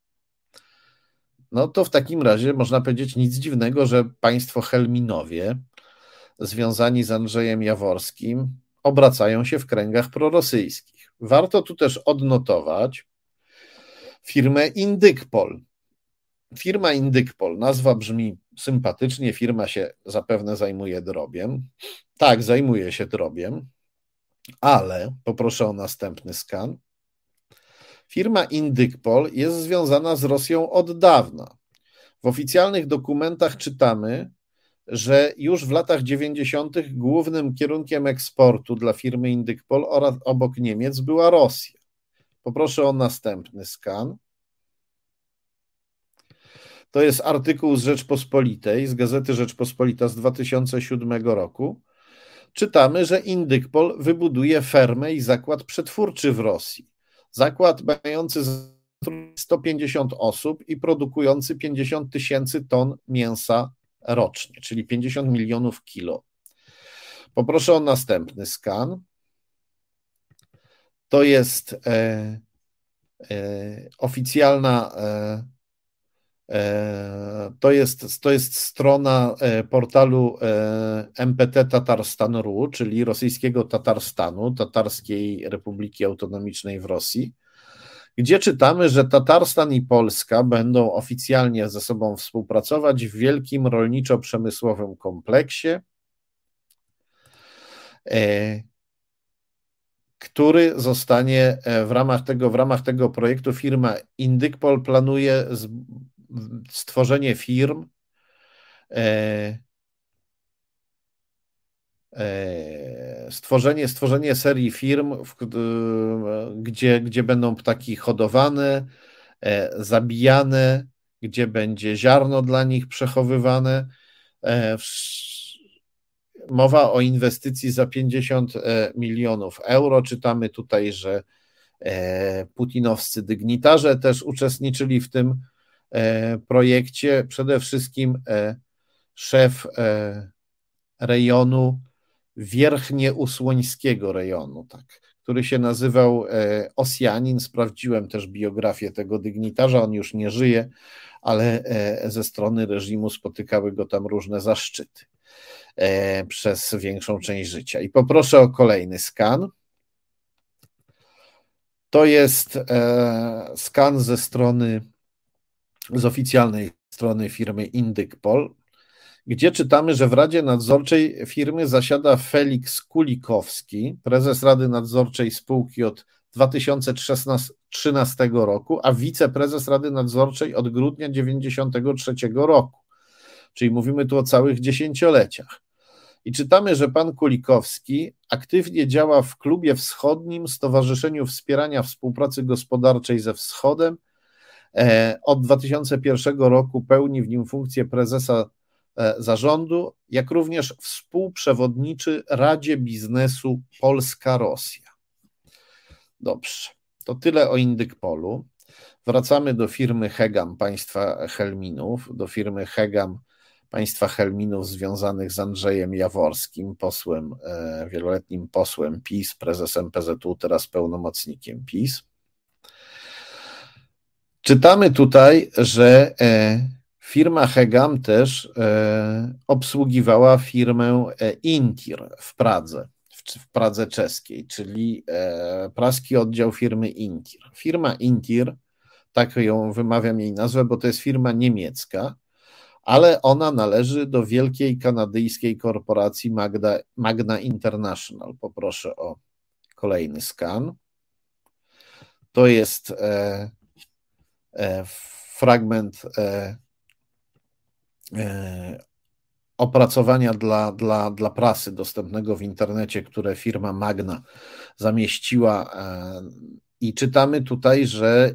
S1: No to w takim razie można powiedzieć nic dziwnego, że państwo Helminowie związani z Andrzejem Jaworskim obracają się w kręgach prorosyjskich. Warto tu też odnotować firmę Indykpol. Firma Indykpol, nazwa brzmi sympatycznie, firma się zapewne zajmuje drobiem. Tak, zajmuje się drobiem, ale poproszę o następny skan. Firma Indykpol jest związana z Rosją od dawna. W oficjalnych dokumentach czytamy, że już w latach 90. głównym kierunkiem eksportu dla firmy Indykpol oraz obok Niemiec była Rosja. Poproszę o następny skan. To jest artykuł z Rzeczpospolitej, z Gazety Rzeczpospolita z 2007 roku. Czytamy, że Indykpol wybuduje fermę i zakład przetwórczy w Rosji. Zakład mający 150 osób i produkujący 50 000 ton mięsa rocznie, czyli 50 milionów kilo. Poproszę o następny skan. To jest oficjalna, to jest strona portalu MPT Tatarstanu, czyli rosyjskiego Tatarstanu, Tatarskiej Republiki Autonomicznej w Rosji. gdzie czytamy, że Tatarstan i Polska będą oficjalnie ze sobą współpracować w wielkim rolniczo-przemysłowym kompleksie, który zostanie w ramach tego projektu firma Indykpol planuje stworzenie firm, stworzenie serii firm, gdzie będą ptaki hodowane, zabijane, gdzie będzie ziarno dla nich przechowywane. Mowa o inwestycji za 50 milionów euro. Czytamy tutaj, że putinowscy dygnitarze też uczestniczyli w tym projekcie. Przede wszystkim szef rejonu Wierchnieusłońskiego rejonu, tak, który się nazywał Osjanin. Sprawdziłem też biografię tego dygnitarza, on już nie żyje, ale ze strony reżimu spotykały go tam różne zaszczyty przez większą część życia. I poproszę o kolejny skan. To jest skan z oficjalnej strony firmy Indykpol, gdzie czytamy, że w Radzie Nadzorczej firmy zasiada Felix Kulikowski, prezes Rady Nadzorczej spółki od 2013 roku, a wiceprezes Rady Nadzorczej od grudnia 1993 roku. Czyli mówimy tu o całych dziesięcioleciach. I czytamy, że pan Kulikowski aktywnie działa w Klubie Wschodnim, Stowarzyszeniu Wspierania Współpracy Gospodarczej ze Wschodem. Od 2001 roku pełni w nim funkcję prezesa zarządu, jak również współprzewodniczy Radzie Biznesu Polska-Rosja. Dobrze, to tyle o Indykpolu. Wracamy do firmy Hegam państwa Helminów, do firmy Hegam państwa Helminów związanych z Andrzejem Jaworskim, wieloletnim posłem PiS, prezesem PZU, teraz pełnomocnikiem PiS. Czytamy tutaj, że firma Hegam też obsługiwała firmę Intir w Pradze czeskiej, czyli praski oddział firmy Intir. Firma Intir, tak ją wymawiam jej nazwę, bo to jest firma niemiecka, ale ona należy do wielkiej kanadyjskiej korporacji Magna International. Poproszę o kolejny skan. To jest fragment opracowania dla prasy dostępnego w internecie, które firma Magna zamieściła, i czytamy tutaj, że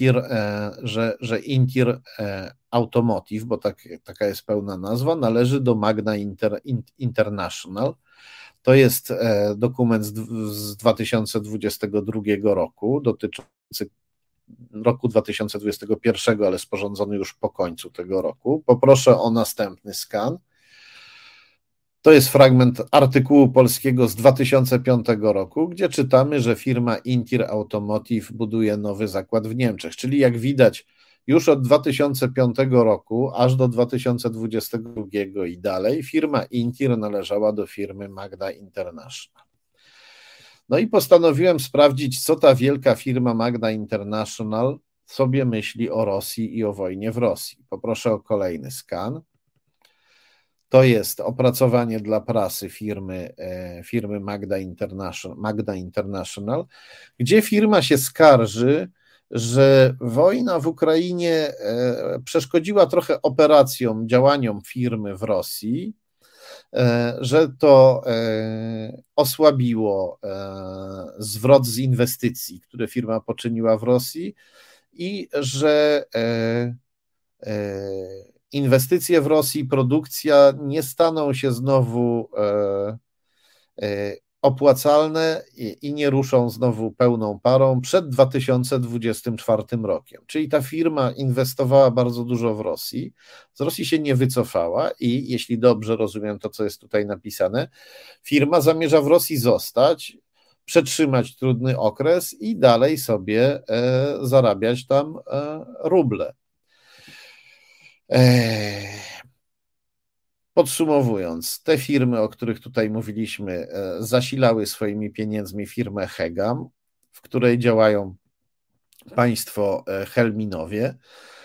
S1: Intir Automotive, bo taka jest pełna nazwa, należy do Magna International. To jest dokument z 2022 roku, dotyczący roku 2021, ale sporządzony już po końcu tego roku. Poproszę o następny skan. To jest fragment artykułu polskiego z 2005 roku, gdzie czytamy, że firma Intir Automotive buduje nowy zakład w Niemczech. Czyli jak widać, już od 2005 roku aż do 2022 i dalej firma Intir należała do firmy Magna International. No i postanowiłem sprawdzić, co ta wielka firma Magna International sobie myśli o Rosji i o wojnie w Rosji. Poproszę o kolejny skan. To jest opracowanie dla prasy firmy Magna International, gdzie firma się skarży, że wojna w Ukrainie przeszkodziła trochę operacjom, działaniom firmy w Rosji, że to osłabiło zwrot z inwestycji, które firma poczyniła w Rosji, i że inwestycje w Rosji, produkcja nie staną się znowu opłacalne i nie ruszą znowu pełną parą przed 2024 rokiem. Czyli ta firma inwestowała bardzo dużo w Rosji, z Rosji się nie wycofała i, jeśli dobrze rozumiem to, co jest tutaj napisane, firma zamierza w Rosji zostać, przetrzymać trudny okres i dalej sobie zarabiać tam ruble. Podsumowując, te firmy, o których tutaj mówiliśmy, zasilały swoimi pieniędzmi firmę Hegam, w której działają państwo Helminowie,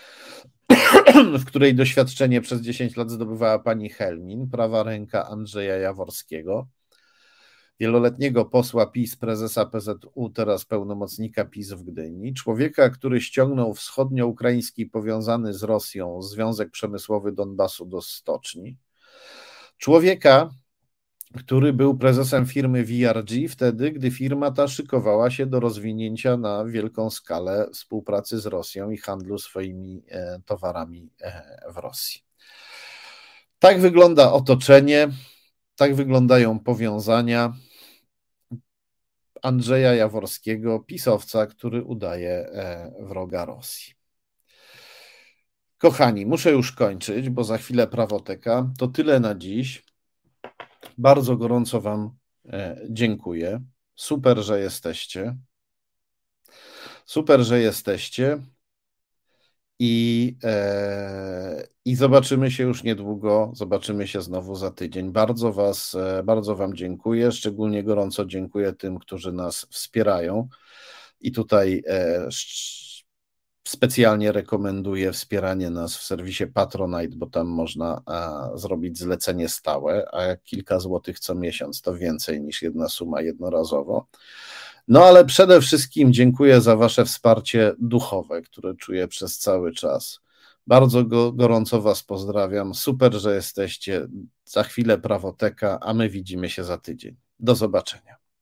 S1: w której doświadczenie przez 10 lat zdobywała pani Helmin, prawa ręka Andrzeja Jaworskiego, wieloletniego posła PiS, prezesa PZU, teraz pełnomocnika PiS w Gdyni, człowieka, który ściągnął wschodnioukraiński powiązany z Rosją Związek Przemysłowy Donbasu do stoczni, człowieka, który był prezesem firmy VRG wtedy, gdy firma ta szykowała się do rozwinięcia na wielką skalę współpracy z Rosją i handlu swoimi towarami w Rosji. Tak wygląda otoczenie, tak wyglądają powiązania Andrzeja Jaworskiego, pisowca, który udaje wroga Rosji. Kochani, muszę już kończyć, bo za chwilę prawoteka. To tyle na dziś. Bardzo gorąco Wam dziękuję. Super, że jesteście. Super, że jesteście. I zobaczymy się już niedługo. Zobaczymy się znowu za tydzień. Bardzo Wam dziękuję. Szczególnie gorąco dziękuję tym, którzy nas wspierają. I tutaj specjalnie rekomenduję wspieranie nas w serwisie Patronite, bo tam można zrobić zlecenie stałe, a kilka złotych co miesiąc to więcej niż jedna suma jednorazowo. No ale przede wszystkim dziękuję za Wasze wsparcie duchowe, które czuję przez cały czas. Bardzo gorąco Was pozdrawiam. Super, że jesteście. Za chwilę prawoteka, a my widzimy się za tydzień. Do zobaczenia.